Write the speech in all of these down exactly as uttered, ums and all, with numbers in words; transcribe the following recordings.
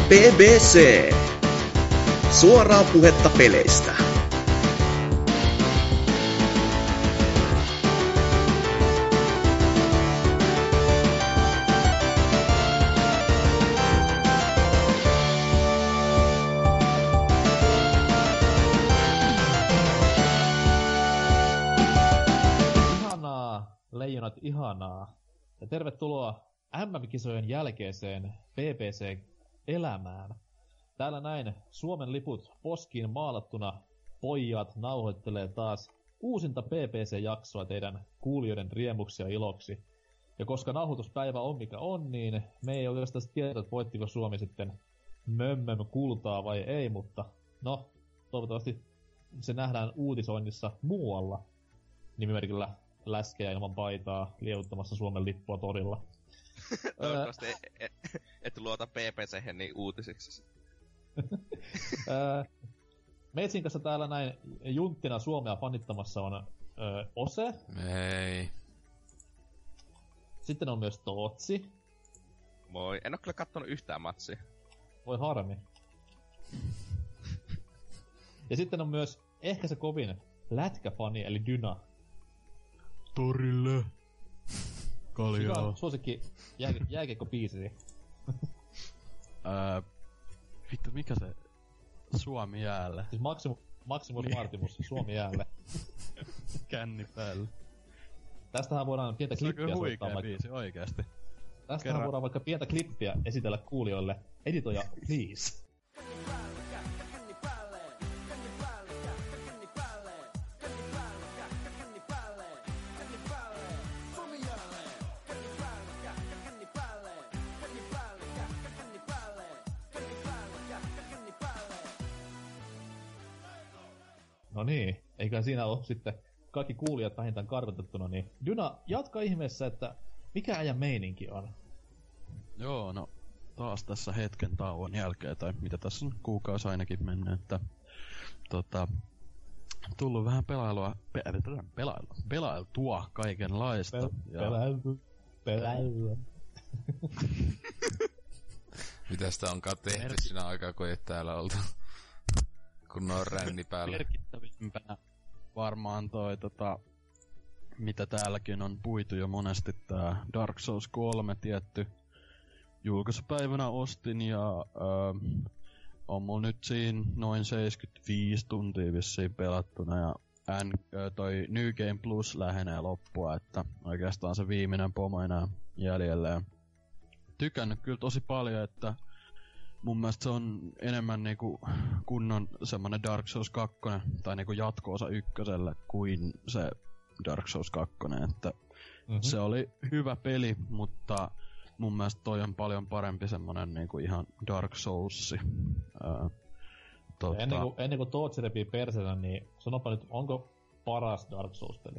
P B C. Suoraa puhetta peleistä. Ihanaa, leijonat, ihanaa. Ja tervetuloa M M-kisojen jälkeiseen P B C-elämään. Täällä näin Suomen liput poskiin maalattuna pojat nauhoittelee taas uusinta P B C-jaksoa teidän kuulijoiden riemuksi ja iloksi. Ja koska nauhoituspäivä on mikä on, niin me ei oikeastaan tiedä, että voittiko Suomi sitten mömmön kultaa vai ei, mutta no, toivottavasti se nähdään uutisoinnissa muualla nimimerkillä läskejä ilman paitaa lievuttamassa Suomen lippua torilla. Toivottavasti et, et, et luota P B C:hen niin uutisiksi. Meitsin kanssa täällä näin junttina Suomea fanittamassa on ö, Ose. Ei. Sitten on myös Tootsi. Moi. En oo kyllä kattonut yhtään matsia. Voi harmi. Ja sitten on myös ehkä se kovin lätkäfani, eli Dyna. Torille. Kaljaa. Mikä on suosikki jää, jääkiekko-biisisi? Öö, vittu, mikä se Suomi jäällä? Siis Maximus, Maximus Niin. Martimus, Suomi jäälle. Känni päällä. Tästähän voidaan pientä Se on klippiä kyllä soittaa huikea vaikka. biisi, oikeesti. Tästähän Kerran. voidaan vaikka pientä klippiä esitellä kuulijoille. Editoja, please. No niin, eikä siinä ole sitten kaikki kuulijat vähintään kartoitettuna, niin Dyna, jatka ihmeessä, että mikä äijän meininki on? Joo, no taas tässä hetken tauon jälkeen, tai mitä tässä on kuukausi ainakin mennyt, että tota, tullut vähän pelailua, pe, pelailua, pelailtua kaikenlaista. Pel- ja, Peläily, peläily. Mitä sitä onkaan tehty Merki- sinä aikaa, kun ei täällä oltu? Kun on ränni päällä. merkittävimpänä varmaan toi tota, mitä täälläkin on puitu jo monesti, tää Dark Souls kolme tietty julkaisupäivänä ostin ja öö, on mulla nyt siinä noin seitsemänkymmentäviisi tuntia vissiin pelattuna ja N, ö, toi New Game Plus lähenee loppua, että oikeastaan se viimeinen pomo enää jäljellä ja tykännyt kyllä tosi paljon, että mun mielestä se on enemmän niinku kunnon semmonen Dark Souls kaksi tai niinku jatko-osa ykköselle kuin se Dark Souls kaksi, että Mm-hmm. se oli hyvä peli, mutta mun mielestä toi on paljon parempi semmonen niinku ihan Dark Soulsi. Ää, tota, Ennen kuin, ennen kuin Tootsi repii persenä, niin sanopa nyt, onko paras Dark Souls-peli?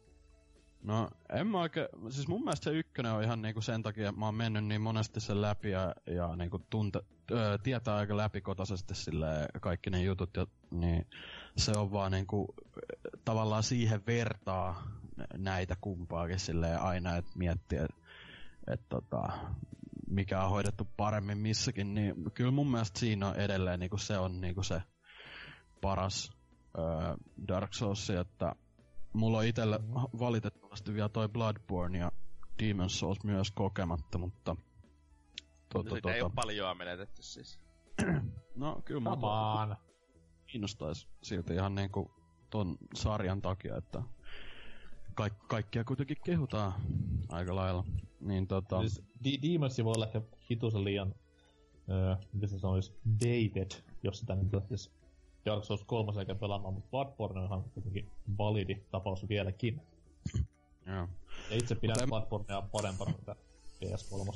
No, en mä oikein, siis mun mielestä se ykkönen on ihan niinku sen takia, mä oon mennyt niin monesti sen läpi ja, ja niinku tunte, öö, tietää aika läpikotaisesti silleen kaikki ne jutut, ja, niin se on vaan niinku tavallaan siihen vertaa näitä kumpaakin silleen aina, että miettii, että et, tota, mikä on hoidettu paremmin missäkin, niin kyllä mun mielestä siinä on edelleen niinku se on niinku se paras öö, Dark Souls, että mulla on itellä Mm-hmm. valitettavasti vielä toi Bloodborne ja Demon's Souls myös kokematta, mutta Tota, tota, Siitä ei oo tota, paljoa menetetty siis. no kyllä Come mua on! kiinnostais silti ihan niinku ton sarjan takia, että kaik- kaikkia kuitenkin kehutaan aika lailla. Niin tota, Siis D- Demonsi voi olla ehkä hitusen liian, öö, miten se sanois, dated, jos sitä nyt lähtis Dark Souls kolme eikä pelaamaan, mutta Bloodborne on ihan kuitenkin validi tapaus vieläkin. joo. Ja itse pidän Mut en- Bloodbornea parempana mitä P S kolme.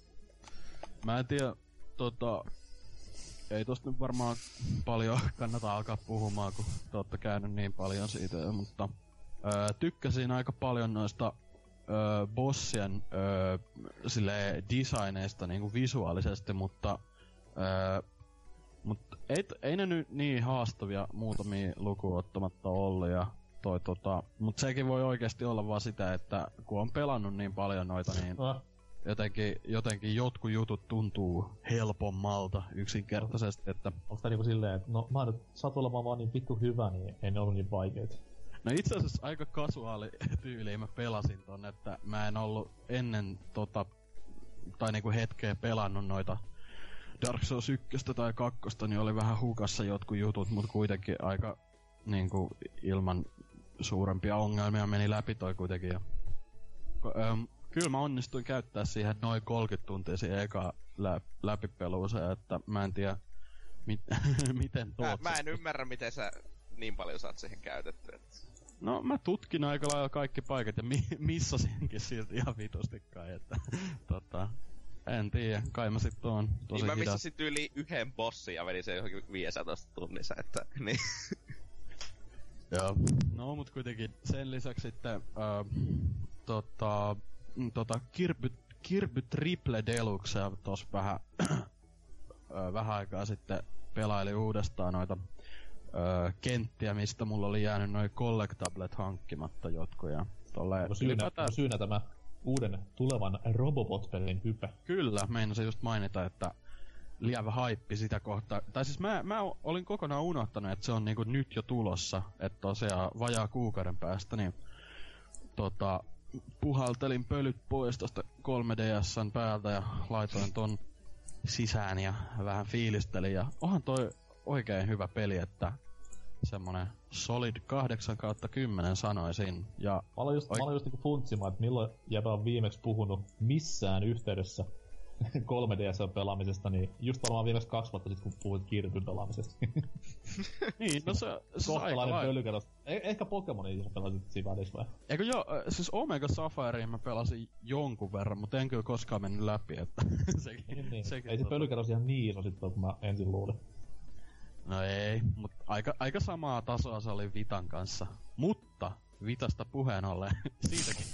Mä en tiedä, tota, ei tosta nyt varmaan paljon kannata alkaa puhumaan, kun te ootte käynyt niin paljon siitä, mutta öö, tykkäsin aika paljon noista öö, bossien öö, silleen designeista niinku visuaalisesti, mutta öö, mut ei, ei ne nyt niin haastavia muutamia lukuun ottamatta ollut ja toi tota, mut sekin voi oikeesti olla vaan sitä, että kun on pelannut niin paljon noita, niin No, jotenkin, jotenkin jotkut jutut tuntuu helpommalta yksinkertaisesti, että... Onks tää niinku silleen, että no mä nyt saat olemaan vaan niin vittu hyvä, niin ei ne ollut niin vaikeet? No itse asiassa aika kasuaali tyyliin mä pelasin ton, että mä en ollut ennen tota, tai niinku hetkeä pelannut noita Dark Souls yksi tai kaksi, niin oli vähän hukassa jotkut jutut, mut kuitenkin aika niinku ilman suurempia ongelmia meni läpi toi kuitenkin. Ja, ähm, kyllä mä onnistuin käyttää siihen noin kolmekymmentä tuntia siihen eka lä- läpipeluuseen, että mä en tiedä mit- miten tuot. Mä, mä en ymmärrä, miten sä niin paljon saat siihen käytettyä. No mä tutkin aika lailla kaikki paikat ja mi- missasinkin silti ihan vitustikaan, että tota... En tiedä, kai mä sit oon tosi niin mä hidas. missasin tyyliin yhden bossin ja vedin sen johonkin viisitoista tunnissa, että niin. Joo. No mut kuitenkin sen lisäksi sitten äh, tota, tota Kirby, Kirby Triple Deluxea tos vähän äh, vähän aikaa sitten pelaili uudestaan noita äh, kenttiä, mistä mulla oli jäänyt noin collectablet hankkimatta jotkut ja tolleen. No syynä, ylipäätään... syynä tämä uuden tulevan Robobot-pelin hype. Kyllä, meinasin just mainita, että lievä haippi sitä kohtaa. Tai siis mä, mä olin kokonaan unohtanut, että se on niinku nyt jo tulossa. Että tosiaan vajaa kuukauden päästä, niin tota, puhaltelin pölyt pois tosta kolme D S:n päältä ja laitoin ton sisään ja vähän fiilistelin. Ja onhan toi oikein hyvä peli, että semmonen solid kahdeksan kautta kymmenen sanoisin. Ja mä aloin just, oik- just niinku funtsimaan, että milloin jäbä on viimeksi puhunut missään yhteydessä kolme D S-pelaamisesta, niin just varmaan viimeksi kaksi vuotta sitten, kun puhuit Kirkyn pelaamisesta. Niin, no se, se kohtalainen pölykerros. Eh- ehkä Pokemonia sä pelasit siinä välissä vai? Eikö joo, siis Omega Sapphire mä pelasin jonkun verran, mutta en kyllä koskaan mennyt läpi, että sekin, niin, niin. sekin ei se pölykerros ihan niin iso sit kun mä ensin luulin. No ei, mutta aika, aika samaa tasoa se oli Vitan kanssa. Mutta Vitasta puheen ollen, siitäkin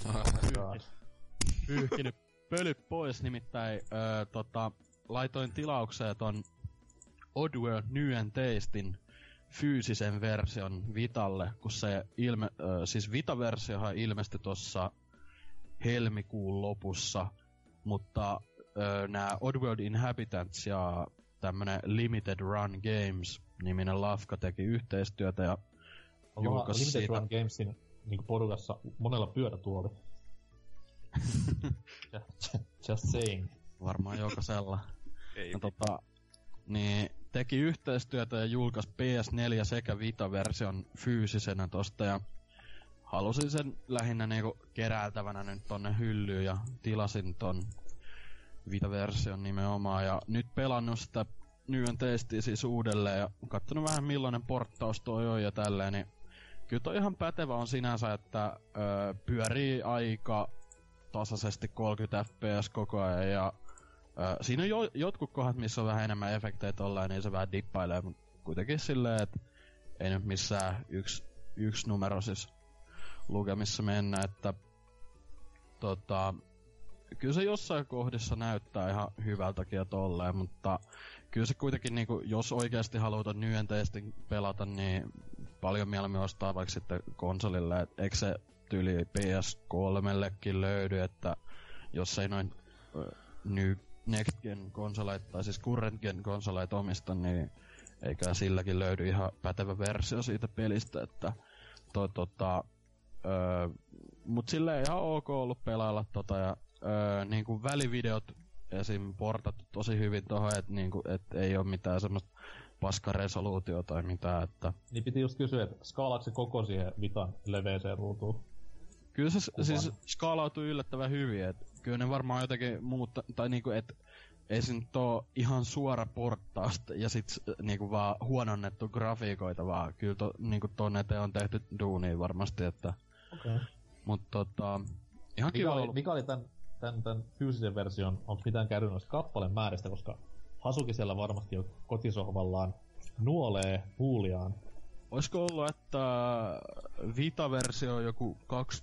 pyyhkinyt pölyt pois, nimittäin öö, tota, laitoin tilaukseen ton Oddworld New and Tastin fyysisen version Vitalle, kun se ilme, öö, siis Vita-versiohan ilmestyi tossa helmikuun lopussa, mutta öö, nää Oddworld Inhabitants ja tämmönen Limited Run Games niminen lafka teki yhteistyötä ja julkaisi Limited siitä... Run Gamesin niinku porukassa monella pyörätuoli. Just saying. Varmaan jokaisella. Ei. No, tota, niin teki yhteistyötä ja julkaisi P S neljä sekä Vita-version fyysisenä tosta ja halusin sen lähinnä niinku keräiltävänä nyt tonne hyllyyn ja tilasin ton Vita-version nimenomaan ja nyt pelannut sitä Nyen testiin siis uudelleen ja kattonut vähän millainen porttaus toi on ja tälleen, niin kyllä toi ihan pätevä on sinänsä, että öö, pyörii aika tasaisesti kolmekymmentä F P S koko ajan ja öö, siinä on jo, jotkut kohdat, missä on vähän enemmän efektejä tolleen, niin se vähän dippailee, mutta kuitenkin silleen, että ei nyt missään yksi, yksi numero siis lukemissa mennä, että tota, kyllä se jossain kohdissa näyttää ihan hyvältäkin ja tolleen, mutta kyllä se kuitenkin niinku, jos oikeasti halutaan Nyen testin pelata, niin paljon mieluummin ostaa vaikka sitten konsolille, et eikö se tyyli P S kolmellekin löydy, että jos ei noin uh, New Next Gen konsoleita, tai siis Current Gen konsoleita omista, niin eikä silläkin löydy ihan pätevä versio siitä pelistä, että toi tota, öö, mut silleen ihan ok ollut pelailla tota ja öö, niinku välivideot esim. Portattu tosi hyvin tohon, et niinku, et ei oo mitään semmoista paskaresoluutiota tai mitään, että... Niin piti just kysyä, että skaalaako se koko siihen Vitan leveeseen ruutuun? Kyllä se Kuvan. Siis skaalautuu yllättävän hyvin, et kyllä ne varmaan jotenkin muutta, tai niinku, et ei se nyt oo ihan suora porttausta ja sit niinku vaan huononnettu grafiikoita, vaan kyllä to, niinku tonne eteen on tehty duunia varmasti, että... Okei. Okay. Mut tota... Ihan mikä kiva oli, ollut... mikä oli tän, tän, tän fyysisen version, onko mitään käynyt noista kappaleen määristä, koska Hasuki siellä varmasti jo kotisohvallaan nuolee huuliaan. Oisko ollut, että Vita-versio on joku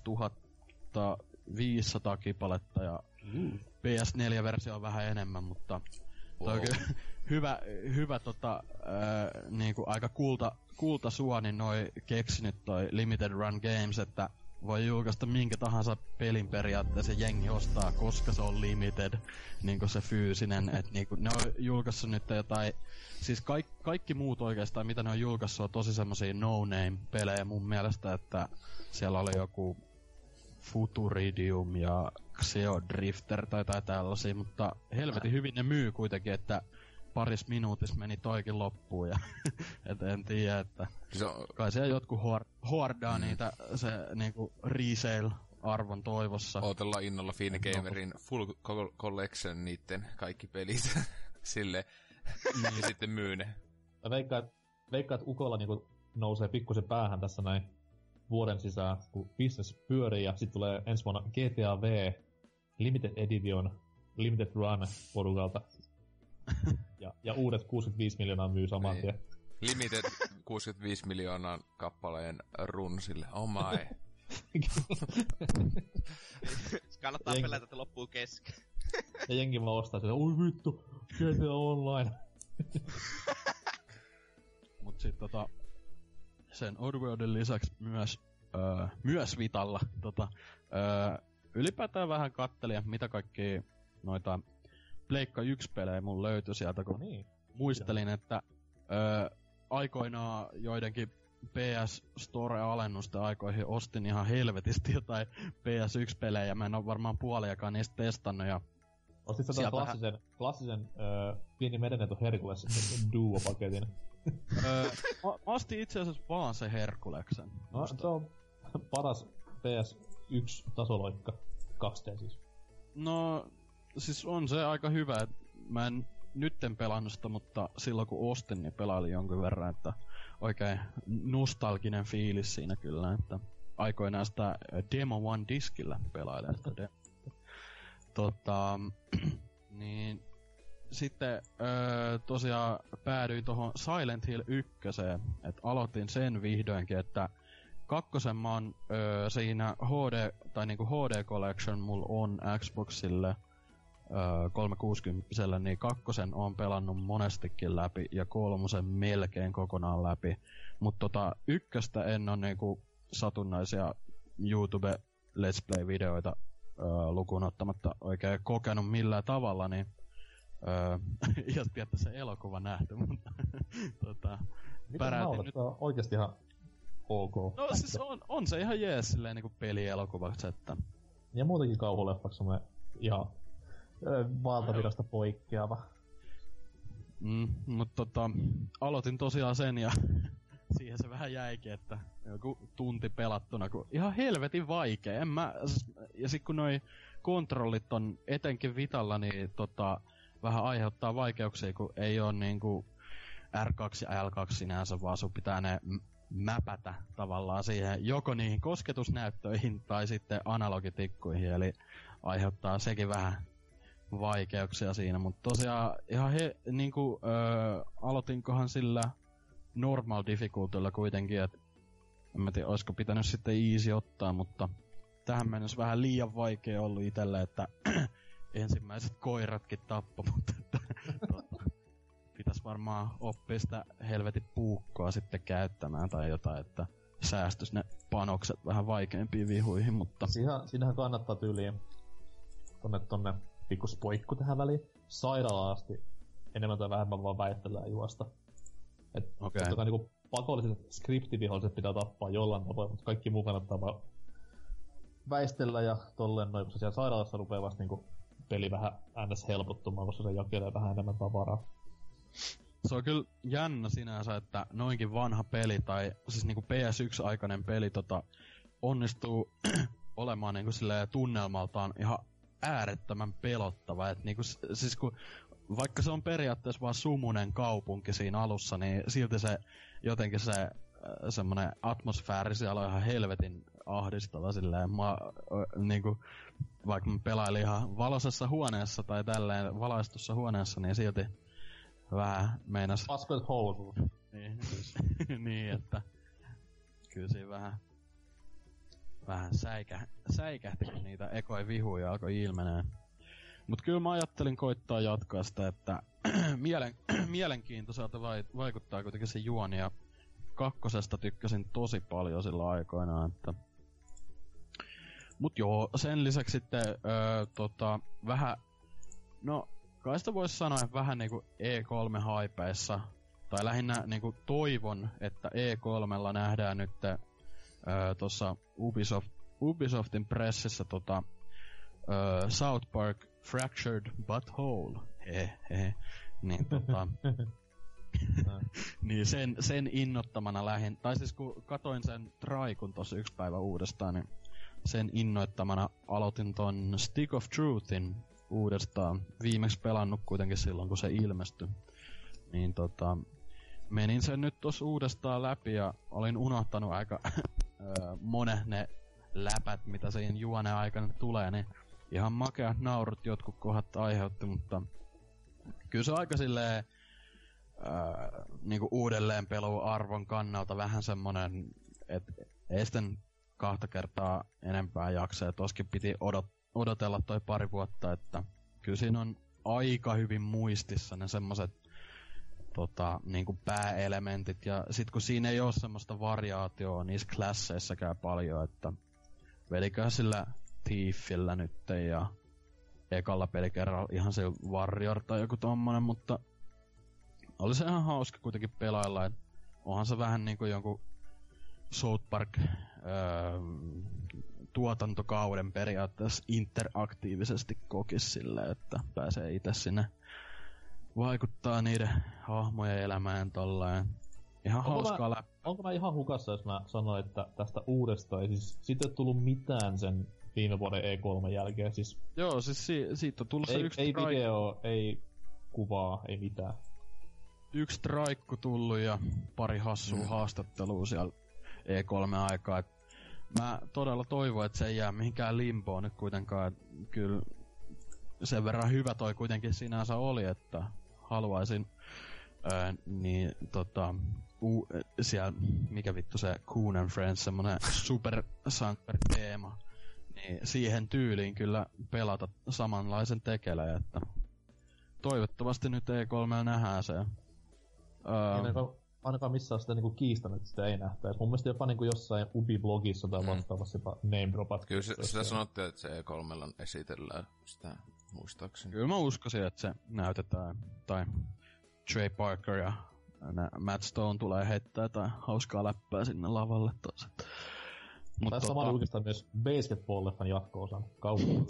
kaksituhattaviisisataa kipaletta ja mm. P S neljä-versio on vähän enemmän, mutta toi wow. on kyllä hyvä, hyvä tota, äh, niinku aika kulta, kulta suoni noi keksinyt toi Limited Run Games, että voi julkaista minkä tahansa pelin periaatteessa jengi ostaa, koska se on limited, niinku se fyysinen, et niinku ne on julkaissut nyt jotain, siis kaik, kaikki muut oikeastaan mitä ne on julkaissut on tosi semmosia no-name-pelejä mun mielestä, että siellä oli joku Futuridium ja Xeodrifter tai jotain tällaisia, mutta helvetin hyvin ne myy kuitenkin, että paris minuutissa meni toikin loppuun ja et en tiedä, että So, kai siellä jotkut huor- huordaa mm. niitä se niinku resale-arvon toivossa. ootellaan innolla Fingamerin full co- collection niitten kaikki pelit sille ja sitten myy ne. Veikkaan, veikkaa, että Ukolla niinku nousee pikkusen päähän tässä näin vuoden sisään, kun business pyörii ja sit tulee ensi vuonna G T A V Limited Edition, Limited Run porukalta. Ja, ja uudet kuusikymmentäviisi miljoonaa myy saman niin. tien. Limited kuusikymmentäviisi miljoonaa kappaleen run sille. Oh my. Kannattaa Jengi. pelätä, että loppuu kesken. Ja jengi vaan ostaa sitä, oi vittu, G T A Online. Mut sit tota, sen Oddworldin lisäksi myös, öö, myös Vitalla, tota, öö, ylipäätään vähän kattelin, mitä kaikkia noita Pleikka yksi-pelejä mun löytyi sieltä, kun No niin. muistelin, että öö, aikoinaan joidenkin P S Store-alennusten aikoihin ostin ihan helvetisti jotain P S yksi-pelejä, ja mä en oo varmaan puoliakaan niistä testannut, ja Ostit sä sieltä tämän klassisen, klassisen öö, pieni merenneto Herkules Duo-paketin? öö, mä, mä ostin itse asiassa vaan se Herkuleksen. No, se on paras P S yksi tasoloikka. kaksi D siis. No, siis on se aika hyvä, et mä en nytten pelannut sitä, mutta silloin kun ostin, niin pelailin jonkun verran, että oikein nostalginen fiilis siinä kyllä, että aikoinaan sitä Demo One diskillä pelailin sitä de- Tota, niin sitten öö, tosiaan päädyin tohon Silent Hill ykköseen, että aloitin sen vihdoinkin, että kakkosen mä oon öö, siinä H D, tai niinku H D Collection mulla on Xboxille öö, kolmesataakuusikymmentä, niin kakkosen oon pelannut monestikin läpi ja kolmosen melkein kokonaan läpi. Mut tota ykköstä en oo niinku satunnaisia YouTube Let's Play-videoita öö, lukuun ottamatta oikein kokenut millään tavalla, niin öö, jos tietää se elokuva nähty, mutta tota, Mitä naurat? Nyt... on oikeesti ihan ok. No siis on, on se ihan jees silleen niinku pelielokuvaksi, että ja muutenkin kauhuleffaksi semmonen ihan ö, valtavirasta poikkeava. Mm, mut tota, aloitin tosiaan sen ja siihen se vähän jäikin, että joku tunti pelattuna, kun ihan helvetin vaikea. En mä, ja sit kun noi kontrollit on etenkin Vitalla, niin tota, vähän aiheuttaa vaikeuksia, kun ei oo niinku R kaksi ja L kaksi sinänsä, vaan sun pitää ne m- mäpätä tavallaan siihen joko niihin kosketusnäyttöihin tai sitten analogitikkuihin, eli aiheuttaa sekin vähän vaikeuksia siinä, mutta tosiaan ihan he, niinku, öö, aloitinkohan sillä normal difficultylla kuitenkin, että en mä tiedä, olisiko pitänyt sitten easy ottaa, mutta tähän mennessä vähän liian vaikea ollut itelle, että ensimmäiset koiratkin tappoi, mutta että, tota, pitäis varmaan oppia sitä helvetin puukkoa sitten käyttämään tai jotain, että säästys ne panokset vähän vaikeampiin vihuihin, mutta Siinä, siinähän kannattaa tyyliin tonne tonne pikkus poikku tähän väliin. Sairaalaan asti enemmän tai vähemmän vaan väittelyä juosta. Et Okei. totta kai niinku pakolliset skriptiviholliset pitää tappaa jollain tavoin, mutta kaikki muu kannattaa vaan väistellä ja tolleen noin, koska siellä sairaalassa rupee vasta niinku peli vähän ns helpottumaan, koska se jakelee vähän enemmän tavaraa. se on kyllä jännä sinänsä, että noinkin vanha peli, tai siis niinku P S yksi-aikainen peli tota, onnistuu olemaan niinku silleen tunnelmaltaan ihan äärettömän pelottava. Et niinku, siis kun, vaikka se on periaatteessa vaan sumunen kaupunki siinä alussa, niin silti se jotenkin se äh, semmonen atmosfääri siellä on ihan helvetin ahdistava silleen. Mä, äh, niinku, vaikka mä pelailin ihan valoisessa huoneessa tai tälleen valaistussa huoneessa, niin silti vähän meinas... Paskoit housuun. Niin, siis, niin, että kyllä siinä vähän, vähän säikä, säikähti, kun niitä ekoja vihuja alkoi ilmenee. Mut kyllä mä ajattelin koittaa jatkaa sitä, että mielen, mielenkiintoiselta vai, vaikuttaa kuitenkin se juoni, ja kakkosesta tykkäsin tosi paljon sillä aikoinaan, että Mut joo, sen lisäksi sitten öö, tota, vähän, no kai sitä vois sanoa vähän niinku E kolme haipeissa, tai lähinnä niinku toivon, että E kolmella nähdään nyt öö, tossa Ubisoft, Ubisoftin pressissä tota, öö, South Park Fractured Butthole, he he, niin tota... niin sen, sen innottamana lähin, tai siis kun katoin sen traikun tossa yksi päivä uudestaan, niin sen innoittamana aloitin ton Stick of Truthin uudestaan. Viimeksi pelannut kuitenkin silloin, kun se ilmestyi. Niin tota, menin sen nyt tossa uudestaan läpi ja olin unohtanut aika monet ne läpät, mitä siinä juoneen aikana tulee, niin ihan makeat naurut jotkut kohdat aiheutti, mutta kyllä se aika silleen Öö, niinku uudelleen peluarvon kannalta vähän semmonen, että ei sitten kahta kertaa enempää jaksaa. Toskin piti odot- odotella toi pari vuotta, että kyllä siinä on aika hyvin muistissa ne semmoset tota, niinku pääelementit. Ja sit kun siinä ei oo semmoista variaatioa niissä klasseissäkään paljon, että veliköhän sillä Thiefillä nytten ja ekalla pelikerralla ihan se Warrior tai joku tommonen, mutta oli se ihan hauska kuitenkin pelailla, et onhan se vähän niinku jonkun South Park öö, tuotantokauden periaatteessa interaktiivisesti kokis silleen, että pääsee itse sinne vaikuttaa niiden hahmojen elämään tolleen. Ihan onko hauskaa läpi. Onko mä ihan hukassa, jos mä sanoin, että tästä uudesta ei siis siitä ei tullut mitään sen viime vuoden E kolme jälkeen, siis... Joo, siis si- siitä on tullut ei, se yksi Ei traik- video, ei kuvaa, ei mitään. Yksi traikku tullut ja pari hassua mm. haastattelua siellä E kolme aikaa. Et mä todella toivon, että se ei jää mihinkään limboon nyt kuitenkaan. Et kyllä sen verran hyvä toi kuitenkin sinänsä oli, että haluaisin ää, niin tota u, siellä, mikä vittu se Coon and Friends, semmonen supersankkari-teema, niin siihen tyyliin kyllä pelata samanlaisen tekeleen, että toivottavasti nyt E kolme nähdään se. Uh, ainakaan, ainakaan missään sitä niinku kiistänyt, että sitä ei nähtäisi. Mun mielestä jopa niinku jossain Ubi-blogissa tai vastaavassa jopa name-dropat. Kyllä se, sitä sanottiin, että se E kolme esitellään sitä muistaakseni. Kyllä mä uskoisin, että se näytetään. Tai Trey Parker ja Matt Stone tulee heittää jotain hauskaa läppää sinne lavalle taas. Mut tässä tota... on julkistaa myös Basketball-leffan jatko-osan. Kauan.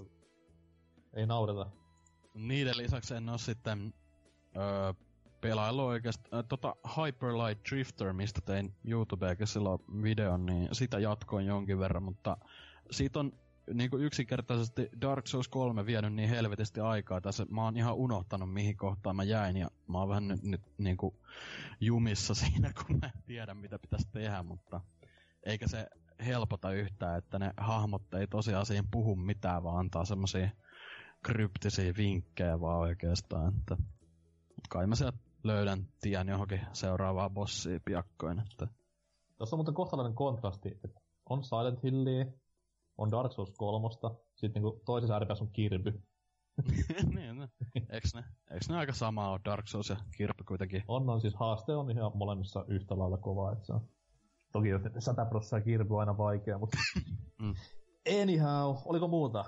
Ei naureta. Niiden lisäksi en oo sitten... Öö, pelailu oikeastaan, äh, tota Hyper Light Drifter, mistä tein YouTubeenkin silloin videon, niin sitä jatkoin jonkin verran, mutta siitä on niinku yksinkertaisesti Dark Souls kolme vienyt niin helvetisti aikaa, tässä mä oon ihan unohtanut mihin kohtaan mä jäin, ja mä oon vähän nyt, nyt niinku jumissa siinä, kun mä en tiedä mitä pitäisi tehdä, mutta eikä se helpota yhtään, että ne hahmot ei tosiaan siihen puhu mitään, vaan antaa semmosia kryptisiä vinkkejä vaan oikeastaan, että kai mä sieltä löydän tien johonkin seuraavaan bossiin piakkoin, että... Tuossa on muuten kohtalainen kontrasti, että on Silent Hillia, on Dark Souls kolmosta, sitten niinku toisessa ääripäässä on Kirby. niin, no. Eiks ne, eiks ne aika samaa oo Dark Souls ja Kirby kuitenkin? On, on siis haaste on ihan molemmissa yhtä lailla kova, että se on... Toki sata prosenttia Kirby on aina vaikea, mutta... mm. Anyhow, oliko muuta?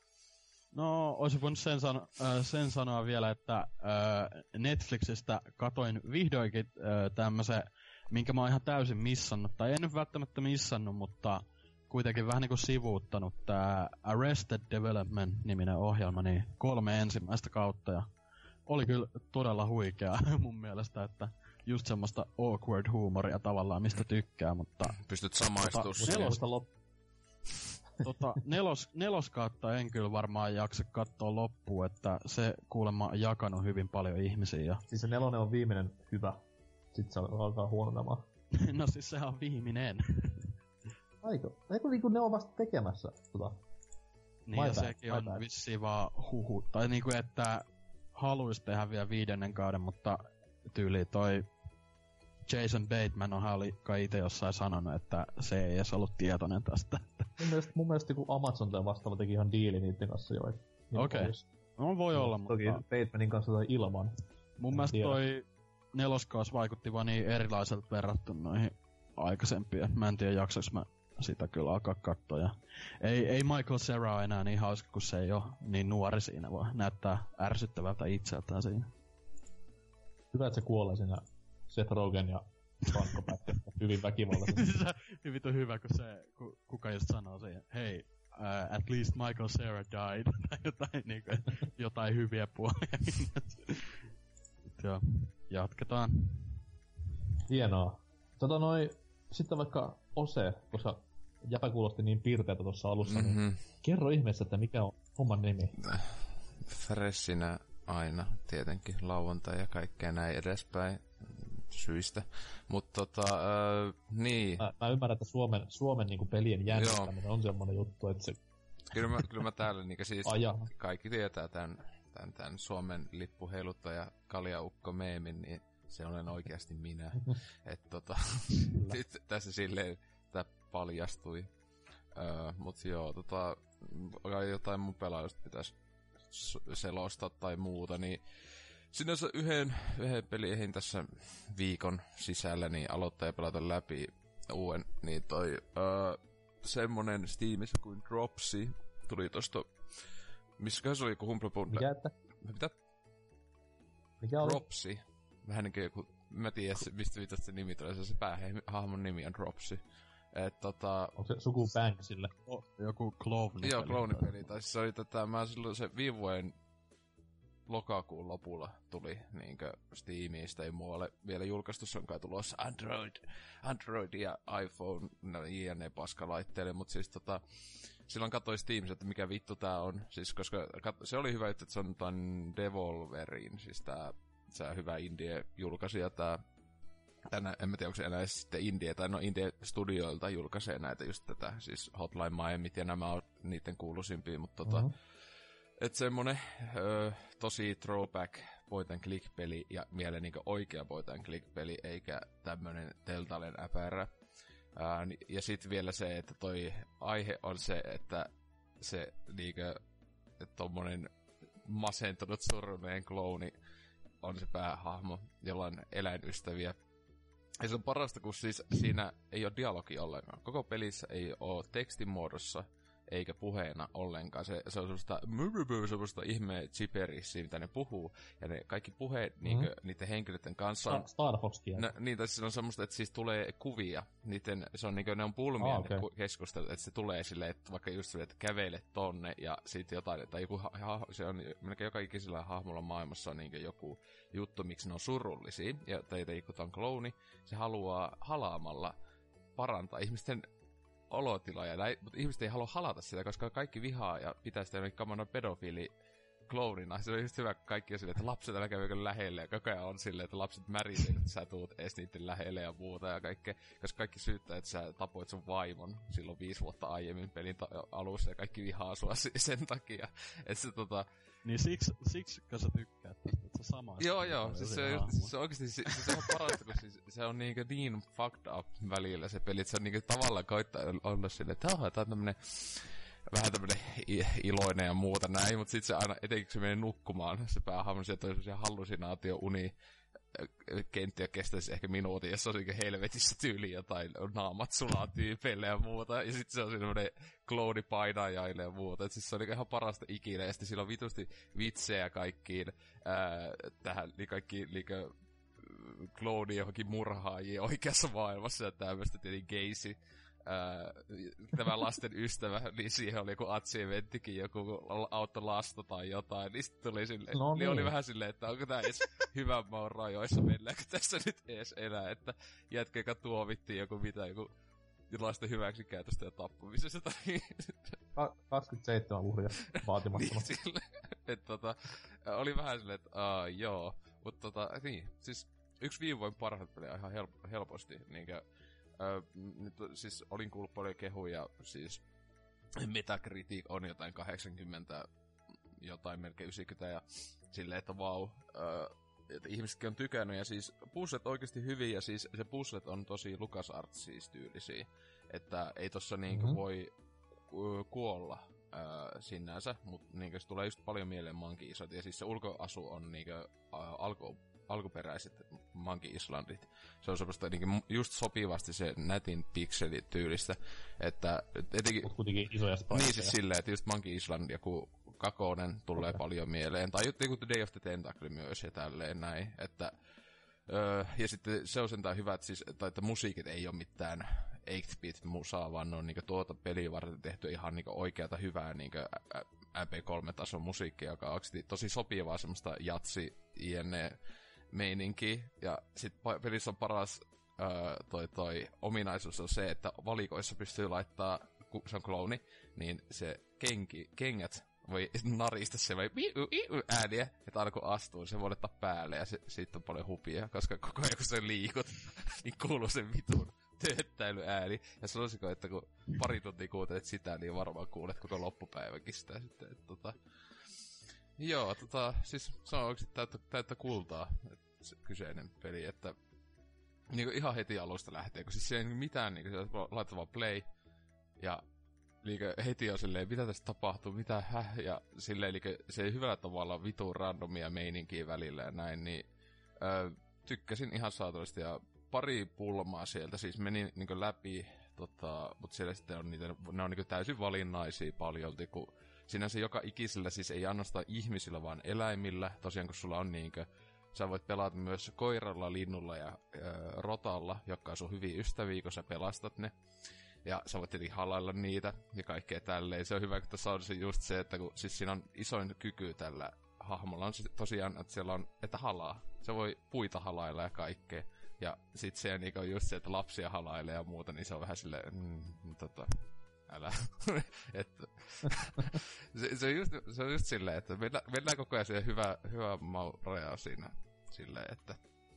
No, olisin voinut sen, sano, äh, sen sanoa vielä, että äh, Netflixistä katoin vihdoinkin äh, tämmösen, minkä mä oon ihan täysin missannut, tai en nyt välttämättä missannut, mutta kuitenkin vähän niinku sivuuttanut tää Arrested Development-niminen ohjelma, niin kolme ensimmäistä kautta, ja oli kyllä todella huikea mun mielestä, että just semmoista awkward huumoria tavallaan, mistä tykkää, mutta... Pystyt samaistumaan tota, nelosta lop... Tota, nelos, neloskautta en kyllä varmaan jaksa katsoa loppuun, että se kuulemma on jakanut hyvin paljon ihmisiä. Ja... Siis se nelonen on viimeinen hyvä. Sitten se alkaa huononemaan. No siis sehän on viimeinen. Aiko? Eikö niinku ne on vasta tekemässä tota? Niin ja sekin on vissiin vaan huhu. Tai niinku että haluis tehdä vielä viidennen kauden, mutta tyyli toi Jason Bateman onhan oli kai ite jossain sanonut, että se ei edes ollut tietoinen tästä. Mun mielestä, mun mielestä kun Amazon tai vastaava teki ihan diili niitten kanssa jo. Okei. Okay. No voi no, olla, toki mutta... Toki Batemanin kanssa tai ilman. Mun mielestä tiedä. Toi neloskaus vaikutti vaan niin erilaiselta verrattuna noihin aikaisempiin. Mä en tiedä jaksaks mä sitä kyllä alkaa katsoa. Ja ei, ei Michael Cera enää niin hauska, kun se ei ole niin nuori siinä, vaan näyttää ärsyttävältä itseltään siinä. Hyvä, että se kuolee siinä Seth Rogen ja pankkopätkästä hyvin väkivaltaisesti. Niin vittu hyvä, kun se, ku, kuka just sanoo siihen, hei, uh, at least Michael Cera died, tai jotain, niin kuin, jotain hyviä puolia. Joo, jatketaan. Hienoa. Tota noi, sitten vaikka Ose, koska jäpä kuulosti niin pirteältä tuossa alussa, mm-hmm. niin kerro ihmeessä, että mikä on homman nimi. Freshinä aina, tietenkin, lauantai ja kaikkea näin edespäin syistä. Mutta tota, äh, niin. Mä, mä ymmärrän, että Suomen, Suomen niinku pelien jännittäminen on semmonen juttu, että se... Kyllä mä, kyllä mä täällä niinku siis Aja. kaikki tietää tän, tän, tän Suomen lippuheiluttaja Kaljaukko meemin, niin se olen oikeasti minä. Et tota, sit tässä silleen tää paljastui. Öö, mut joo, tota, jotain mun pelaajusta pitäis selostaa tai muuta, niin sinänsä yhden, yhden pelin tässä viikon sisällä niin aloittaa ja pelata läpi uuden, niin toi öö, semmonen Steamissa kuin Dropsy tuli tosta, missäkään se oli joku Humble Bundle. Mikä että? Mitä? Mikä oli? Dropsy. Vähän niinkö joku, mä tiedän mistä vitasta se nimi tulee, se, se päähahmon nimi on Dropsy. Et tota... Onko se suku Banksille? Oh, joku kloonipeli. Joo, kloonipeli. Tai se oli tätä, mä silloin se viime vuoden lokakuun lopulla tuli niinkö Steamista ja muualle vielä julkaistu, se on kai tulossa Android, Android ja iPhone jne paskalaitteille, mut siis tota silloin katsoin Steamissa, että mikä vittu tää on, siis koska kat, se oli hyvä, että se on tämän Devolverin, siis tää se hyvä indie-julkaisija tää, tänä, en mä tiedä onko se enää sitten indie, tai no indie-studioilta julkaisee näitä just tätä, siis Hotline Miamit ja nämä on niiden kuuluisimpia, mutta tota mm-hmm. Et semmonen ö, tosi throwback point and click peli ja mieleen niinku oikea point and click peli eikä tämmönen teltailen äpärä. Ää, ja sit vielä se, että toi aihe on se, että se niinkö tommonen masentunut suruneen klooni on se päähahmo, jolla on eläinystäviä. Ja se on parasta, kun siis siinä ei oo dialogi ollenkaan. Koko pelissä ei oo tekstin muodossa eikä puheena ollenkaan. Se, se on semmoista, semmoista ihmeen chiperissiä, mitä ne puhuu. Ja ne kaikki puheet mm-hmm. niinkö, niiden henkilöiden kanssa on... Star Fox-kieltä. No, niin, tai siis on semmoista, että siis tulee kuvia. Niiden, se on niinkö, ne on pulmia ah, okay. ne keskustelut, että se tulee silleen, että vaikka just silleen, että kävele tonne ja sit jotain, tai joku, ha, se on, melkein joka ikisellä hahmolla maailmassa on niinkö joku juttu, miksi ne on surullisia. Ja tai, tai kun on klooni, se haluaa halaamalla parantaa ihmisten olotilaa, ja näin, mutta ihmiset ei halua halata sitä, koska kaikki vihaa ja pitää sitä jonnekin kamana pedofiili kloonina. Se on just hyvä, kun kaikki on silleen, että lapset älä käykö lähelle, ja koko ajan on silleen, että lapset märisee, että sä tuut ees niiden lähelle ja muuta, ja kaikkea, koska kaikki syyttää, että sä tapoit sun vaimon silloin viisi vuotta aiemmin pelin ta- alussa, ja kaikki vihaa sua sen takia, että se tota... Niin siksi, siksi kun sä tykkäät tästä, että se sama... Joo, joo, siis se, on, siis se oikeesti, se, se on parasta, kun siis, se on niinkö niin fucked up välillä se peli, että se on niinkö tavallaan koittaa olla silleen, että oh, tää on tämmönen vähän tämmönen iloinen ja muuta näin, mut sit se aina, etenkin kun se menee nukkumaan, se päähahmo, sieltä on semmosia hallusinaatio-uni kenttiä kestäisi ehkä minuutin, jos se on helvetissä tyyli jotain naamat sulaa tyypeille ja muuta, ja sit se on semmoinen klooni painajaille ja muuta, et siis se on ihan parasta ikinä, ja sitten sillä on vitusti vitsejä kaikkiin ää, tähän, niin kaikki liikö klooni johonkin murhaajiin oikeassa maailmassa ja tämmöistä tietenkin geisi. Tämä lasten ystävä, niin siihen oli joku achieventtikin, joku auto lasta tai jotain, niin sitten tuli silleen, no niin. Niin oli vähän silleen, että onko tää edes hyvän maun rajoissa mennäänkö tässä nyt ees elää, että jätkä tuomittiin joku mitä, joku lasten hyväksikäytöstä ja tappamisesta tai... kaksikymmentäseitsemän uhria vaatimattomasti. Niin silleen, että tota, oli vähän silleen, että uh, joo, mutta tota, niin, siis yksi viime vuoden parhaat pelejä ihan help- helposti, niinkö... Öö, nyt, siis olin kuullut paljon kehuja, siis Metacritic on jotain kahdeksankymmentä, jotain melkein yhdeksänkymmentä ja silleen, että vau, öö, että ihmisetkin on tykännyt ja siis puzzlet oikeasti hyviä ja siis se puzzlet on tosi LucasArts siis tyylisiä, että ei tossa niinku mm-hmm. voi ku- kuolla öö, sinänsä, mutta niinku se tulee just paljon mieleen mankin isot ja siis se ulkoasu on niinku öö, alku alkuperäiset Monkey Islandit. Se on semmoista niinku just sopivasti se nätin pikselityylistä, että etenkin... Mut kuitenkin isoja spriteja. Niin siis silleen, että just Monkey Island joku kakonen tulee okay. paljon mieleen, tai joku Day of the Tentacle myös ja tälleen näin, että... Öö, ja sitten se on sentään hyvä, että, siis, että, että musiikit ei ole mitään eight bit musaa, vaan ne on niinku tuota peliä varten tehty ihan niinku oikeata hyvää niinku M P kolme -tason musiikkia, joka on tosi sopivaa semmoista jatsi iene meininkiä. Ja sit pelissä on paras öö, toi, toi ominaisuus on se, että valikoissa pystyy laittaa, kun se on klooni, niin se kenki, kengät voi narista se vai ääniä, että aina kun astuu, se voi laittaa päälle ja se, siitä on paljon hupia, koska koko ajan kun se liikut, niin kuuluu sen vitun tööttäilyääni. Ja sanoisiko, että kun pari tuntia kuuntelet sitä, niin varmaan kuulet koko loppupäiväkin sitä sitten. Että, tota... Joo, tota, siis se on oikeasti täyttä, täyttä kultaa, se kyseinen peli, että niin ihan heti alusta lähtee, kun siis siellä ei mitään, niin se laittaa vaan play, ja liike heti on silleen, mitä tässä tapahtuu, mitä häh, ja silleen, liike, se ei hyvällä tavalla vitun randomia meininkiä välillä ja näin, niin öö, tykkäsin ihan saatollisesti, ja pari pulmaa sieltä, siis meni niin läpi, tota, mutta siellä sitten on niitä, ne on niin täysin valinnaisia paljolti, kun sinänsä joka ikisellä siis ei ainoastaan ihmisillä, vaan eläimillä, tosiaan kun sulla on niinkö, sä voit pelata myös koiralla, linnulla ja öö, rotalla, jotka on sun hyviä ystäviä, kun sä pelastat ne. Ja sä voit tietenkin halailla niitä ja kaikkea tälleen. Se on hyvä, kun tässä on se just se, että kun, siis siinä on isoin kyky tällä hahmolla on se tosiaan, että siellä on, että halaa. Se voi puita halailla ja kaikkea. Ja sit se niin on just se, että lapsia halailee ja muuta, niin se on vähän silleen, mm, tota, älä. että, se, se, on just, se on just silleen, että mennään, mennään koko ajan siihen hyvä, hyvä rajaa siinä silleen, että...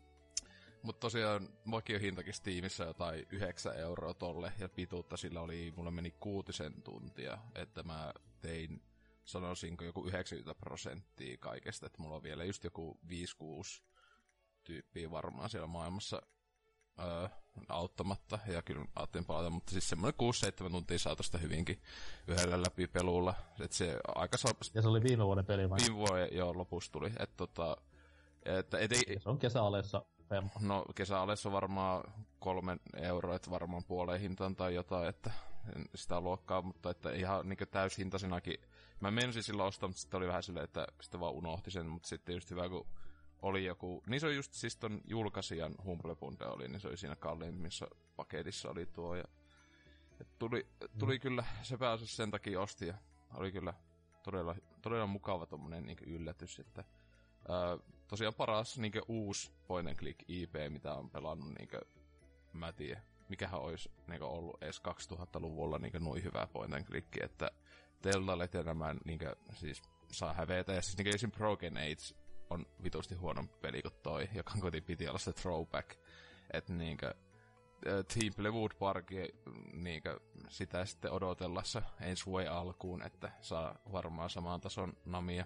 Mutta tosiaan vakiohintakin Steamissa jotain yhdeksän euroa tolle, ja pituutta sillä oli, mulla meni kuutisen tuntia, että mä tein, sanoisinko joku yhdeksänkymmentä prosenttia kaikesta, että mulla on vielä just joku viisi kuusi tyyppiä varmaan siellä maailmassa öö, auttamatta, ja kyllä ajattelin palata, mutta siis semmoinen kuusi seitsemän tuntia saa tosta hyvinkin yhdellä läpi pelulla, että se aika... Sa- ja se oli viime vuoden peli vai? Viime vuoden, joo, lopussa tuli, että tota... Että et ei... Se on kesäaleessa. No kesäaleessa on varmaan kolme euroa, että varmaan puoleen hintaan tai jotain, että sitä luokkaa, mutta että ihan niin täyshintaisinakin. Mä menisin silloin ostaa, mutta sitten oli vähän silleen, että sitten vaan unohti sen, mutta sitten just hyvä, kun oli joku... Niin se on just siis ton julkaisijan Humble Bundle oli, niin se oli siinä kalliimmissa paketissa oli tuo. Ja... Tuli, tuli mm. kyllä, se pääosassa sen takia osti ja oli kyllä todella, todella mukava tommonen niin yllätys, että... Öö, tosiaan paras niinkö uusi point and click I P, mitä on pelannut niinkö, mä en tiedä, mikähän olisi niinkö ollut edes kaksituhattaluvulla niinkö noin hyvää point and click, että Telltalet ja nämä niinkö siis saa hävetä, ja siis niinkö esim. Broken Age on vitusti huonompi peli kuin toi, joka kotiin piti olla se throwback, että niinkö Team Playwood Park niinkö sitä sitten odotellessa ensi vuoden alkuun, että saa varmaan samaan tason namia.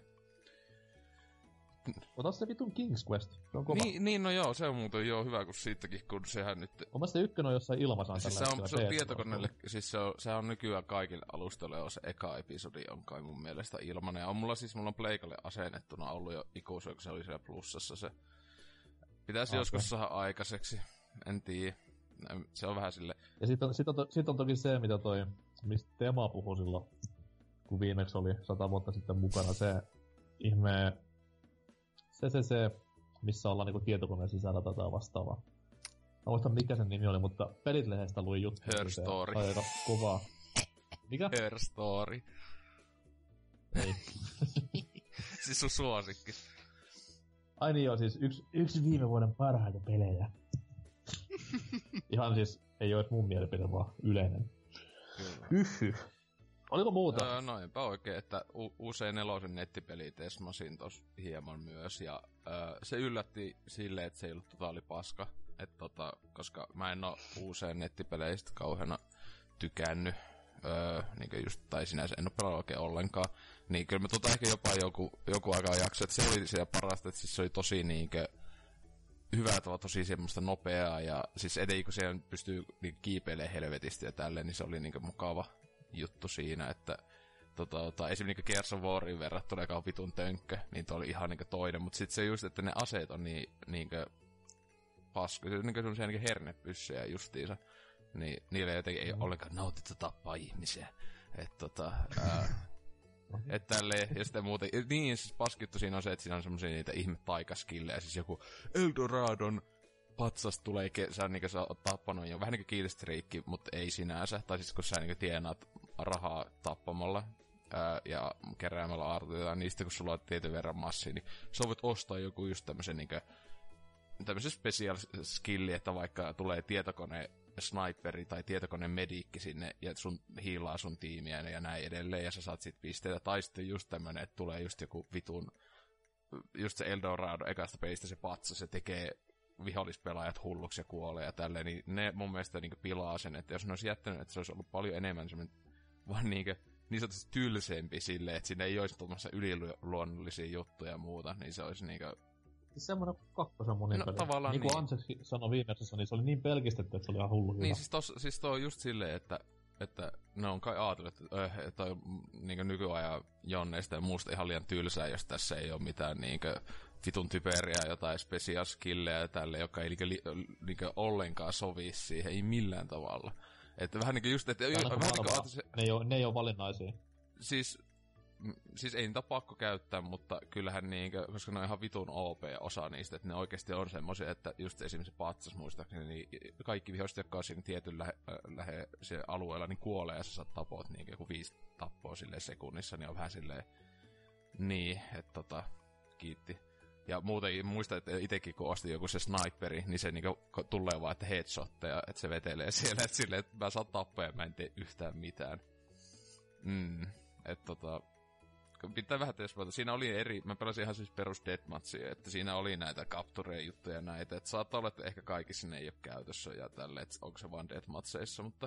Ota se vitun King's Quest, se on kova. Niin, niin no joo, se on muuten joo hyvä, kun siitäkin, kun sehän nyt... On mä sitten ykkönen on jossain ilmasan siis tällä se on, se on tietokoneelle, siis se on, sehän on nykyään kaikille alustoille, on se eka episodi on kai mun mielestä ilmanen. Ja on mulla siis, mulla on Pleikalle asennettuna ollut jo ikuisuus, kun se oli siellä plussassa se. Pitäisi okay. joskus saada aikaiseksi, en tiedä. Se on vähän sille... Ja sit on, sit on, to, sit on toki se, mitä toi, mistä Tema puhui silloin, kun viimeksi oli sata vuotta sitten mukana, se ihme... Se, se, se, missä ollaan niinku tietokoneen sisällä tätä vastaavaa. Mä muistan mikä sen nimi oli, mutta Pelit-lehdestä luin juttu. Her Story. Aika kovaa. Mikä? Her Story. Ei. Siis sun suosikki. Ai niin joo, siis yksi, yksi viime vuoden parhaita pelejä. Ihan siis, ei oo edes mun mielipide, vaan yleinen. Kyllä. Yhy. Oliko muuta? Öö, no enpä oikein, että u- usein nelosen nettipeli tesmasin tos hieman myös, ja öö, se yllätti silleen, että se ei ollut totaali paska, et tota, koska mä en oo usein nettipeleistä kauheena tykännyt, öö, niinkö just, tai sinänsä en oo pelannut oikein ollenkaan, niin kyllä mä tota ehkä jopa joku, joku aikaa jakso, että se oli siellä parasta, että siis se oli tosi niinkö hyvää tavalla tosi semmoista nopeaa, ja siis etenkin kun siellä pystyy niin kiipeilemään helvetisti ja tälleen, niin se oli niinkö mukava juttu siinä, että tota, tota, esimerkiksi niinku Gears of Warin verrattuna, joka on vitun tönkkö, niin toi oli ihan niinku toinen. Mut sit se just, että ne aseet on niin, niinku paska, se on niinku semmosia niinku hernepyssyjä justiinsa. Niin niillä jotenkin ei ollenkaan nautittu tappaa ihmisiä. Et tota, ää, et tälleen, ja sitten muuten, niin siis paskittu siinä on se, että siinä on semmosia niitä ihme taikaskillejä, siis joku Eldoradon patsas tulee, sä niinku sä oot tappanut jo vähän niinku kiilistreikki, mutta ei sinänsä, tai siis kun sä niinku tienaat rahaa tappamalla, ää, ja keräämällä arteita, niin sitten kun sulla on tietyn verran massia, niin sä voit ostaa joku just tämmösen niinku, tämmösen special skilli, että vaikka tulee tietokone sniperi tai tietokoneen mediikki sinne ja sun hiilaa sun tiimiä ja näin edelleen ja sä saat sit pisteitä. Tai sitten just tämmönen, että tulee just joku vitun, just se Eldorado ekasta peistä se patsa, se tekee vihollispelaajat hulluksi ja kuolee ja tälleen, niin ne mun mielestä niinku pilaa sen, että jos ne olisi jättänyt, että se olisi ollut paljon enemmän semmoinen vaan niinku niin sanotusti tylsempi silleen, että siinä ei olisi tuommoista yliluonnollisia juttuja ja muuta, niin se olisi niinku siis semmoinen kakkosen mun no, tavallaan niin. Niin kuin Anseksi sanoi viimeisessä, niin se oli niin pelkistetty, että se oli ihan hullu hyvä. Niin, siis, tos, siis toi on just silleen, että, että ne on kai ajatellut, että, äh, että niin nykyajan jonneista ja muusta ihan liian tylsää, jos tässä ei ole mitään niinkö vitun typeriä jotain special skillejä ja tälle, joka ei niinkö, li, niinkö ollenkaan sovi siihen, ei millään tavalla. Että vähän niinkö just, että... Vähän niinkö se... ne, ei ole, ne ei ole valinnaisia. Siis... Siis ei niitä ole pakko käyttää, mutta kyllähän niinkö, koska ne on ihan vitun O P-osa niistä, että ne oikeesti on semmosia, että just esimerkiksi se patsas muistaakseni, niin kaikki viholliset, jotka on siinä tietyn lähe, lähe siellä alueella, niin kuolee ja sä saat tapot niinkö joku viisi tappoa silleen sekunnissa, niin on vähän silleen, niin, että tota, kiitti. Ja muutenkin muista, että itekin kun ostin joku se sniperi, niin se niinku tulee vaan, että headshotteja, että se vetelee siellä, että silleen, että mä saan tappoja ja mä en tee yhtään mitään. Mm, että tota... Pitää vähän testata. Siinä oli eri, mä pelasin ihan siis perus deathmatchia, että siinä oli näitä capture-juttuja ja näitä, että saattaa olla, että ehkä kaikissa ne ei ole käytössä ja tälleen, että onko se vaan deathmatcheissa, mutta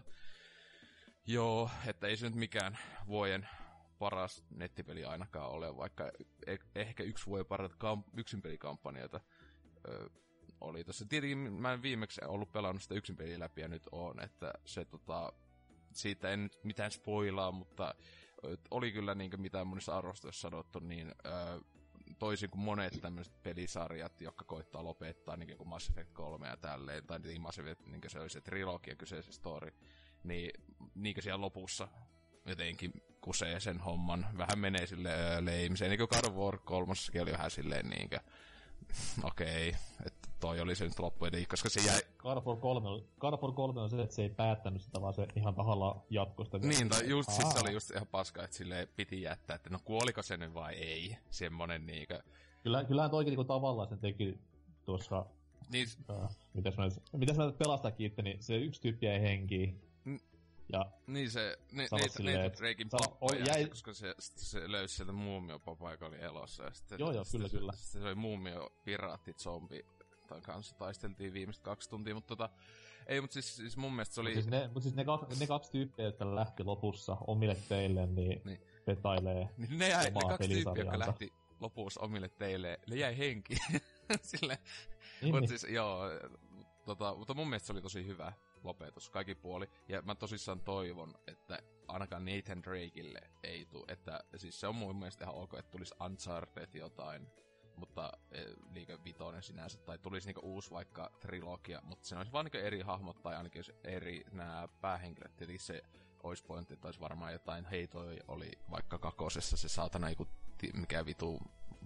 joo, että ei se nyt mikään vuoden paras nettipeli ainakaan ole, vaikka eh- ehkä yksi vuoden parat kamp- yksinpelikampanjoita ö, oli tossa. Tietenkin mä en viimeksi ollut pelannut sitä yksinpeliä läpi ja nyt on, että se tota, siitä en nyt mitään spoilaa, mutta oli kyllä niinkö mitään monissa arvosteluissa sanottu, niin öö, toisin kuin monet tämmöiset pelisarjat, jotka koittaa lopettaa niin kuin Mass Effect kolme ja tälleen, tai niin Mass Effect, niin se oli se trilogia kyseisen story, niin niinkö siellä lopussa jotenkin kusee sen homman, vähän menee silleen öö, leimiseen, niin kuin God of War kolmossakin oli vähän silleen niinkö, okei, okay, että toi oli se nyt loppu, koska se jäi... God of War kolme, God of War kolme on se, että se ei päättänyt sitä, vaan se ihan tahalla jatkoi sitä. Niin, tai just sit se oli just ihan paska, että silleen piti jättää, että no kuoliko se nyt vai ei, semmonen niinkö... Kyllä, kyllähän toikin niinku tavallaan sen teki tuossa... Niin... Äh, mitäs mä, mitäs mä pelastaakin itse, niin se yksi tyyppi jäi henkiin. Mm. Ja... Niin se, ne, Nathan Drakein pappa jäi, koska se, se löysi sieltä muumiopapa, joka oli elossa. Ja sitten, joo, joo, kyllä, sitten, kyllä. Sitten se oli muumio, piraatti, zombi, tämän kanssa taisteltiin viimeiset kaksi tuntia, mutta tota... Ei, mutta siis, siis mun mielestä se oli... Mut siis ne, mut siis ne, kaksi, ne kaksi tyyppiä, jotka lähti lopussa omille teille, niin, niin. petailee niin ne, jäi, ne kaksi tyyppiä, jotka lähti lopussa omille teille, ne jäi henkiin. Silleen... Niin, mutta niin. siis, joo... Tota, mutta mun mielestä se oli tosi hyvä lopetus, kaikki puoli. Ja mä tosissaan toivon, että ainakaan Nathan Drakeille ei tule. Että siis se on mun mielestä ihan ok, että tulisi Uncharted jotain, mutta liikä vitoinen sinänsä, tai tulisi niinku uusi vaikka trilogia, mutta se olisi vaan niinku eri hahmot, tai ainakin eri nämä päähenkilöt. Tietenkin se olisi pointti, että olisi varmaan jotain, hei toi oli vaikka kakosessa se saatana joku, mikä vitu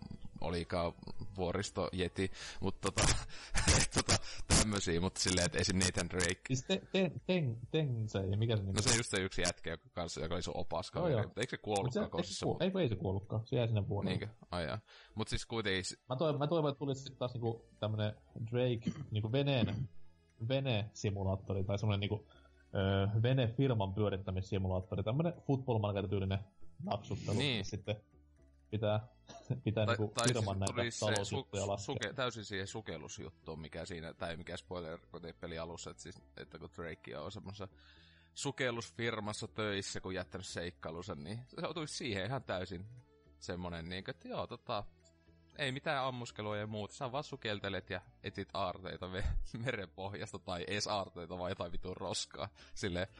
olikaan vuoristojeti, mutta tota, tota, tämmösiä, mutta silleen, että esim. Nathan Drake. Siis te, te, ten, ten, se, mikä se nimi? No se just se yksi jätkä, joka, kanssa, joka oli sun opas kaveri, no, mutta eikö se kuollutkaan kosissa? Eikö ei se kuollutkaan, se jäi sinne vuoden. Niinkö? Ai jaa. Mut siis kuitenkin... Mä toivon, mä toivon että tulisi sit taas niinku tämmönen Drake, niinku veneen, vene-simulaattori, tai semmonen niinku öö, vene-firman pyörittämissimulaattori, tämmönen football manager-tyylinen napsuttelu, niin. Sitten pitää, pitää tai, niinku tai firman näitä talousjuttuja su, laskea. Suke, täysin siihen sukellusjuttuun, mikä siinä, tai mikä spoiler, kun teit peli alussa, että, siis, että kun Drake on semmoisessa sukellusfirmassa töissä, kun jättänyt seikkailunsa, niin se otuisi siihen ihan täysin semmonen, niin että joo, tota, ei mitään ammuskelua ja muuta, sä vaan sukeltelet ja etit aarteita me- merenpohjasta, tai ees aarteita, vaan jotain vitun roskaa, silleen.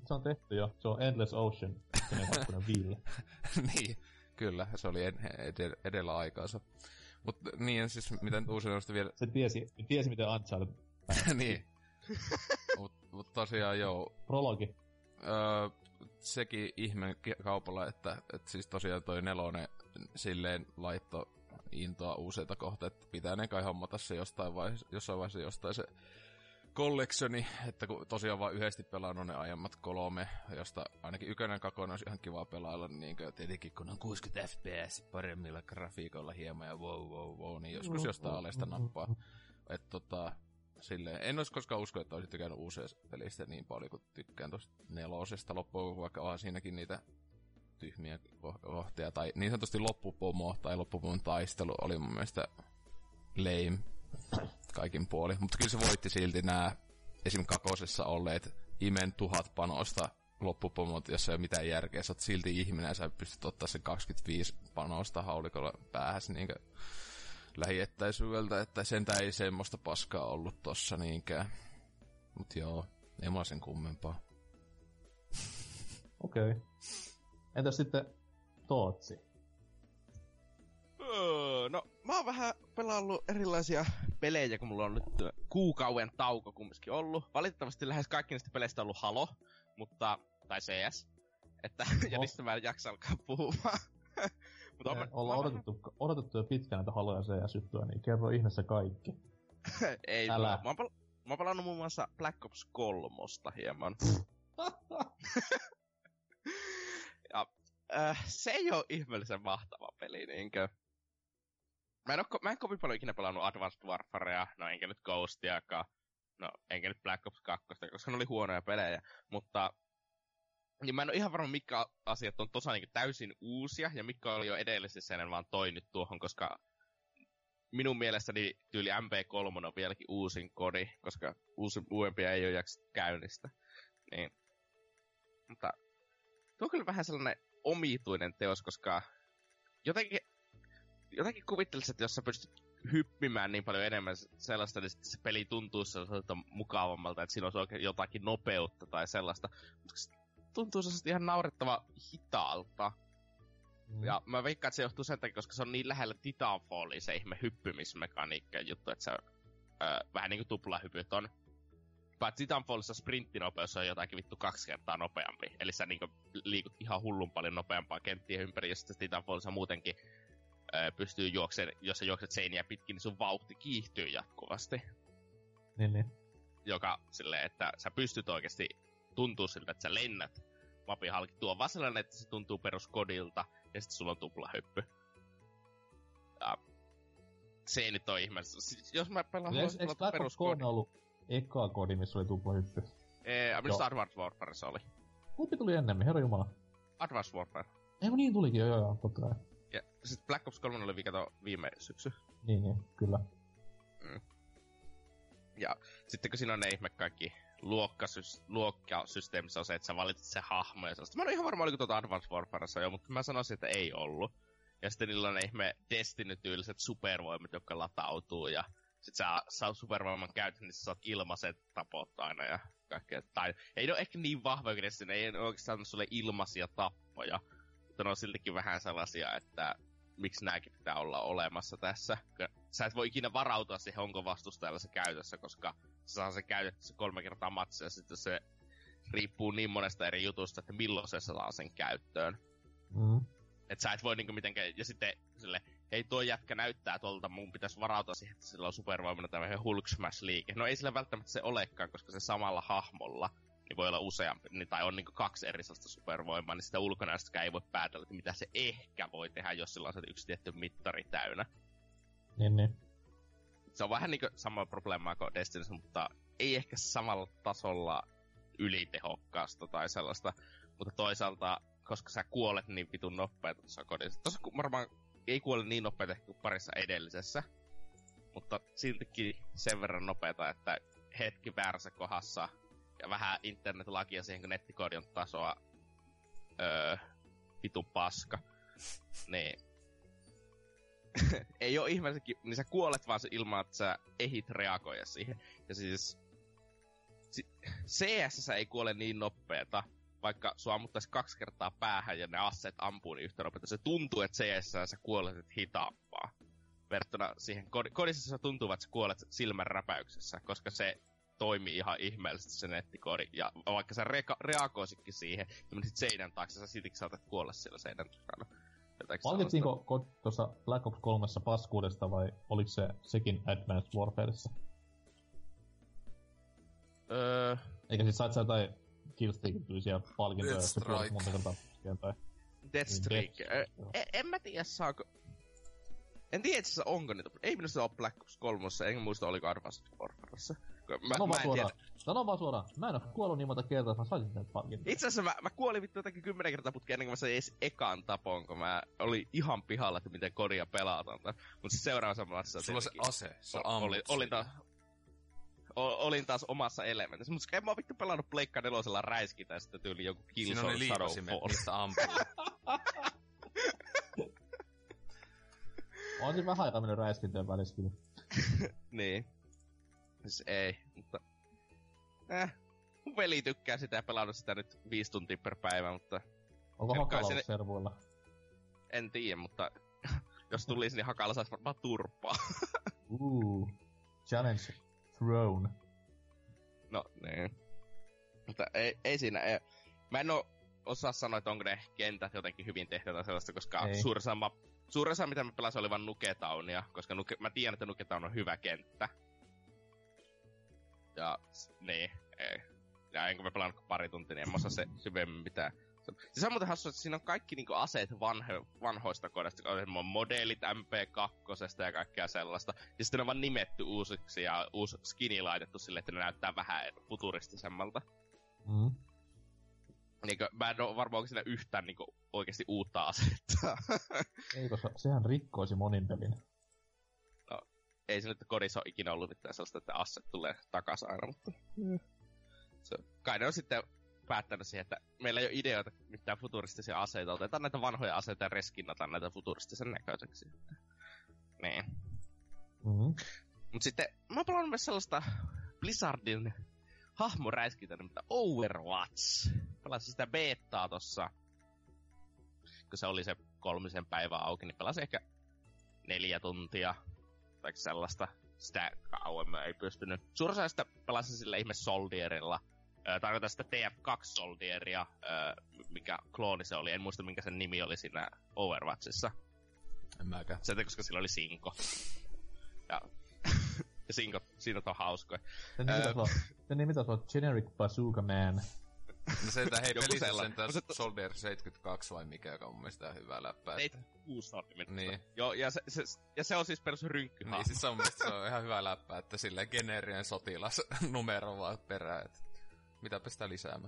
se on tehty jo. Se on Endless Ocean, kakkonen Viille. Niin, kyllä, se oli ed- ed- edellä aikaansa. Mut niin, siis miten uusinnoista vielä... Se tiesi, tiesi miten Uncharted. Niin. mut, mut tosiaan joo. Prologi. Öö, sekin ihme kaupalla, että et siis tosiaan toi nelonen silleen laitto intoa useita kohtaa, että pitää ne kai hommata se jostain vaiheessa, jossain vaiheessa jostain se collectioni, että kun tosiaan vaan yhdesti pelannut ne aiemmat kolme, josta ainakin ykönen kakkonen olisi ihan kiva pelailla, niin tietenkin kun on kuusikymmentä F P S paremmilla grafiikoilla hieman ja wow wow wow, niin joskus jostain alesta nappaa. Että tota, silleen, en olisi koskaan usko, että olisin tykännyt uusista pelistä niin paljon, kun tykkään tuosta nelosesta loppuun, vaikka onhan siinäkin niitä tyhmiä kohtia, tai niin sanotusti loppupomo tai loppupomon taistelu oli mun mielestä lame kaikin puoli. Mutta kyllä se voitti silti nää esim. Kakosessa olleet imen tuhat panosta loppupomot, jos ei ole mitään järkeä. Sä oot silti ihminen ja sä pystyt ottaa sen kaksikymmentäviisi panosta haulikolla päähäs niinkö lähiettäisyydeltä, että sentään ei semmoista paskaa ollut tossa niinkään. Mut joo, ei mua sen kummempaa. Okei. Okay. Entäs sitten Tootsi? Öö, no, mä oon vähän pelaillut erilaisia pelejä, kun mulla on nyt kuukauden tauko kumminkin ollut. Valitettavasti lähes kaikki niistä peleistä on ollut Halo, mutta, tai C S. Että, oh. ja niistä mä en jaksa alkaa puhumaan. Mutta on, ollaan mä, odotettu, mä... odotettu jo pitkään näitä Halo ja C S-juttuja, niin kerro ihmeessä kaikki. Ei, Älä. Mä, mä, oon pel- mä oon pelannut muun muassa Black Ops kolmosta hieman. ja äh, se ei oo ihmeellisen mahtava peli, niinkö? Mä en, oo, mä en kovin paljon ikinä pelannut Advanced Warfarea, no enkä nyt Ghostiakaan, no enkä nyt Black Ops kaksi, koska ne oli huonoja pelejä, mutta niin mä en oo ihan varma, mitkä asiat on tosa niin täysin uusia, ja mitkä oli jo edellisissä ennen vaan toi nyt tuohon, koska minun mielestäni tyyli M P kolme on vieläkin uusin kodi, koska uusi, uudempia ei ole jaksettu käynnistä. Niin. Mutta tuo on kyllä vähän sellainen omituinen teos, koska jotenkin, jotenkin kuvittelisin, että jos sä pystyt hyppimään niin paljon enemmän sellaista, niin se peli tuntuu sellaiselta mukavammalta, että siinä olisi oikein jotakin nopeutta tai sellaista. Mutta se tuntuu sellaista ihan naurettava hitaalta. Mm. Ja mä veikkaan, että se johtuu sen takia, koska se on niin lähellä Titanfallia se ihme hyppymismekaniikka juttu, että se on öö, vähän niinku tuplahypyt on. Paitsi Titanfallissa sprinttinopeus on jotakin vittu kaksi kertaa nopeampi. Eli sä niinku liikut ihan hullun paljon nopeampaa kenttien ympäri, ja sitten Titanfallissa muutenkin öö, pystyy juokseen, jos sä juokset seiniä pitkin, niin sun vauhti kiihtyy jatkuvasti. Niin, niin. Joka silleen, että sä pystyt oikeesti, tuntuu siltä, että sä lennät mapin halki. Tuo on vaan sellainen, että se tuntuu peruskodilta, ja sitten sulla on tuplahyppy. Ja se nyt on ihmeellistä. Jos mä pelaan... Eikö eikö Black Ops kolme ollut eka kodi, missä oli tuplahyppy? Eee, minusta Advanced Warfare se oli. Kumpi tuli ennemmin, herra jumala? Advanced Warfare. Ei kun niin tulikin, joo joo joo, totta kai. Ja sit Black Ops kolme oli kato viime syksy. Niin, niin, kyllä. Mm. Ja sitten kun siinä on ne ihme kaikki luokkasys- luokkasysteemissä on se, että sä valitset se hahmo ja sellaista. Mä en ole ihan varma, oliko tuota Advanced Warfaressa jo, mutta mä sanoisin, että ei ollut. Ja sitten niillä on ne ihme Destiny-tyyliset supervoimat, jotka latautuu, ja sit sä saa supervoiman käytön, niin sä saat ilmaiset tapot aina ja kaikkea. Tai ei ne ole ehkä niin vahvoja kuin Destiny, ei ne oikeastaan sulle ilmaisia tappoja, mutta ne on siltikin vähän sellaisia, että miksi nääkin pitää olla olemassa tässä. Sä et voi ikinä varautua siihen, onko vastustajalla se käytössä, koska sä saa se käytetty kolme kertaa matsia, ja sitten se riippuu niin monesta eri jutusta, että milloin se saa sen käyttöön. Mm. Et sä et voi niinku mitenkään, ja sitten sille, hei tuo jätkä näyttää tuolta, mun pitäisi varautua siihen, että sillä on supervoimana tämmöinen Hulk Smash-liike. No ei sillä välttämättä se olekaan, koska se samalla hahmolla niin voi olla useampi, niin, tai on niinku kaksi eri sellaista supervoimaa, niin sitä ulkonäöstäkään ei voi päätellä, että mitä se ehkä voi tehdä, jos sillä on se yksi tietty mittari täynnä. Niin, niin. Se on vähän niinku sama probleemaa kuin Destiny, mutta ei ehkä samalla tasolla ylitehokkaasta tai sellaista. Mutta toisaalta, koska sä kuolet niin vitun nopeeta tuossa kodissa. Tuossa varmaan ei kuole niin nopeeta kuin parissa edellisessä. Mutta siltikin sen verran nopeeta, että hetki väärässä kohdassa ja vähän internetlakia siihen, kun nettikoodi on tasoa öö, vitun paska. Niin. Ei oo ihmeellisenkin, niin sä kuolet vaan se ilman, että sä ehit reagoida siihen. Ja siis C S ei kuole niin nopeeta, vaikka sua ammuttais kaksi kertaa päähän ja ne asseet ampuu niin yhtä nopeasti, se tuntuu, että C S:ssä sä kuolet hitaampaa. Verrattuna siihen kod- kodissa se tuntuu, että sä kuolet silmän räpäyksessä, koska se toimii ihan ihmeellisesti se nettikoodi. Ja vaikka sä reka- reagoisitkin siihen ja menisit seinän taakse, sä siltikin saatat kuolla siellä seinän takana. Palkittiinko tuossa Black Ops kolmessa paskuudesta vai oliko se sekin Advanced Warfaressa? Öö... Eikä siis sait sä jotain killstreakin tyylisiä palkintoja, Death jos sä kuolet monta kertaa tai... Deathstreak. Niin, Death... en, en mä tiedä saako... En tiedä itse asiassa onko niitä, ei minusta ole Black Ops kolmossa, enkä muista oliko Advanced Warfaressa. Mä, Sano mä vaan suoraan. Tiedä. Sano vaan suoraan. Mä en oo kuollut niin monta kertaa, että mä saisin näitä palkintoja. Itse asiassa mä, mä kuolin vittu jotenkin kymmenen kertaa putkeen ennen kuin mä sain edes ekaan tapon, kun mä olin ihan pihalla, että miten kodia pelataan. Mut siis seuraavassa maassa... Sulla on se ase, sä ammut olin, olin, taas, olin taas omassa elementissä. Mut en mä oo vittu pelannut Pleikka nelosella räiskintä ja sitten tyyli joku Killzone Shadowfall. Siinä on ne liivasimet, mistä ampuu. On siinä vähän aikaa mennyt räiskintöjen välissä kyllä. Niin. Siis ei, mutta... Eh, mun veli tykkää sitä ja pelannut sitä nyt viisi tuntia per päivä, mutta... Onko En kai Hakala sinne- ollut servuilla? En tiedä, mutta... jos tulisi, niin Hakalla sais varmaan turpaa. Uuu. Challenge thrown. No, niin. Mutta ei, ei siinä, ei. Mä en oo osaa sanoa, että onko ne kentät jotenkin hyvin tehty tai sellaista, koska Ei. suurin osa, ma- suurin osa, mitä mä pelasin, oli vaan Nuketownia, koska nuke, mä tiedän, että Nuketown on hyvä kenttä. Ja, s- niin, ei. Ja enkä mä pelannut kuin pari tuntia, niin en mä osaa se syvemmin mitään. Siis on muuten hassua, että siinä on kaikki niinku aseet vanho, vanhoista kodista, on modeelit M P kaksi ja kaikkea sellaista. Ja sitten ne on vaan nimetty uusiksi ja uusi skini laitettu silleen, että ne näyttää vähän futuristisemmalta. Mm. Niinkö, mä en oo varmaan onko siinä yhtään niinku oikeesti uutta asetta. Ei, koska sehän rikkoisi monin pelin. Ei se nyt kodissa ole ikinä ollut mitään sellaista, että asset tulee takas aina, mutta... Se, kai ne on sitten päättänyt siihen, että meillä ei ole ideoita mitään futuristisia aseita. Otetaan näitä vanhoja aseita ja reskinnataan näitä futuristisen näköiseksi. Niin. Mm-hmm. Mut sitten mä oon pelannut myös sellaista Blizzardin hahmoräiskintä, mitä Overwatch. Pelasin sitä betaa tossa, kun se oli se kolmisen päivää auki, niin pelasin ehkä neljä tuntia tai sellaista. Sitä kauemmin ei pystynyt. Suurin osa sitä pelasin sillä ihme Soldierilla. Öö, tarkoitan sitä T F kaksi Soldieria, öö, mikä klooni se oli. En muista minkä sen nimi oli siinä Overwatchissa. En mäkään. Sieltä, koska sillä oli Sinko. Ja, ja Sinko, siinä on hauskoja. Sen nimi Öö, taas on, sen nimi taas on Generic Bazooka Man. No se, että hei, Joku pelissä sellainen. sen No se- Soldier seitsemänkymmentäkaksi vai mikä, joka on mun mielestä ihan hyvää läppää. seitsemänkymmentäkuusi on nimittäin. Niin. Joo, ja se, se, ja se on siis perus rynkkyhahmo. Niin, siis se on mielestä se on ihan hyvä läppää, että silleen geneerinen sotilas numero vaan perään, että mitäpä sitä lisäämään.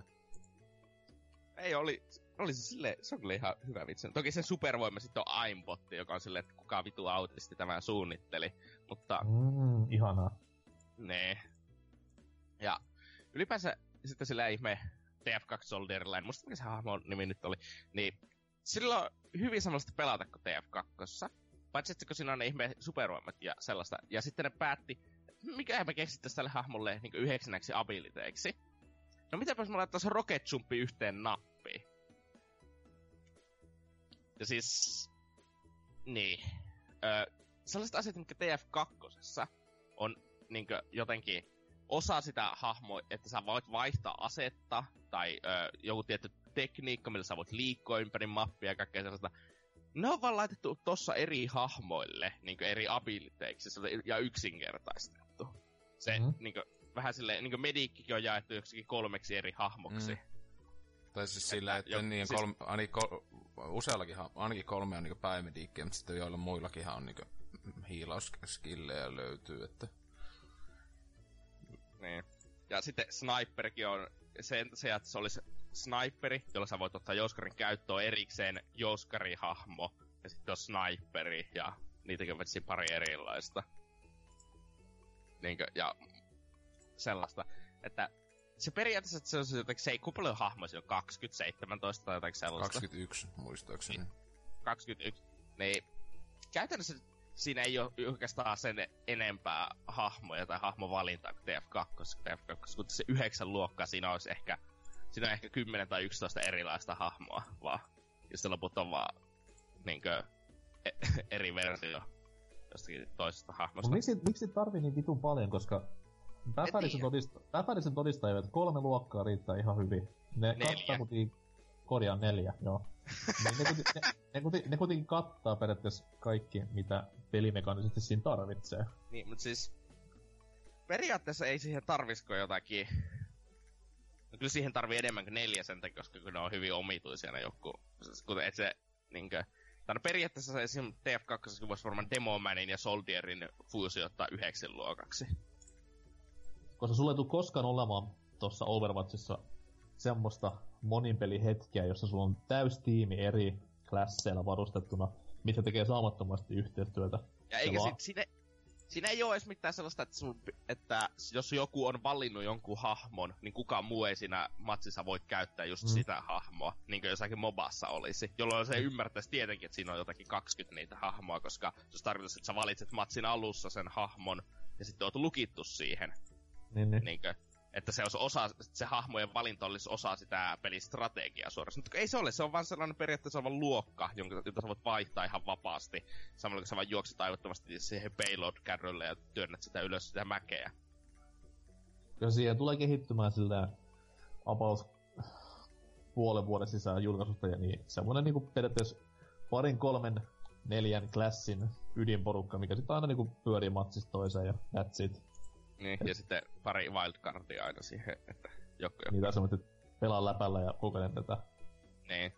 Ei, oli, oli se silleen, se on kyllä ihan hyvä vitsi. Toki sen supervoima sitten on aimbotti, joka on silleen, että kuka vitu autisti tämän suunnitteli. Mutta, Mm, ihanaa. nee. Ja ylipäänsä sitten sillä ihme T F kaksi Soldierilla, en muista mikä se hahmon nimi nyt oli, niin sillä on hyvin samanlaista pelata kuin T F kaksi. Paitsi että kun siinä on ne ihme supervoimat ja sellaista. Ja sitten ne päätti, mikä me keksittäis tälle hahmolle niin yhdeksänäksi abiliteiksi. No mitäpäs mä laittaisin Rocket Jumpi yhteen nappiin? Ja siis... Niin. Öö, sellaiset asiat, mitkä T F kaksi on niinkö jotenkin osa sitä hahmoa, että sä voit vaihtaa asetta, tai öö, joku tietty tekniikka, millä sä voit liikkua ympäri mappia ja kaikkea sellaista. Ne on vaan laitettu tossa eri hahmoille, niinkö eri abiliteiksi, ja yksinkertaistettu. Se Mm-hmm. niinkö vähän silleen, niinkö medikkikin on jaettu joksikin kolmeksi eri hahmoksi. Mm. Tai siis sillä, että jo- niin siis- kolme, ainakin, kol, useallakin, ainakin kolme on niinku päivediikkiä, mutta sitten joilla muillakinhan on niinku hiilauskillejä löytyy, että... Niin. Ja sitten sniperikin on sen, se, että se olisi sniperi, jolla sä voit ottaa jouskarin käyttöön erikseen jouskarihahmo, ja sitten on sniperi, ja niitäkin on vitsi pari erilaista. Niinkö, ja sellaista, että se periaatteessa, että se on se jotenkin, se ei kuinka paljon hahmoja, se on kaksikymmentä, seitsemäntoista tai jotain sellaista. kaksikymmentäyksi muistaakseni. kaksikymmentäyksi, niin käytännössä siinä ei ole oikeastaan sen enempää hahmoja tai hahmovalintaa kuin T F kaksi. T F kaksi, kun se yhdeksän luokkaa, siinä olisi ehkä siinä on ehkä kymmenen tai yksitoista erilaista hahmoa vaan. Ja sitten loput on vaan niinkö e- eri versio jostakin toisesta hahmosta. Miksi, miksi tarvii niin vitun paljon, koska Päfärisen todista, Päfärisen todistajat, että kolme luokkaa riittää ihan hyvin. Ne neljä. kattaa kuitenkin, korjaan neljä, joo. ne, ne, kuitenkin, ne, ne, kuitenkin, ne kuitenkin kattaa periaatteessa kaikki, mitä pelimekaanisesti siinä tarvitsee. Niin, mutta siis periaatteessa ei siihen tarvisko jotakin. No kyllä siihen tarvii enemmän kuin neljä sen takia, koska kun ne on hyvin omituisia ne joku. Kuten et se niinkö... Tai no periaatteessa se esim. T F kaksi voisi varmaan Demomanin ja Soldierin fuusiottaa yhdeksi luokaksi. Koska sulla ei tule koskaan olemaan tossa Overwatchissa semmoista moninpelihetkeä, jossa sulla on täys tiimi eri klasseilla varustettuna, mitkä tekee saamattomasti yhteistyötä. Ja eikä si- siinä, siinä ei oo edes mitään sellaista, että, sun, että jos joku on valinnut jonkun hahmon, niin kukaan muu ei siinä matsissa voi käyttää just mm. sitä hahmoa, niin kuin jossakin mobassa olisi. Jolloin se ymmärtäisi tietenkin, että siinä on jotakin kaksikymmentä niitä hahmoa, koska jos tarkoitus, että sä valitset matsin alussa sen hahmon, ja sitten oot lukittu siihen. Niin, niin. Niinkö, että se, olisi osa, se hahmojen valinta olisi osa sitä pelistrategiaa suoraan. Mutta ei se ole, se on vaan sellainen periaatteessa oleva luokka, jonka, jota sä voit vaihtaa ihan vapaasti. Samalla kun sä vaan juokset aivottomasti siihen payload-kärrylle ja työnnät sitä ylös sitä mäkeä. Ja siihen tulee kehittymään sillä about puolen vuoden sisään julkaisusta, ja niin semmonen niinku periaatteessa parin, kolmen, neljän klassin ydinporukka, mikä sitten aina niinku pyörii matsista toiseen ja that's it. Niin, Et... ja sitten pari wildcardia aina siihen, että joku joku. Niitä on semmoinen, että pelaa läpällä ja kokeilen tätä. Niin.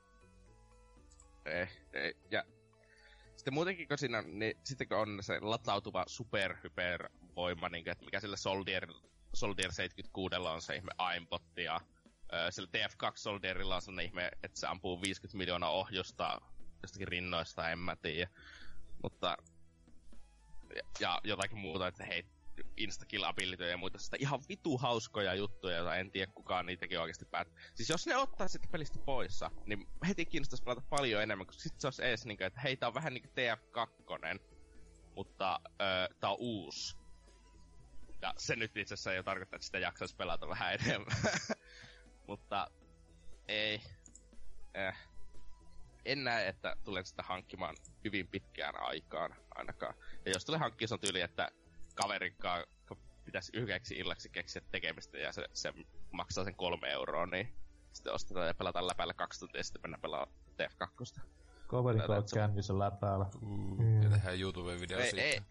Ei, ei, ja sitten muutenkin, kun siinä on, niin sitten kun on se latautuva superhypervoima, niin että mikä sillä Soldier, Soldier seitsemänkymmentäkuusi on se ihme aimpotti, ja ö, sillä T F kaksi Soldierilla on sellainen ihme, että se ampuu viisikymmentä miljoonaa ohjusta jostakin rinnoista, en mä tiedä. Mutta, ja, ja jotakin muuta, että hei, instakill-abilityjä ja muita sitä ihan vitu hauskoja juttuja, joita en tiedä kukaan niitäkin oikeesti päättää. Siis jos ne ottaa sitä pelistä poissa, niin heti kiinnostaisi pelata paljon enemmän, koska sit se olisi ees niinkö, että hei, tää on vähän niinku T F kaksi, mutta öö, tää on uusi. Ja se nyt itse asiassa jo tarkoittaa, että sitä jaksaisi pelata vähän enemmän. Mutta ei. Eh. En näe, että tulen sitä hankkimaan hyvin pitkään aikaan ainakaan. Ja jos tulee hankkia, se on tyyli, että kaverinkaan pitäisi yhdeksi illaksi keksiä tekemistä ja se, se maksaa sen kolme euroa, niin sitten ostetaan ja pelataan läpäällä kaksi tuntia ja sitten mennään pelaa T F kaksi. Kaverinkaan kännissä läpäällä. Mm. Ja tehdään YouTube-video ei, siitä. Ei,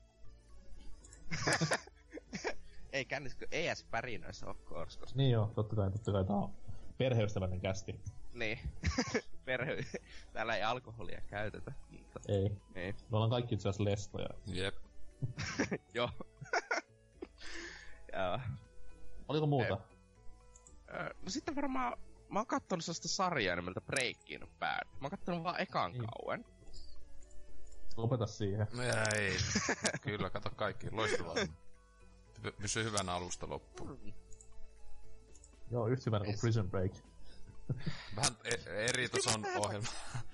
ei kännissä, ei edes pärinöissä of course. Koska... Niin joo, totta kai, totta kai tää on perheystävällinen kästi. Niin. Perhe... Täällä ei alkoholia käytetä. Mutta... Ei. Niin. Me ollaan kaikki itse asiassa lestoja. Jep. Joo. Joo. Oliko muuta? Öö, no sitten varmaan, mä oon kattonut sellaista sarjaa nimeltä Breaking Bad. Mä oon kattonut vaan ekan niin. kauan. Lopeta siihen. Ei. Kyllä, kato kaikki. Loistavaa. Pysy hyvänä alusta loppuun. Joo, yhtä hyvänä kuin Prison Break. Vähän e- eri tason ohjelma.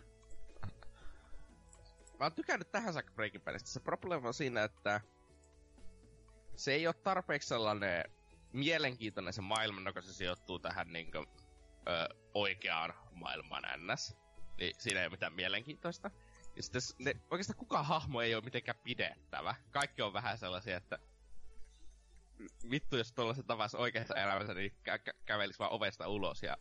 Mä oon tykännyt tähän saakka Breaking Badista. Se probleema on siinä, että se ei oo tarpeeksi sellainen mielenkiintoinen se maailman, joka se sijoittuu tähän niinkö ö, oikeaan maailmaan ns. Niin siinä ei oo mitään mielenkiintoista. Ja sitten ne, oikeastaan kukaan hahmo ei oo mitenkään pidettävä. Kaikki on vähän sellaisia, että vittu jos tollasen tavassa oikeassa elämässä, niin kä- kä- kävelis vaan ovesta ulos ja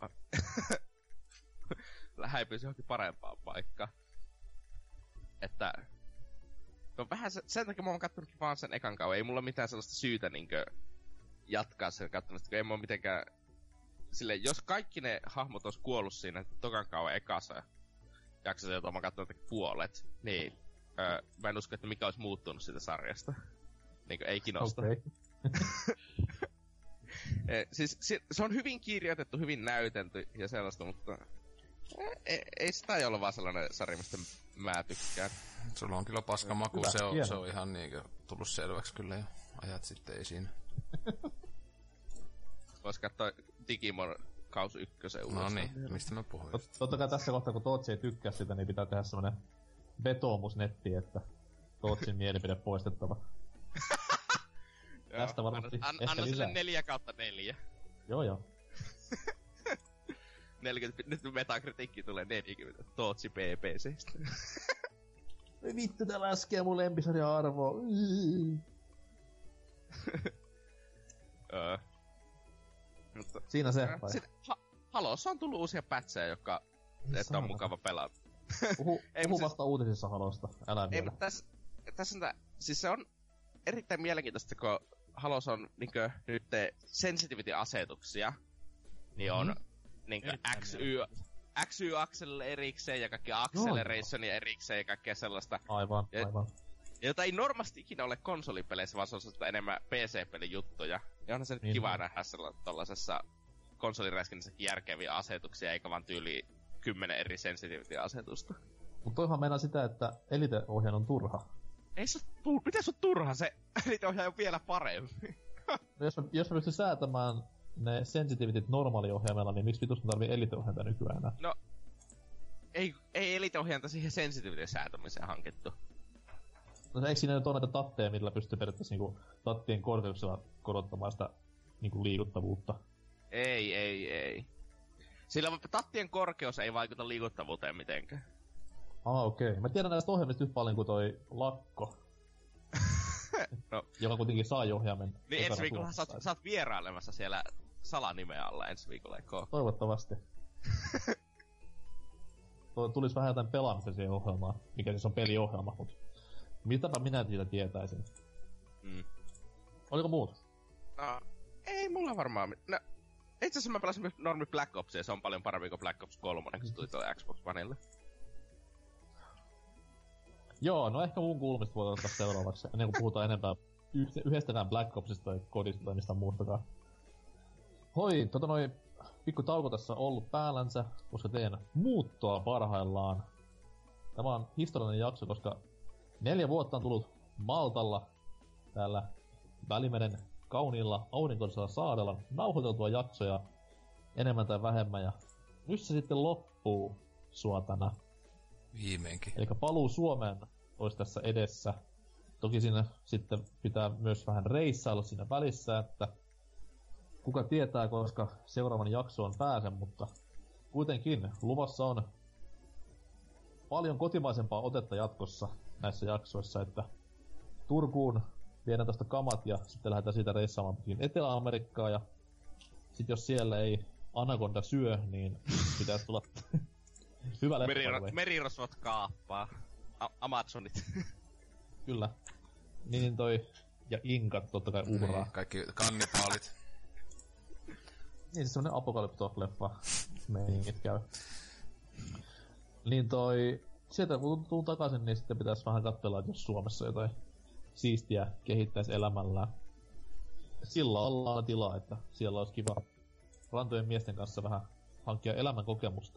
häipyisi johonkin parempaan paikkaan. Että no vähän se, sen takia mä oon kattonut vaan sen ekan kauan. Ei mulla mitään sellaista syytä niinkö jatkaa sen kattomista, kun ei mulla mitenkään silleen, jos kaikki ne hahmot ois kuollut siinä tokan kauan ekassa jaksossa, jota mä oon kattonut puolet, niin öö, mä en usko, että mikä olisi muuttunut siitä sarjasta. Niinkö ei kinosta. Okay. e, siis se, se on hyvin kirjoitettu, hyvin näytelty ja sellaista, mutta ei, ei sitä ei ole vaan sellainen sarja, mistä mä tykkään. Sulla on kyllä paska maku, hyvä, se on, hieno. se on ihan niinkö tullut selväksi kyllä jo ajat sitten, ei siinä. Vois katsoa Digimon kaus ykkösen No uudestaan. niin, mistä mä puhuin? Tot, totta kai tässä kohtaa, kun Tootsi ei tykkää sitä, niin pitää tehdä semmonen vetoomus nettiin, että Tootsin mielipide poistettava. Tästä varmasti An, ehkä anna lisää. sille neljä kautta neljä. Joo joo. neljäkymmentä, nyt metakritiikki tulee neljäkymmentä. Tootsi P P C:stä. Ei vittu, tää laskee mun lempisarja arvoa. Öö. Mutta, Siinä se. äh, sit, ha, Halossa on tullut uusia patcheja, jotka että on mukava pelata. Puhu, ei, puhu siis, vasta uutisissa Halosta, älä ei, vielä. mutta tässä, tässä on tää, siis se on erittäin mielenkiintoista, kun Halos on niinkö nyt sensitivity-asetuksia, niin on mm-hmm. niinkö X Y, X Y-akselille erikseen ja kaikki accelerationia erikseen ja kaikkea sellaista. Aivan, ja, aivan. Jota ei normaalisti ikinä ole konsolipeleissä, vaan se on sellaista enemmän P C-pelijuttuja. Ja onhan se nyt niin. kiva nähdä sellaisessa konsoliräskinnässäkin järkeviä asetuksia, eikä vaan tyyli kymmenen eri sensitivity-asetusta. Mut toihan meinaa sitä, että Elite-ohjaan on turha. Ei se oo, miten se on turha? Se Elite-ohjaaja on vielä parempi. No jos mä, jos mä pystyn säätämään ne sensitivitit normaaliohjaimella, niin miksi vitusta tarvii Elite-ohjainta nykyään enää? No, ei, ei Elite-ohjainta siihen sensitivity-säätämiseen hankittu. No eikö siinä nyt ole näitä tatteja, millä pystyy periaatteessa niinku tattien korkeuksella korottamaan sitä niinku liikuttavuutta? Ei, ei, ei. Sillä tattien korkeus ei vaikuta liikuttavuuteen mitenkään. Ah, okei. Okay. Mä tiedän näistä ohjelmista yhtä paljon kuin toi Lakko. No. Joka kuitenkin saa ohjaimen. Niin ensi viikolla sä, sä oot vierailemassa siellä salanimeä alla ensi viikolla, eikö? Toivottavasti. Tulis vähän jotain pelaamista siihen ohjelmaan, mikä siis on peliohjelma, mut mitäpä minä siitä tietäisin. Mm. Oliko muut? No, ei mulla varmaan. No, itse asiassa mä pelasin myös normi Black Opsia, se on paljon parempi kuin Black Ops kolme, kun se tuli tuolle Xbox Oneille. Joo, no ehkä mun kulmista voidaan ottaa seuraavaksi, ennen kuin puhutaan enempää yhdestäkään Black Opsista tai kodista tai mistä muustakaan. Hoi, tota noi pikku tauko tässä ollut päällänsä, koska teen muuttoa parhaillaan. Tämä on historiallinen jakso, koska neljä vuotta on tullut Maltalla täällä Välimeren kauniilla aurinkoisella saarella nauhoiteltua jaksoja enemmän tai vähemmän, ja nyt se sitten loppuu suotana. Viimeinkin. Elikkä paluu Suomeen olisi tässä edessä. Toki siinä sitten pitää myös vähän reissailla siinä välissä, että kuka tietää, koska seuraavan jaksoon pääsen, mutta kuitenkin luvassa on paljon kotimaisempaa otetta jatkossa näissä jaksoissa, että Turkuun viedään tästä kamat ja sitten lähdetään siitä reissaamaan Etelä-Amerikkaan ja sit jos siellä ei Anaconda syö, niin pitäisi tulla hyvä leffa. Meriro- merirosvot kaappaa. A- Amazonit. Kyllä. Niin toi, ja inkat totta kai uhraa. Niin, kaikki kannipaalit. Niin, se semmonen apokalypto-leffa meiningit käy. Niin toi, sieltä kun tuun takaisin, niin sitten pitäis vähän katsella, että jos Suomessa jotain siistiä kehittäis elämällään. Sillä ollaan tilaa, että siellä olisi kiva rantojen miesten kanssa vähän hankkia elämän kokemusta.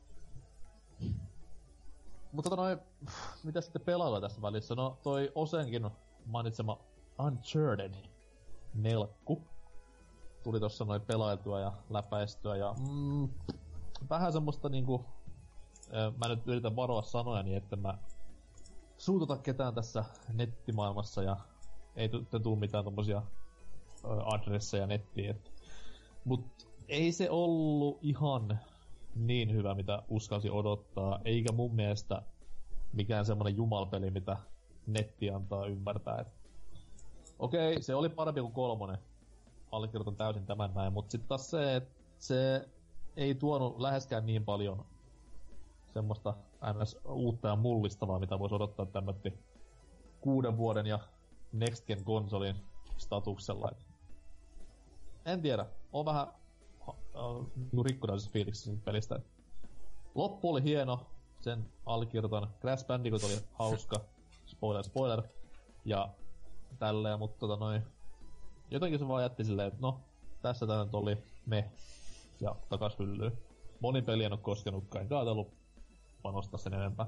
Mutta tota noin, mitä sitten pelailla tässä välissä? No toi Osenkin mainitsema Uncharted nelkku tuli tossa noin pelailtua ja läpäistyä ja mm, vähän semmoista niinku, mä nyt yritän varoa sanojani, että mä suututa ketään tässä nettimaailmassa ja ei t- tuu mitään tommosia adresseja nettiin. Et. Mut ei se ollut ihan niin hyvä, mitä uskalsi odottaa, eikä mun mielestä mikään semmonen jumalpeli, mitä netti antaa ymmärtää. Et. Okei, se oli parempi kuin kolmonen. Allekirjoitan täysin tämän näin, mut sit taas se, että se ei tuonut läheskään niin paljon semmoista ns. Uutta ja mullistavaa, mitä voisi odottaa tämmötti kuuden vuoden ja Next Gen konsolin statuksella. Et. En tiedä, on vähän uh, rikkonaisessa fiiliksessä pelistä. Loppu oli hieno, sen allekirjoitan. Crash Bandicoot oli hauska, spoiler spoiler, ja tälleen, mutta tota noin, jotenkin se vaan jätti silleen, että no, tässä tää nyt oli me, ja takas hyllyyn. Moni peli en oo koskenutkaan, en kaatellut panostaa sen enempää.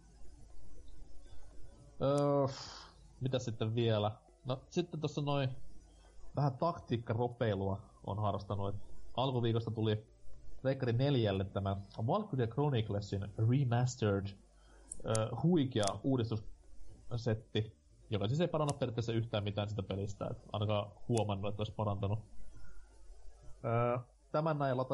Öö, mitäs sitten vielä? No sitten tossa noin vähän taktiikkaropeilua on harrastanut, et alkuviikosta tuli Pleikkari neljälle tämä Valkyria Chroniclesin Remastered uh, huikea uudistussetti, joka siis ei paranna periaatteessa yhtään mitään sitä pelistä, et ainakaan huomannut, että olisi parantanut. Uh, tämän näin latasin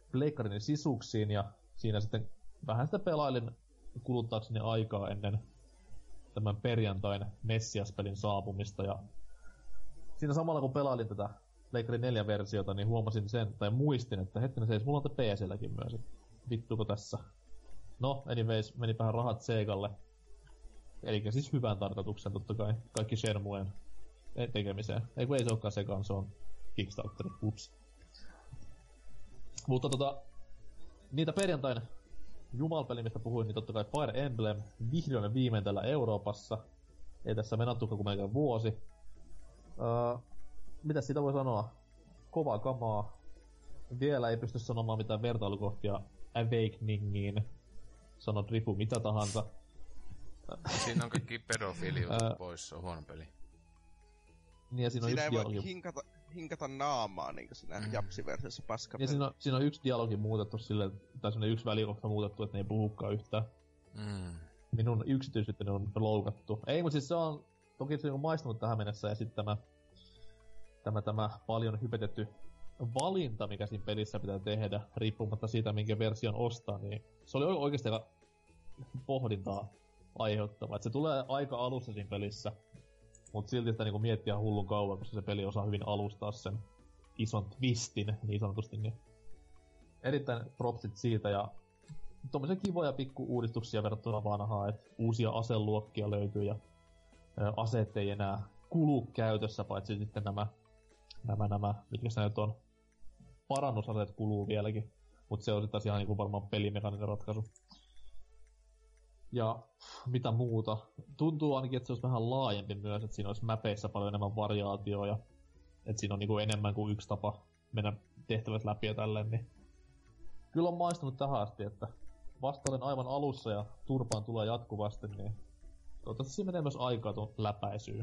pleikkarini sisuksiin ja siinä sitten vähän sitä pelailin kuluttaakseni aikaa ennen tämän perjantain Messias-pelin saapumista ja siinä samalla kun pelailin tätä Pleikkari neljä versiota, niin huomasin sen, tai muistin, että hetkinen seis, mulla on P C:lläkin myös, vittuko tässä. No, anyways, menipähän rahat Segalle. Elikkä siis hyvän tarkoituksen totta kai, kaikki Shenmuen tekemiseen. Ei kun ei se olekaan Segan, se on Kickstarteri, ups. Mutta tota, niitä perjantain jumalpeli, mistä puhuin, niin totta kai Fire Emblem, vihdoin ja viimein täällä Euroopassa. Ei tässä menattukaan kuin melkein vuosi. Öö, mitäs siitä voi sanoa? Kovaa kamaa. Vielä ei pysty sanomaan mitään vertailukohtia Awakeningiin. Sano Drifu mitä tahansa. Siinä on kaikki pedofiiliutut pois, se on huono peli. Niin ja siinä on siinä yksi ei dialogi. voi hinkata, hinkata naamaa niinku siinä mm. japsiversiossa paskapeli. Ja siinä on, siinä on yksi dialogi muutettu silleen, tai semmonen yksi välikohta muutettu, että ne ei puhukaan yhtään. Mm. Minun yksityisyyteni on loukattu. Ei, mutta siis se on toki se on maistunut tähän mennessä, ja sitten tämä, tämä, tämä paljon hypetetty valinta, mikä siinä pelissä pitää tehdä, riippumatta siitä, minkä version ostaa, niin se oli oikeasti aika pohdintaa aiheuttava. Et se tulee aika alussa siinä pelissä, mutta silti sitä niinku miettiä hullun kauan, koska se peli osaa hyvin alustaa sen ison twistin, niin sanotusti. Niin erittäin propsit siitä, ja tommosia kivoja pikku uudistuksia verrattuna vanhaa, että uusia aseluokkia löytyy, ja ä, aseet ei enää kulu käytössä, paitsi sitten nämä, nämä, nämä mitkä se nyt on, parannusaseet kuluu vieläkin, mutta se on sitten ihan niinku varmaan pelimekaninen ratkaisu. Ja mitä muuta. Tuntuu ainakin, että se olisi vähän laajempi myös, että siinä olisi mäpeissä paljon enemmän variaatioa ja että siinä on niinku enemmän kuin yksi tapa mennä tehtävät läpi ja tälleen, niin kyllä on maistunut tähän asti, että vasta olen aivan alussa ja turpaan tulee jatkuvasti, niin toivottavasti siinä menee myös aikaa tuon läpäisyyn.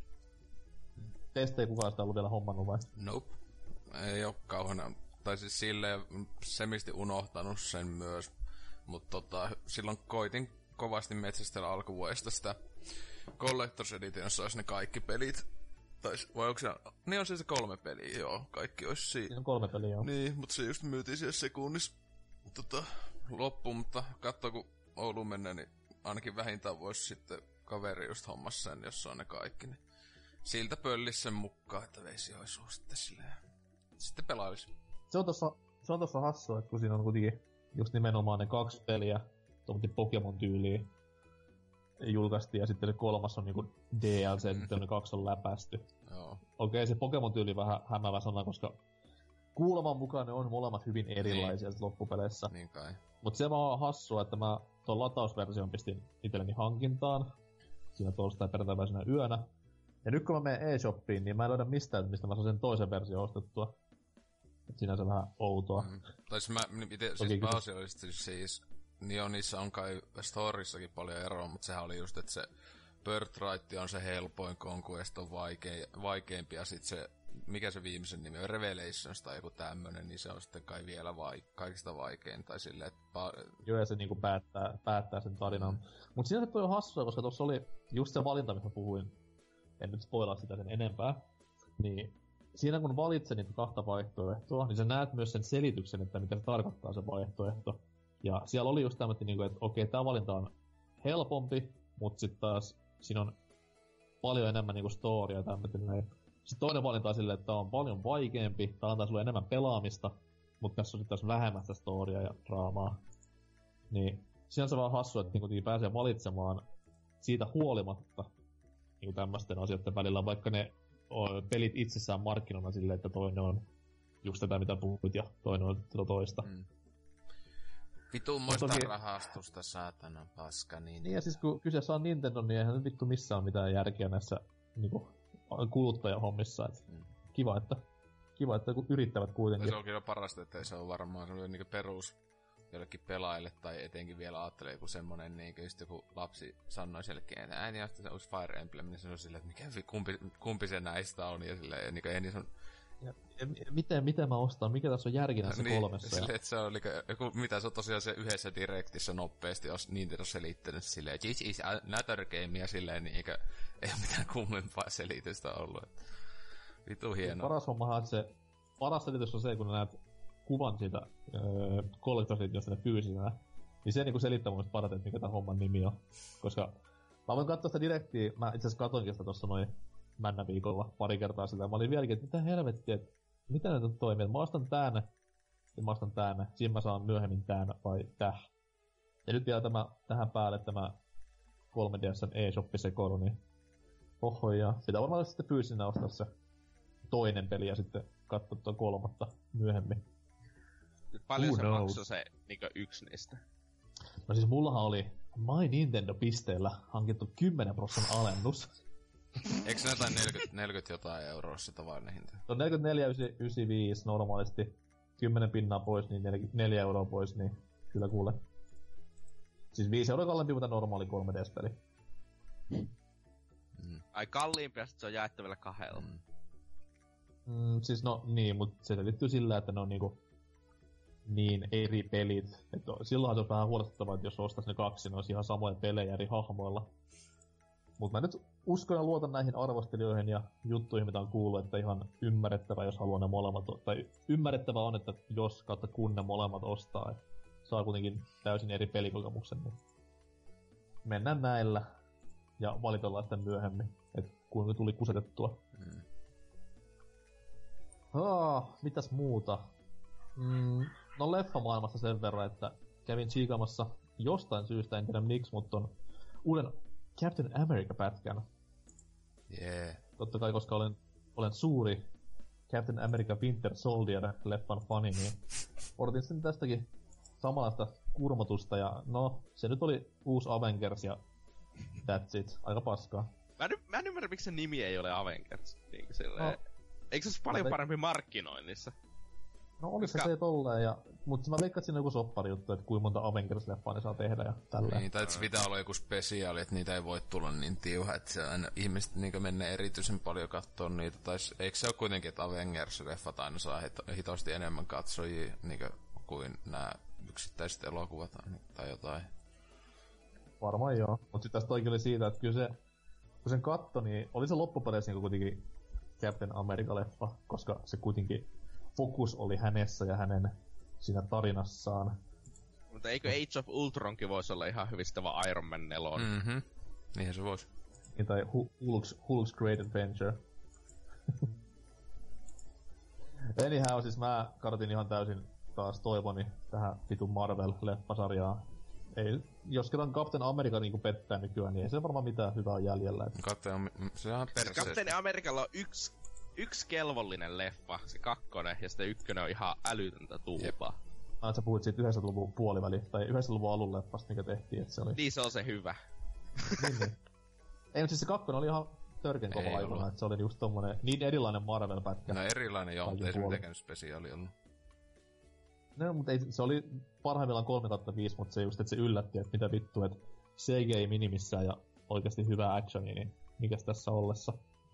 Teistä ei kukaan sitä ollut vielä hommannut vai? Nope. Ei oo kauheena. Tai siis silleen semisti unohtanut sen myös. Mutta tota, silloin koitin kovasti metsästellä alkuvuodesta sitä Collector's Edition, jossa olisi ne kaikki pelit. Tai vai onko se... Niin on se se kolme peliä, joo. Kaikki olisi siinä. Siinä on kolme peliä, joo. Niin, mutta se just myytiin siellä sekunnissa tota, loppuun, mutta katsoo kun Ouluun menee, niin ainakin vähintään voisi sitten kaveri just hommassa sen, jos on ne kaikki. Niin siltä pöllis sen mukaan, että veisi hoisuu sitten silleen. Sitten pelailisi. Se on tossa, se on tossa hassua, että kun siinä on kuitenkin just nimenomaan ne kaksi peliä, tuommoinen Pokemon-tyyliin julkaistiin, ja sitten se kolmas on niinku D L C, mm. sitten ne kaksi on läpästy. Joo. Okei, se Pokemon-tyyli vähän hämäävä sana, koska kuuleman mukaan ne on molemmat hyvin erilaisia niin loppupeleissä. Niin kai. Mut se vaan hassua, että mä ton latausversion pistin itselleni hankintaan. Siinä tuollaista perjantai-väisenä yönä. Ja nyt kun mä menen eShopiin, niin mä en löydä mistään, mistä mä saan sen toisen version ostettua. Et sinänsä vähän outoa. Mm. Tai siis mä, ite, siis pääasiallisesti siis, Nionissa on kai Storissakin paljon eroa, mutta sehän oli just, että se Birthright on se helpoin, Conquest on vaikein, vaikeampi, ja sit se, mikä se viimeisen nimi on, Revelations tai joku tämmönen, niin se on sitten kai vielä vai, kaikista vaikein, tai silleen, että... Pa- Joo, ja se niinku päättää, päättää sen tarinan. Mm. Mut sinänsä toi on hassua, koska tossa oli just se valinta, mistä puhuin, en nyt spoilaa sitä sen enempää, niin siinä kun valitset niitä kahta vaihtoehtoa, niin sä näet myös sen selityksen, että mitä se tarkoittaa se vaihtoehto. Ja siellä oli just tämmöinen, niin että okei, tää valinta on helpompi, mutta sitten taas siinä on paljon enemmän niinku storya ja tämmöinen. Sitten toinen valinta on silleen, että tää on paljon vaikeampi, tää antaa sulle enemmän pelaamista, mutta tässä on sitten taas vähemmän sitä storya ja draamaa. Niin siinä on vaan hassua, että niinku pääsee valitsemaan siitä huolimatta niinku tämmöisten asioiden välillä, vaikka ne o, pelit itsessään markkinoina silleen, että toinen on just tätä mitä puhuit ja toinen on tätä toista. Mm. Vitun moista toki... rahastusta, saatana paska, niin... Niin ja siis kun kyseessä on Nintendo, niin eihän nyt vittu missään mitään järkeä näissä niinku kuluttajahommissa, et mm. kiva, että kiva, että yrittävät kuitenkin. Se on kyllä parasta, että se on varmaan semmoinen niinku perus jollekin pelaajille, tai etenkin vielä ajattelee joku semmonen niinku just joku lapsi sanoi selkeä, että äiti ostaa se uusi Fire Emblem, niin se on silleen, että mikä, kumpi, kumpi se näistä on, ja silleen, ja niinku ei niin se on... Ja, ja, miten, miten mä ostan? Mikä tässä on järki näissä niin, kolmessa? Silleen, että se on joku, mitä se on tosiaan se yhdessä direktissä nopeasti, jos Nintendo selittänyt silleen, this is another game, ja silleen niin eikä, ei ole mitään kummempaa selitystä ollut. Vitu hienoa. Paras hommahan, että se paras selitys on se, kun näet kuvan siitä öö, Collector's josta ne fyysinä, niin se niinku selittää mun mielestä parhaiten, että mikä tän homman nimi on. Koska mä voin katsoa sitä direktiä, mä itse asiassa katonkin sitä tossa noin männä viikolla pari kertaa sitä, ja mä olin vieläkin, että mitä helvettiä, että mitä ne nyt toimii, että mä ostan tän, ja mä ostan tän, siinä mä saan myöhemmin tän vai täh. Ja nyt vielä tämä, tähän päälle tämä kolme D S:n eShop-sekoilu, niin oho, ja pitää varmaan sitten fyysinä ostaa se toinen peli ja sitten katsoa tuo kolmatta myöhemmin. Paljon Who se knows? maksoi se niinku yksi niistä? No siis mullahan oli My Nintendo-pisteellä hankittu kymmenen prosentin alennus. Eikö se jotain neljäkymmentä, neljäkymmentä jotain euroa se tavallinen hinta? Se on neljäkymmentäneljä yhdeksänkymmentäviisi normaalisti. kymmenen pinnaa pois, niin neljä euroa pois, niin kyllä kuule. Siis viisi euroa kalliimpi kuin normaali kolme D S-peli. Mm. Ai kalliimpi ja sit se on jaettavilla kahdella. Mm. Mm, siis no niin, mut se selittyy sillä, että ne on niinku niin eri pelit. Että silloinhan se on vähän huolestuttavaa, että jos ostais ne kaksi, ne olisi ihan samoja pelejä eri hahmoilla. Mut mä nyt uskon ja luotan näihin arvostelijoihin ja juttuihin, mitä on kuullut, että ihan ymmärrettävä, jos haluaa ne molemmat, tai ymmärrettävä on, että jos kautta kun ne molemmat ostaa, että saa kuitenkin täysin eri pelikokemuksen, niin mennään näillä ja valitellaan sitten myöhemmin, että kuinka tuli kusetettua. Mm. Ah, mitäs muuta? Mm, no leffamaailmasta sen verran, että kävin tsiikaamassa jostain syystä, en tiedä miksi, mutta on uuden Captain America-pätkän. Yeah. Totta kai, koska olen, olen suuri Captain America Winter Soldier-leffan fani, niin odotin sitten tästäkin samanlaista kurmotusta, ja no, se nyt oli uusi Avengers, ja that's it. Aika paskaa. Mä en, mä en ymmärrä, miksi se nimi ei ole Avengers. Niin silleen... No. Eikö se olisi paljon Mä ve- parempi markkinoinnissa? No olis Koska- se tolleen, ja... Mut mä veikkaan, että siinä on joku soppari juttu, että kuinka monta Avengers-leffaa ne saa tehdä, ja tälleen. Niin, tai että pitää olla joku spesiaali, että niitä ei voi tulla niin tiuha, että se aina ihmiset niin menee erityisen paljon katsoa niitä. Tai s- eikö se ole kuitenkin, että Avengers-leffat aina saa hito- hitosti enemmän katsojia niin kuin nämä yksittäiset elokuvat tai jotain? Varmaan joo. Mut sit tästä toikin oli siitä, että kyllä se... Kun sen katto, niin oli se loppupeleissä niin kuitenkin Captain America-leffa, koska se kuitenkin fokus oli hänessä ja hänen siinä tarinassaan. Mutta eikö Age of Ultronkin voisi olla ihan hyvin sitä vaan Iron Man nelonen? Mm. Mhm. Niinhän se voisi. Niin, tai Hu- Hulk's, Hulk's Great Adventure. Anyhow, siis mä kadotin ihan täysin taas toivoni tähän vitun Marvel-leffasarjaan. Ei, jos kerran Captain America niinku pettää nykyään, niin ei se varmaan mitään hyvää ole jäljellä. Et Katso, se on ihan perseestä. Captain Americalla on yksi, yksi kelvollinen leffa, se kakkonen, ja sitten ykkönen on ihan älytöntä tuupaa. Mä sä puhuit siitä yhdessä luvun puoliväli, tai yhdessä luvun alun leffasta, mikä tehtiin, että se oli... Niin se on se hyvä. niin, niin. Ei, mutta siis se kakkonen oli ihan törken kova Ei aikana, ollut. että se oli just tommonen niin erilainen Marvel-pätkä. No erilainen joo, mutta Kaikin ei se puolin. mitenkään spesiaali ollut. No, mutta ei, se oli parhaimmillaan kolme kautta viisi, mutta se just, että se yllätti, että mitä vittu, että C G I minimissään ja oikeasti hyvää actionia, niin mikäs tässä ollessa.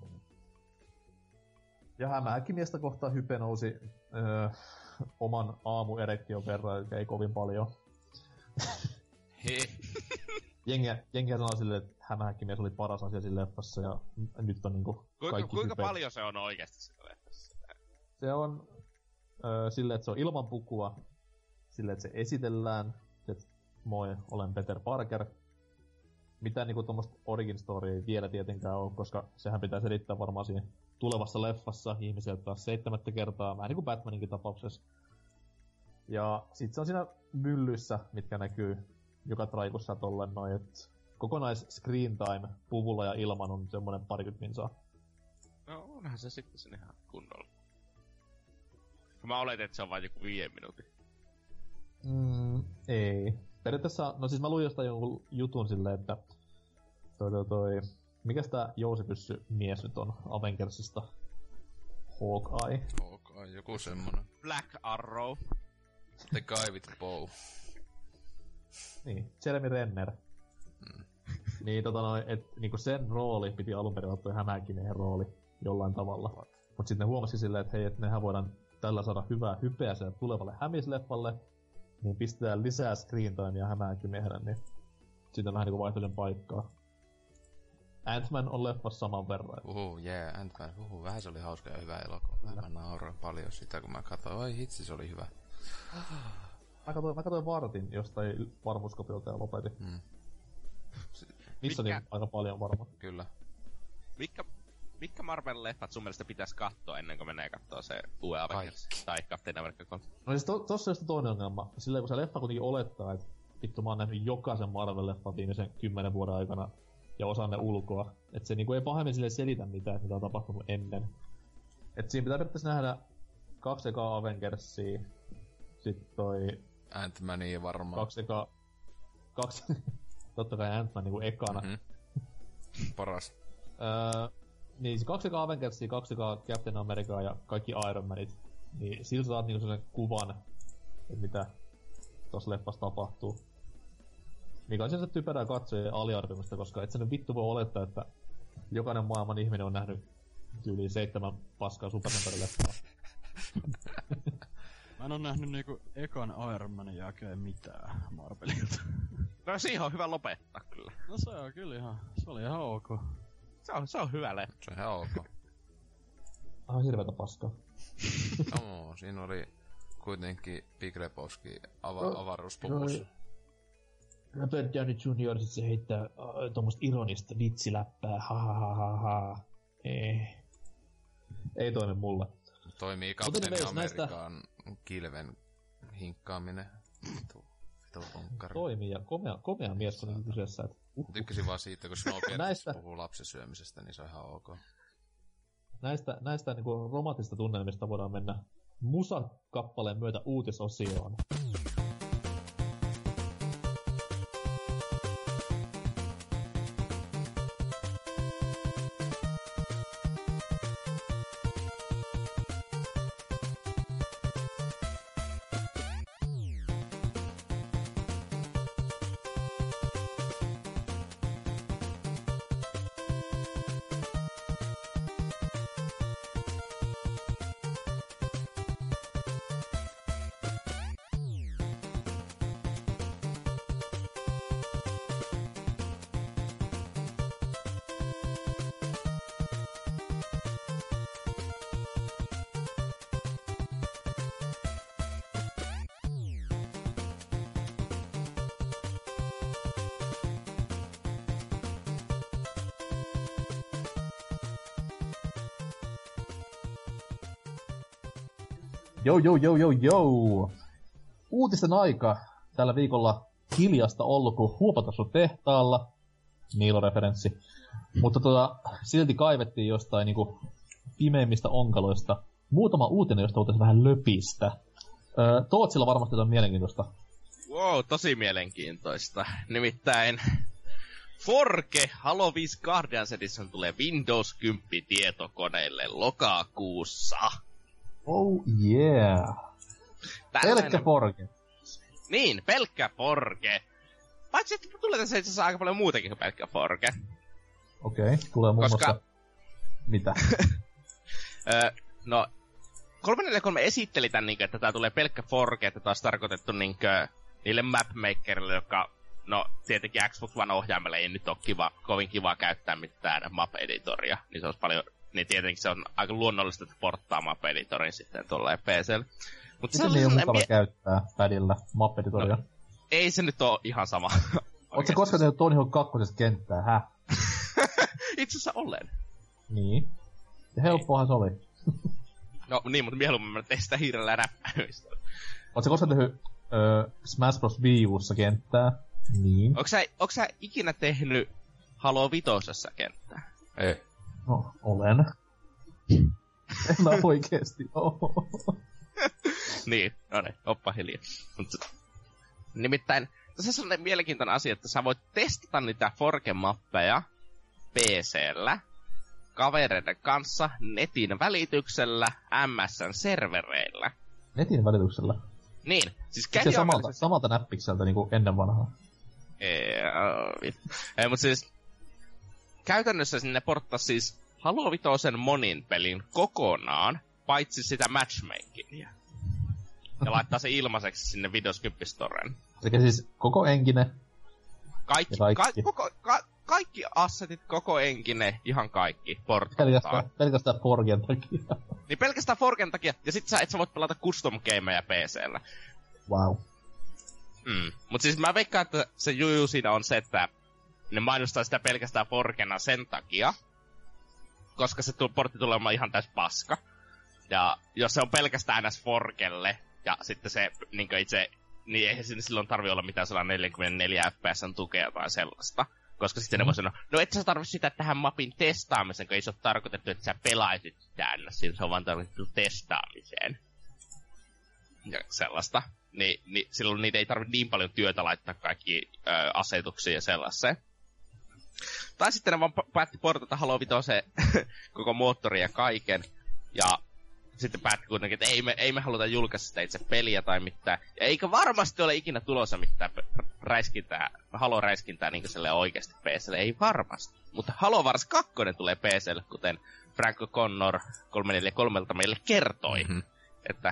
Ja hämähäkkimiestä kohtaan hype nousi öö, oman aamuerektion verran, eli ei kovin paljon. He. Jengiä, jengiä sanoi silleen, että hämähäkkimies oli paras asia siinä leffassa, ja nyt on niinku Kuinka, kaikki kuinka hype. paljon se on oikeasti sitä leffassa? Se on öö, silleen, että se on ilman pukua, silleen, että se esitellään, että moi, olen Peter Parker. Mitään niinku tommoista origin storya ei vielä tietenkään ole, koska sehän pitää selittää varmaan siinä tulevassa leffassa ihmisille taas seitsemättä kertaa, vähän niinku Batmaninkin tapauksessa. Ja sit se on siinä myllyissä, mitkä näkyy joka traikussa tolleen noin, että kokonais screen time puvulla ja ilman on semmonen parikymmentä minsaa. No onhan se sitten sen ihan kunnolla. Kun mä oletin, että se on vain joku viiden minuutin. Mm, ei. Periaatteessa, no siis mä luin jostain jonkun jutun silleen, että toi toi toi, mikäs tää jousipyssy mies nyt on Avengersista? Hawkeye. Okay, joku semmonen. Black Arrow. The guy with bow. Niin, Jeremy Renner. Mm. Niin tota noin, et niinku sen rooli piti alun perin olla toi hämähäkkimiehen rooli jollain tavalla. Mut sitten ne huomasi silleen, että hei, et mehän voidaan tällä saada hyvää hypeä sen tulevalle hämisleffalle. Niin pistetään lisää screen timea hämähäkkimiehelle, niin siitä on vähän niinku vaihtoehtojen paikkaa. Ant-Man on leffassa saman verran. Uhu, jee, yeah, Ant-Man. Uhu, vähän se oli hauska ja hyvä elokuva. Vähän mä nauroin paljon sitä, kun mä katsoin. Oi hitsi, se oli hyvä. Mä katsoin, mä katsoin vartin jostain varmuuskopiolta ja lopetin. Mm. Missä Mikä- niin aika paljon varmaan. Kyllä. Mitkä, mitkä Marvel-leffat sun mielestä pitäisi katsoa ennen kuin menee kattoo se U E Avengers tai Captain America kolme? No siis to, tossa on toinen ongelma. Silleen kun se leffa kuitenkin olettaa, että vittu mä oon nähnyt jokaisen Marvel-leffan viimeisen kymmenen vuoden aikana ja osaan ne ulkoa. Et se niinku ei pahemmin sille selitä mitään, mitä on tapahtunut ennen. Et siinä pitää periaatteessa nähdä kaksi ekaa Avengersia, sit toi Ant-Mania varmaan. kaksi ekaa... Kaksi... Totta kai Ant-Man niinku ekana. Mm-hmm. Paras. Öö, niin se kaksi ekaa Avengersia, kaksi ekaa Captain Americaa ja kaikki Iron Manit. Niin siltä saat niinku sellaisen kuvan, että mitä tossa leffassa tapahtuu. Mikä on sinänsä typerää katsoja aliarvimista, koska et sä nyt vittu voi olettaa, että jokainen maailman ihminen on nähnyt yli seitsemän paskaa supersankarileffaa. Mä en oo nähnyt niinku ekan Iron Manin jälkeen mitään Marvelilta. No siihen on hyvä lopettaa kyllä. No se on kyllä ihan, se oli ihan ok. Se on, se on hyvä leffa. Se on ihan ok. Aivan hirveetä paskaa. No, siinä oli kuitenkin Big Lebowski ava- No, avaruuspuvussa. no, Robert Downey juniori sit se heittää uh, tommoista ironista vitsiläppää, ha ha ha ha ha. Eh. Ei toimi mulle. Toimii Mutta Captain anyways, näistä- Amerikan kilven hinkkaaminen. Vitu, vitu vonkkari. Toimii ja komea, komea mies kun on kyseessä. Et, uh, Tykkäsin vaan siitä, kun Snowpiercer Näistä- puhuu lapsisyömisestä, niin se on ihan ok. näistä näistä niinku romanttista tunnelmista voidaan mennä musakappaleen myötä uutisosioon. Joo, joo, joo, joo, joo. Uutisten aika. Tällä viikolla hiljasta ollut kuin huopatassu tehtaalla. Niilo-referenssi. Mutta tota, silti kaivettiin jostain niinku pimeimmistä onkaloista muutama uutinen, josta voitaisiin vähän löpistä. Öö, Tootsilla varmasti on mielenkiintoista. Wow, tosi mielenkiintoista. Nimittäin Forge Halo viisi Guardians Edition tulee Windows kymmenen tietokoneille lokakuussa. Oh yeah. Pelkkä Forge. Niin, pelkkä Forge. Paitsi, että tulee tässä itse asiassa aika paljon muutakin kuin pelkkä Forge. Okei, okay, tulee muun Koska- muassa... Mitä? Öö, no, kolmesataaneljäkymmentäkolme esitteli tän niinkö, että tää tulee pelkkä Forge, että tää olisi tarkoitettu niinkö niille mapmakerille, jotka, no tietenkin Xbox One-ohjaimelle ei nyt ole kiva, kovin kiva käyttää mitään map-editoria, niin se olisi paljon, niin tietenkin se on aika luonnollista, että porttaa map-editorin sitten tuolla P C:lle. Mutta se Miten on niin on sellainen mukava mie- käyttää padilla map-editoria? No, ei se nyt oo ihan sama. Ootko sä koskaan tehnyt Tony Hawk kakkosesta kenttää, häh? Itse asiassa olen. Niin. Ja helppohan se oli. No niin, mutta mieluummin mä tein sitä hiirellä räppäämistä. Ootko sä koskaan tehnyt öö, Smash Bros. Wii U:ssa kenttää? Niin. Onko sä, onko sä ikinä tehnyt Halo vitosessa kenttää? Ei. No, olen. En mä oikeesti oo. Niin, no niin, oppa hiljaa. Mut, nimittäin, tässä on sellainen mielenkiintoinen asia, että sä voit testata niitä Forge-mappeja P C:llä kavereiden kanssa netin välityksellä M S N-servereillä. Netin välityksellä. Niin, siis Se samalta, casuaalisesti... samalta näppikseltä niinku ennen vanhaa. Ei, oh, vittu. Ei, mut siis... Käytännössä sinne porttas siis Halo vitosen monin pelin kokonaan, paitsi sitä matchmakingia. Ja laittaa se ilmaiseksi sinne Windows kymmenen Storen. Eli siis koko enkinen. Kaikki, Ja kaikki. ka, koko, ka, ka, kaikki assetit, koko enkine, ihan kaikki portataan. Pelkästään, pelkästään Forgen takia. Niin pelkästään Forgen takia, ja sit sä et sä voit pelata custom gameja P C:llä. Wow. Mm. Mut siis mä veikkaan, että se juju siinä on se, että ne mainostaa sitä pelkästään Forgena sen takia, koska se tu- portti tulee olemaan ihan täys paska. Ja jos se on pelkästään ns. Forgelle, ja sitten se niinkö itse, niin eihän siinä silloin tarvi olla mitään sellainen neljäkymmentäneljä F P S tukea tai sellaista. Koska sitten mm. ne voi sanoa, no et sä tarvi sitä tähän mapin testaamiseen, kun ei se ole tarkoitettu, että sä pelaisit sitä ns. Siinä se on vaan tarkoitettu testaamiseen. Ja sellaista. Niin, niin silloin niitä ei tarvitse niin paljon työtä laittaa kaikki ö, asetuksia ja sellaiseen. Tai sitten ne vaan päätti portata Halo Vitoseen koko moottori ja kaiken. Ja sitten päätti kuitenkin, että ei me, ei me haluta julkaista sitä itse peliä tai mitään. Ja eikä varmasti ole ikinä tulossa mitään räiskintää, Halo-räiskintää niin kuin oikeasti P C:lle. Ei varmasti. Mutta Halo Wars kaksi tulee P C:lle, kuten Franco Connor kolmesataaneljäkymmentäkolme meille kertoi. Mm-hmm. Että,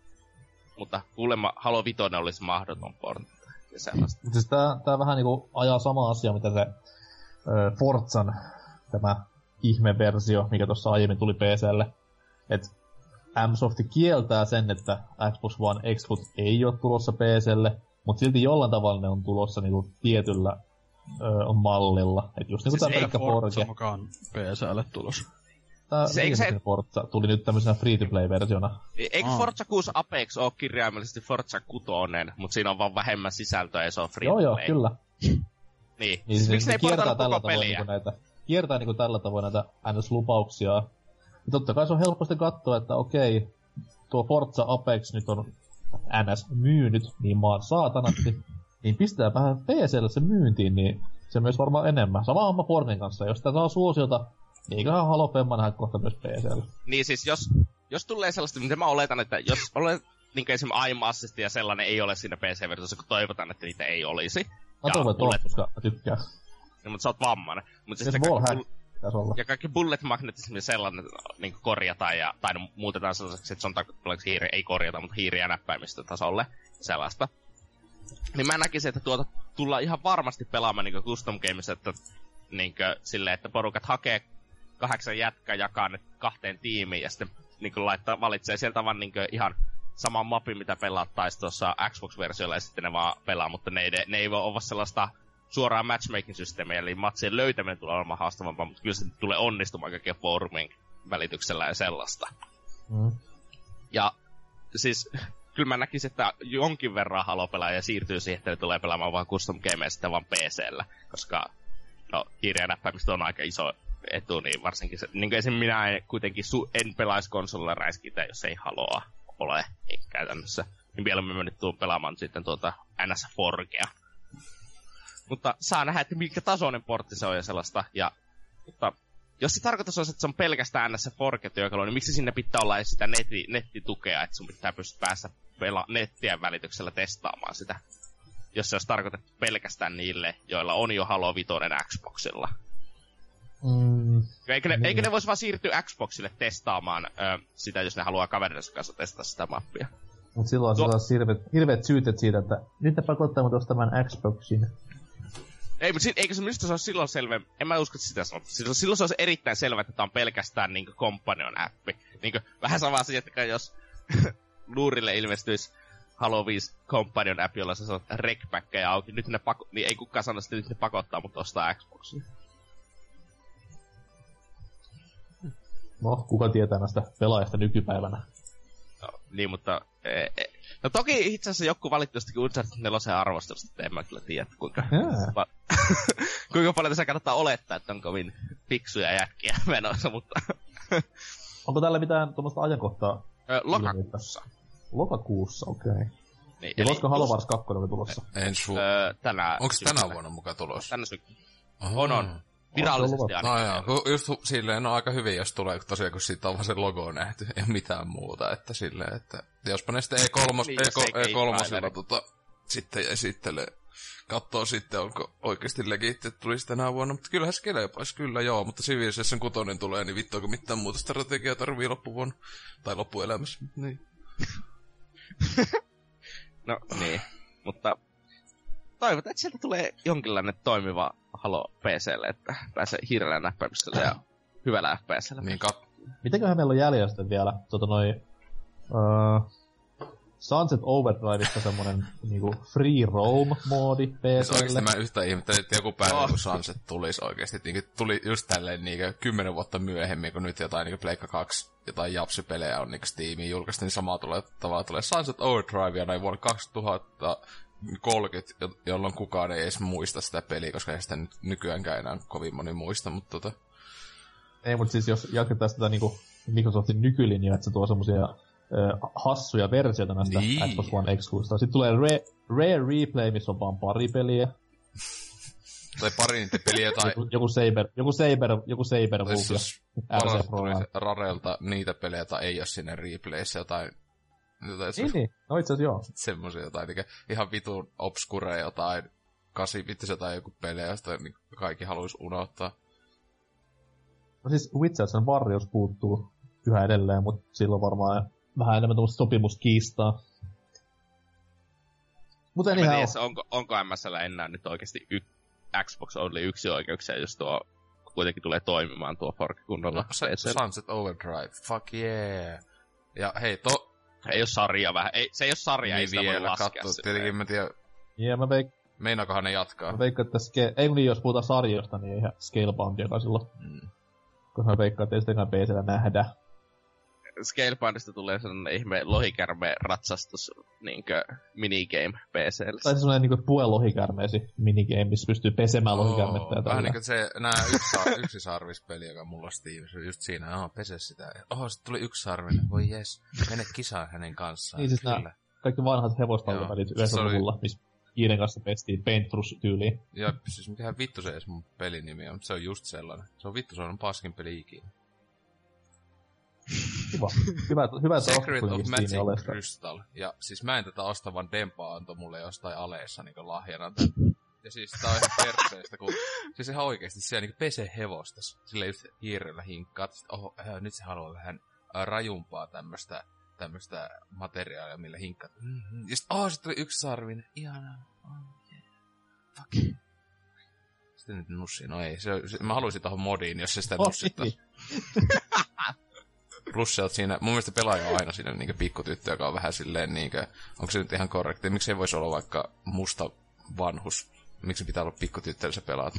mutta kuulemma Halo Vitoinen olisi mahdoton portata ja sellaista. Mutta siis tää, tää vähän niinku ajaa sama asia, mitä se ö, Forzan tämä ihmeversio, mikä tuossa aiemmin tuli P C:lle. Et Msoft kieltää sen, että Xbox One X-Foot ei ole tulossa P C:lle, mutta silti jollain tavalla ne on tulossa niinku tietyllä ö, mallilla. Et just niinku siis tää pelkkä Forge. Forza mukaan P C:lle tulossa. Tää siis se... Forza tuli nyt tämmöisenä free-to-play-versiona. Eikö Aa. Forza kuusi Apex oo kirjaimellisesti Forza kuusi, mutta siinä on vaan vähemmän sisältöä ja se on free Joo joo, kyllä. Niin, niin siis miksi ne ei kiertää portannut tällä koko tavoin peliä? niinku näitä, kiertää niinku tällä tavoin näitä N S-lupauksia. Ja totta kai se on helposti katsoa, että okei, tuo Forza Apex nyt on N S myynyt niin maan saatanatti, niin pistetäänpähän P C:lle se myyntiin, niin se myös varmaan enemmän. Sama homma Forgen kanssa, jos sitä saa suosiota, niin eiköhän Halo Femma nähdä kohta myös P C:lle. Niin siis jos, jos tulee sellaista, mitä mä oletan, että jos olet niin esimerkiksi Aim Assist ja sellainen ei ole siinä P C-versiossa, kun toivotaan, että niitä ei olisi. Mä toivon, että olet, koska mä tykkään. No, mutta sä oot vammainen. Mut siis se wallhack pitäis olla. Ja kaikki bullet magnetismi sellainen niin korjataan ja, tai no, muutetaan sellaiseksi, että se on tarkoitus hiiri, ei korjata, mutta hiiriä näppäimistä tasolle. Sellaista. Niin mä näkisin, että tuota tullaan ihan varmasti pelaamaan niin custom gameissa, että niin silleen, että porukat hakee kahdeksan jätkää, jakaa ne kahteen tiimiin ja sitten niin laittaa, valitsee sieltä vaan niin ihan saman mapin, mitä pelaat taisi tuossa Xbox-versiolla ja sitten ne vaan pelaa, mutta ne ei, ne ei voi olla sellaista suoraan matchmaking-systeemiä, eli matsien löytäminen tulee olemaan haastavampaa, mutta kyllä se tulee onnistumaan kaikkien foorumin välityksellä ja sellaista. Mm. Ja siis kyllä mä näkisin, että jonkin verran Halo-pelaajia siirtyy siihen, että ne tulee pelaamaan vaan custom gameja sitten vaan P C:llä, koska no, hiiriä näppäimistä on aika iso etu, niin varsinkin se, niin kuin esim. Minä en, kuitenkin su, en pelaisi konsolilla räiskitä, jos ei Haloa ole niin käytännössä. Niin vielä me nyt tuun pelaamaan sitten tuota N S Forgea. Mutta saa nähdä, että mikä tasoinen portti se on ja sellaista. Ja, mutta jos se tarkoitus on, että se on pelkästään N S Forge-työkalu, niin miksi sinne pitää olla sitä netti, nettitukea, että sun pitää pystyä päästä pela- nettien välityksellä testaamaan sitä. Jos se olisi tarkoitettu pelkästään niille, joilla on jo Halo Vitoinen Xboxilla. Mm, eikö, ne, niin. eikö ne vois vaan siirtyä Xboxille testaamaan ö, sitä, jos ne haluaa kavereidensa kanssa testata sitä mappia? Mut silloin Tuo... se on hirveet, hirveet syytet siitä, että nyt ne pakottaa mut ostamaan Xboxin. Ei, mutta si- eikö se minusta se ole silloin selvä, en mä usko, että sitä sanoo. Silloin, silloin se olisi erittäin selvä, että tämä on pelkästään niinku companion-appi. Niinku, vähän sama asia, että jos luurille ilmestyisi Halo viisi companion-appi, jolla sä saat rekbackkejä auki, nyt ne pako- niin ei kukaan sano sitä, että nyt ne pakottaa mut ostaa Xboxia. No, kuka tietää näistä pelaajista nykypäivänä? No, niin, mutta... E, e. No toki itse asiassa joku valittuistakin Uncharted neljä arvostelusta, että en mä kyllä tiedä, kuinka... Va- kuinka paljon tässä kannattaa olettaa, että on kovin fiksuja jätkiä menossa, mutta... Onko täällä mitään tuommoista ajankohtaa? Ö, lokakuussa. Lokakuussa, okei. Okay. Niin, ja koska Halo Wars kaksi oli tulossa? Ensi vu- öö, tänä Onko tänä vuonna mukaan tulossa? Tänä syksynä. On, on. Virallisesti ainakin. No joo, Ku- just hu- silleen on aika hyvin, jos tulee tosiaan, kun siitä on vaan se logo nähty, ei mitään muuta, että silleen, että jospa ne sitten E kolme, Niin, jos ei E kolme traileri. tota, sitten esittelee, katsoo sitten, onko oikeasti legitti, että tulisi tänä vuonna, mutta kyllähän se kelepaisi, kyllä joo, mutta Civilization kutonen tulee, niin vittu, onko mitään muuta strategiaa tarvii loppuvuonna, tai loppuelämässä, niin. No niin, mutta toivotaan, että sieltä tulee jonkinlainen toimiva Halo P C:lle, että pääsee hiirellä näppäimistöllä ja hyvällä F P S:llä. Niin kat... Mitäköhän meillä on jäljellä sitten vielä? Tota noi... Uh, Sunset Overdriveista semmonen niinku free roam-moodi P Siis C:lle. oikeesti mä yhtään ihmettelin, että joku päivä, oh. kun Sunset tulisi oikeesti. Niinku tuli just tälleen niinku kymmenen vuotta myöhemmin, kun nyt jotain niinku Pleikka kaksi, jotain japsipelejä on niinku Steamiin julkaistu, niin samaa tulee, tavallaan tulee Sunset Overdrive ja näin vuonna kaksituhattakolmekymmentä, jolloin kukaan ei edes muista sitä peliä, koska ei sitä nyt nykyäänkään enää kovin moni muista, mutta tota... Ei, mutta siis jos jatketaan sitä niinku Microsoftin nykylinjaa, että se tuo semmosia Uh, hassuja versioita näistä niin. Xbox One X-kuista. Sitten tulee Rare, Rare Replay, missä on vaan pari peliä. Tai pari niitä peliä jotain... joku, joku Saber, joku Saber, joku Saber Wolf ja R C Pro. Rarelta niitä pelejä, joita ei oo sinne replayssä jotain... jotain niin, niin. No itse asiassa joo. Semmosia jotain, ihan vitun obscure jotain, kasivittis jotain joku pelejä, josta niin kaikki haluis unohtaa. No siis Witchersen varjos puuttuu yhä edelleen, mutta silloin varmaan vähän enemmän tuommoista sopimuskiistaa. Mutta en ihan tiedä, onko, onko M S L enää nyt oikeesti y- Xbox Only yksi oikeuksia, jos tuo kuitenkin tulee toimimaan tuo fork kunnolla. No, Sunset Overdrive, fuck yeah. Ja hei, to... Ei oo sarja vähän, ei, se ei oo sarja, niin ei sitä voi laskea. Katso, tietenkin mä tiedän... Jee, mä veik... Meinaakohan ne jatkaa? Mä veikkaan, että ske... ei kun niin, jos puhutaan sarjoista, niin eihän Scaleboundiakaan silloin. Mm. Koska mä veikkaan, että ei sitäkään P C:llä nähdä. Scaleboundista tulee sellainen ihme lohikärme ratsastus niinkö minigame P C:lle. Tai se sellainen niinku puolen lohikärmeesi minigame, missä pystyy pesemään oh, lohikärmettä ja vähän niinku se nää yksi, yksisarvispeli, joka mulla on Steamissa, just siinä, oh, pese sitä. Oho, sit tuli yksisarvinen, voi jes, mene kisaan hänen kanssaan. Niin siis nää kaikki vanhat hevostallipelit yhdeksänkymmentäluvulla, oli... missä Iiden kanssa pestiin paintbrush-tyyliin. Ja siis mikähän vittu se edes mun pelinimi on, mutta se on just sellainen. Se on vittu, se on paskin peli ikinä. Kiva. Hyvä, hyvä Secret of Magic Crystal. Ja siis mä en tätä osta, vaan Dempa antoi mulle jostain aleessa niinku lahjana. Ja siis tää on ihan perseestä, kun... Siis ihan oikeesti siellä niinku pesee hevostas. Sillä just hiirellä hinkkaat. Sit, oho, äh, nyt se haluaa vähän äh, rajumpaa tämmöstä, tämmöstä materiaalia, millä hinkkaat. Mm-hmm. Ja sit, oh, sit tuli yksi sarvinen. Ihanaa. Oh, yeah. Fuck. Sitten nyt nussiin. No ei, se, se, mä haluaisin tohon modiin, jos se sitä oh, nussittais. Plus se, siinä, mun mielestä pelaaja on aina siinä niinkö pikkutyttö, joka on vähän silleen niinkö, onko se nyt ihan korrekti? Miksi ei voisi olla vaikka musta vanhus? Miksi pitää olla pikkutyttö, jos sä pelaat?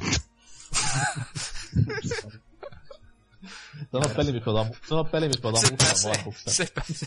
Sano peli, missä pelataan, sano peli, missä pelataan mustan vanhuksen. Sepä se.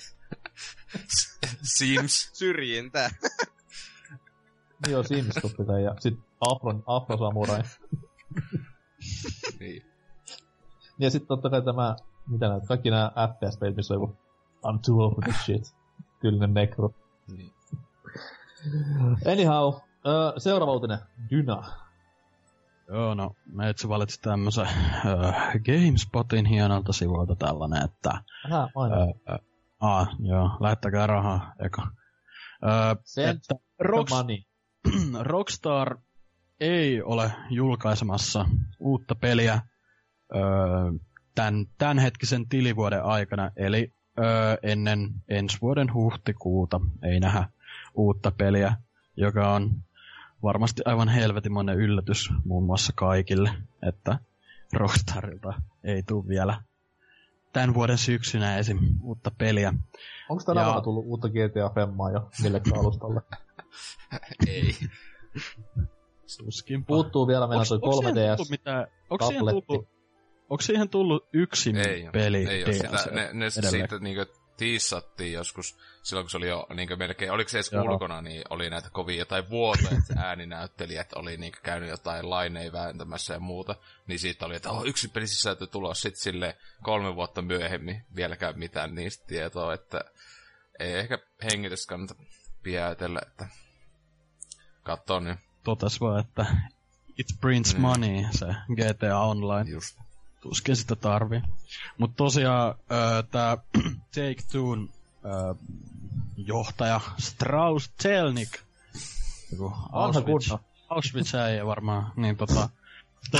Sims. Syrjintää. Niin joo, Sims pitää, ja sit Afro, Afro Samurai. Niin. Ja sit totta kai tämä, mitä näet, kaikki nää F P S-pelit, missä on joku I'm too old for this shit. Tyylinen nekro. Niin. Anyhow, uh, seuraava uutinen. Dyna. Joo, no, me itse valitsin tämmösen uh, GameSpotin hienolta sivuilta tällainen, että... Ähä, aina. Uh, uh, ah, joo, lähettäkää rahaa, eka. Uh, Send että Rocks- Rockstar ei ole julkaisemassa uutta peliä uh, tämän, tämänhetkisen tilivuoden aikana, eli öö, ennen ensi vuoden huhtikuuta ei nähdä uutta peliä, joka on varmasti aivan helvetimoinen yllätys muun muassa kaikille, että Rockstarilta ei tule vielä tämän vuoden syksynä esim. Uutta peliä. Onko tänä ja... vuonna tullut uutta G T A Femmaa jo millekään alustalle? Ei. Tuskin. Puuttuu vielä meillä toi kolme D S. Onko siihen tullut Onko siihen tullut yksi ei, peli? Ei ole sitä. Ne, ne siitä niinku tiissattiin joskus, silloin kun se oli jo niinku melkein, oliko se edes Joo. ulkona, niin oli näitä kovia jotain vuotoja, että ääninäyttelijät oli niinku käynyt jotain laineja vääntämässä ja muuta. Niin siitä oli, että oh, yksi peli sisältö tulos sit sille kolme vuotta myöhemmin vieläkään mitään niistä tietoa, että ei ehkä hengitystä kannata piäytellä, että kattoo niin. Totes vaan, että it brings mm. money, se G T A Online. Just. Tuskin sitä tarvii. Mut tosiaan äh, tää Take-Two'n äh, johtaja Strauss Zelnick, joku Auschwitz, Auschwitz ei varmaan, niin tota, to,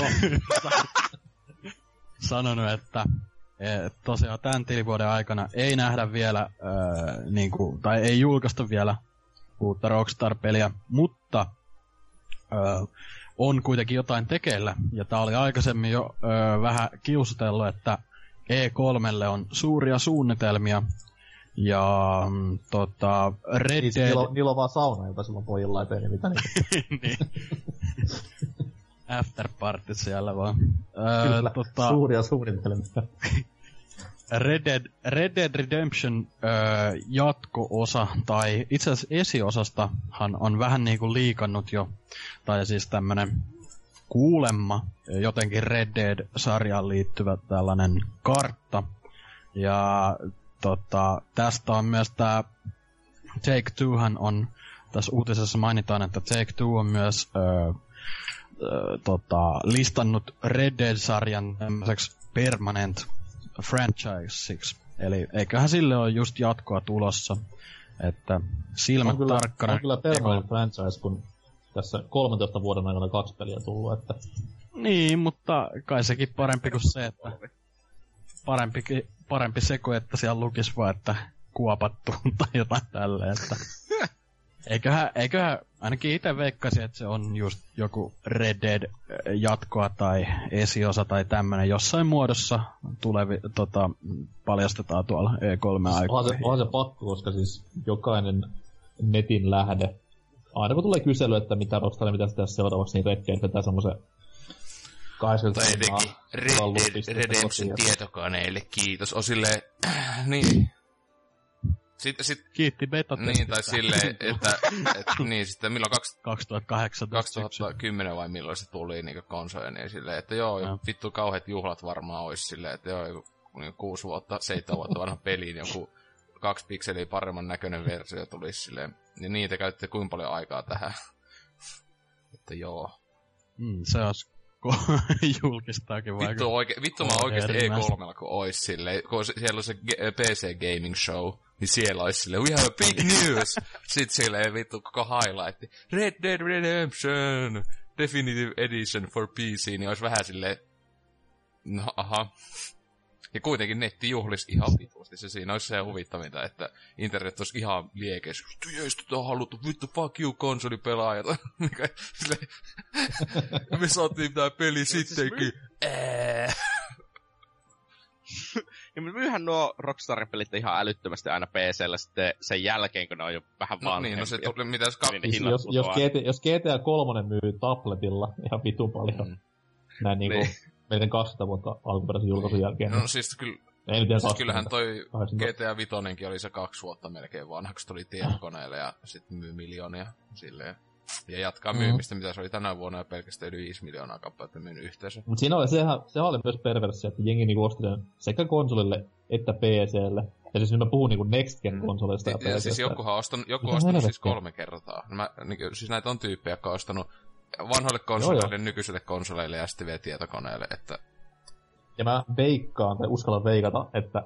sanonut, että et, tosiaan tämän tilivuoden aikana ei nähdä vielä, äh, niinku, tai ei julkaista vielä uutta Rockstar-peliä, mutta öö, on kuitenkin jotain tekeillä. Ja tää oli aikaisemmin jo öö, vähän kiusatellut, että E kolmelle on suuria suunnitelmia. Ja mm, tota, Red Niin, Dead... niillä, on, niillä on vaan sauna, jota silloin pojilla ei teini mitä niitä. niin. Afterparty siellä vaan. Kyllä, Öö, tota, suuria suunnitelmia. Red Dead, Red Dead Redemption öö, jatko-osa, tai itse asiassa esiosastahan on vähän niinku liikannut jo, tai siis tämmönen kuulemma, jotenkin Red Dead-sarjaan liittyvä tällainen kartta. Ja tota, tästä on myös tää Take-Twohan on, tässä uutisessa mainitaan, että Take-Two on myös öö, öö, tota, listannut Red Dead-sarjan tämmöiseksi permanent franchiseiksi. Eli eiköhän sille ole just jatkoa tulossa, että silmät on kyllä, tarkkana. on kyllä permanent franchise, kun tässä kolmentoista vuoden aikana kaksi peliä tullut, että... Niin, mutta kai sekin parempi kuin se, että... Parempi, parempi se kuin, että siellä lukisi vaan, että kuopattu tai jotain tälleen, että... Eiköhän, eiköhän ainakin itse veikkaisin, että se on just joku Red Dead jatkoa tai esiosa tai tämmönen jossain muodossa tulevi, tota, paljastetaan tuolla E kolme siis aikoihin. Onhan se, onhan se pakko, koska siis jokainen netin lähde, aina kun tulee kysely, että mitä Rockstar mitä sitä seuraavaksi, niin retkeytetään semmosen kahdeksankymmentä Tai etenkin Red Dead Redemption tietokoneille, kiitos. On silleen, niin... Sitten, sit, Kiitti beta niin, tai silleen, että, et, niin, sitten milloin kaksi, kaksituhattakahdeksantoista kaksituhattakymmenen vai milloin se tuli niinku konsoja, niin silleen, että joo, no. vittu kauheat juhlat varmaan ois silleen, että joo, joku niin kuusi vuotta, seitsemän vuotta vanha peli, niin joku kaksi pikseliä paremman näköinen versio tulisi silleen, niin niitä käytte kuinka paljon aikaa tähän, että joo. Mm, se olisi julkistaakin vaikka. Vittu, oike, vittu mä oikeesti E kolme, kun ois silleen, kun siellä on se P C Gaming Show, niin siellä ois silleen, we have a big news! Sit silleen vittu koko highlight. Red Dead Redemption! Definitive Edition for P C, niin ois vähän silleen, no aha. Ja kuitenkin netti juhlis ihan vitusti. Se siinä olisi se huvittavinta, että internet olisi ihan liekeis. Vittu jees, tätä on haluttu. Vittu fuck you konsolipelaajat. Me saatiin tää peli sittenkin. Ja me myyhän nuo Rockstarin pelit ihan älyttömästi aina P C:llä sitten sen jälkeen, kun ne on jo vähän no, vanhempia. niin, no se tuli, mitä jos... Ka- niin jos, jos, G T, jos G T A kolme myy tabletilla ihan vitun paljon, mm. näin niinku niin. Meidän kaksikymmentä vuotta alkuperäisen julkaisun jälkeen. No, no siis, kyllä, ei nyt siis kyllähän toi G T A viisi oli se kaksi vuotta melkein vanhaksi, tuli tietokoneelle ja sitten myy miljoonia silleen. Ja jatkaa mm. myymistä, mitä se oli tänä vuonna jo pelkästään yli viisi miljoonaa kappaletta myynyt yhteensä. Mut siinä oli, sehän, sehän oli myös perversio, että jengi niinku osti sen sekä konsolille että P C:lle. Ja siis nyt mä puhun niinku Next Gen konsoleista ja, ja, ja siis jokuhan ostanut, joku on ostanut siis kolme kertaa. Mä, niinku, siis näitä on tyyppejä, jotka on ostanut vanhoille konsoleille, nykyisille konsoleille ja sitten vielä tietokoneelle, että... Ja mä veikkaan, tai uskallan veikata, että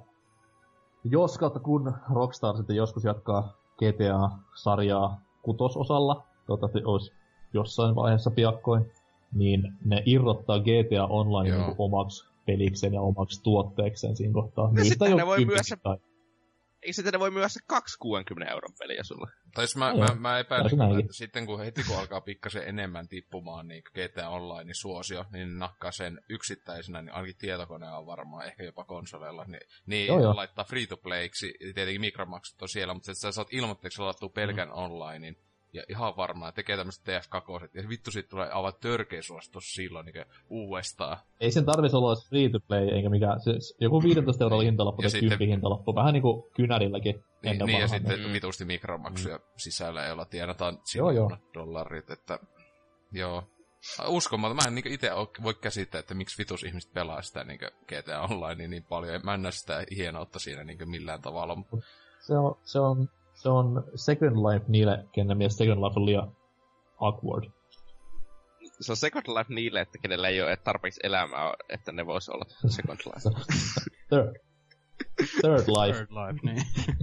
jos kautta kun Rockstar sitten joskus jatkaa G T A-sarjaa kutososalla, toivottavasti olisi jossain vaiheessa piakkoin, niin ne irrottaa G T A Online niin omaksi pelikseen ja omaksi tuotteekseen siinä kohtaa. Ja sitten ne voi myös se... Eikö sitten ne voi myös se kaksi kuusikymmentä euron peliä sulle? Tai jos mä, mä, mä epäilen, että sitten kun heti kun alkaa pikkasen enemmän tippumaan niin G T A Online suosio, niin nakkaa sen yksittäisenä, niin ainakin tietokoneella on varmaan, ehkä jopa konsoleilla, niin, niin joo, laittaa free-to-playiksi, tietenkin mikromaksut on siellä, mutta sä saat ilmoitteeksi ladattua pelkän mm. onlinein, ja ihan varmaan tekee tämmöset T F kaksi, ja vittu sit tulee aivan törkeä suositus silloin niin uudestaan. Ei sen tarvis olla free to play, eikä mikään, se, joku viisitoista eurolla hintalappu tai kymmenen hintalappu, vähän niinku kynärilläkin. Niin, niin ja sitten mm. vitusti mikromaksuja mm. sisällä, joilla tienataan siljoonat dollarit, että joo. Uskomaton, mä en niin itse voi käsittää, että miksi vitus ihmiset pelaa sitä niin G T A Online niin paljon, mä en näe sitä hienoutta siinä niin millään tavalla. Se on, se on Se on Second Life niille, kenen mielestä Second Life on liian awkward. Se on Second Life niille, että kenellä ei ole tarpeeksi elämää, että ne vois olla Second Life. Third. Third Life. Third Life, niin.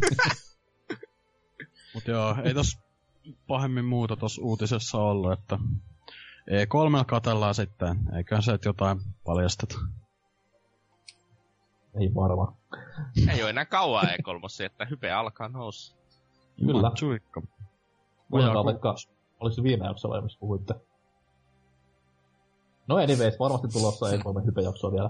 Mut joo, ei tos pahemmin muuta tos uutisessa ollut, että E kolme katellaan sitten, eiköhän se et jotain paljasteta. Ei varmaan. Ei oo enää kauan E kolme, että hype alkaa noussa. Kyllä. Suikka. Kuinka vaikka, oliko se viime jaksolla, missä puhuitte No anyways, varmasti tulossa E kolme hypejaksoa vielä.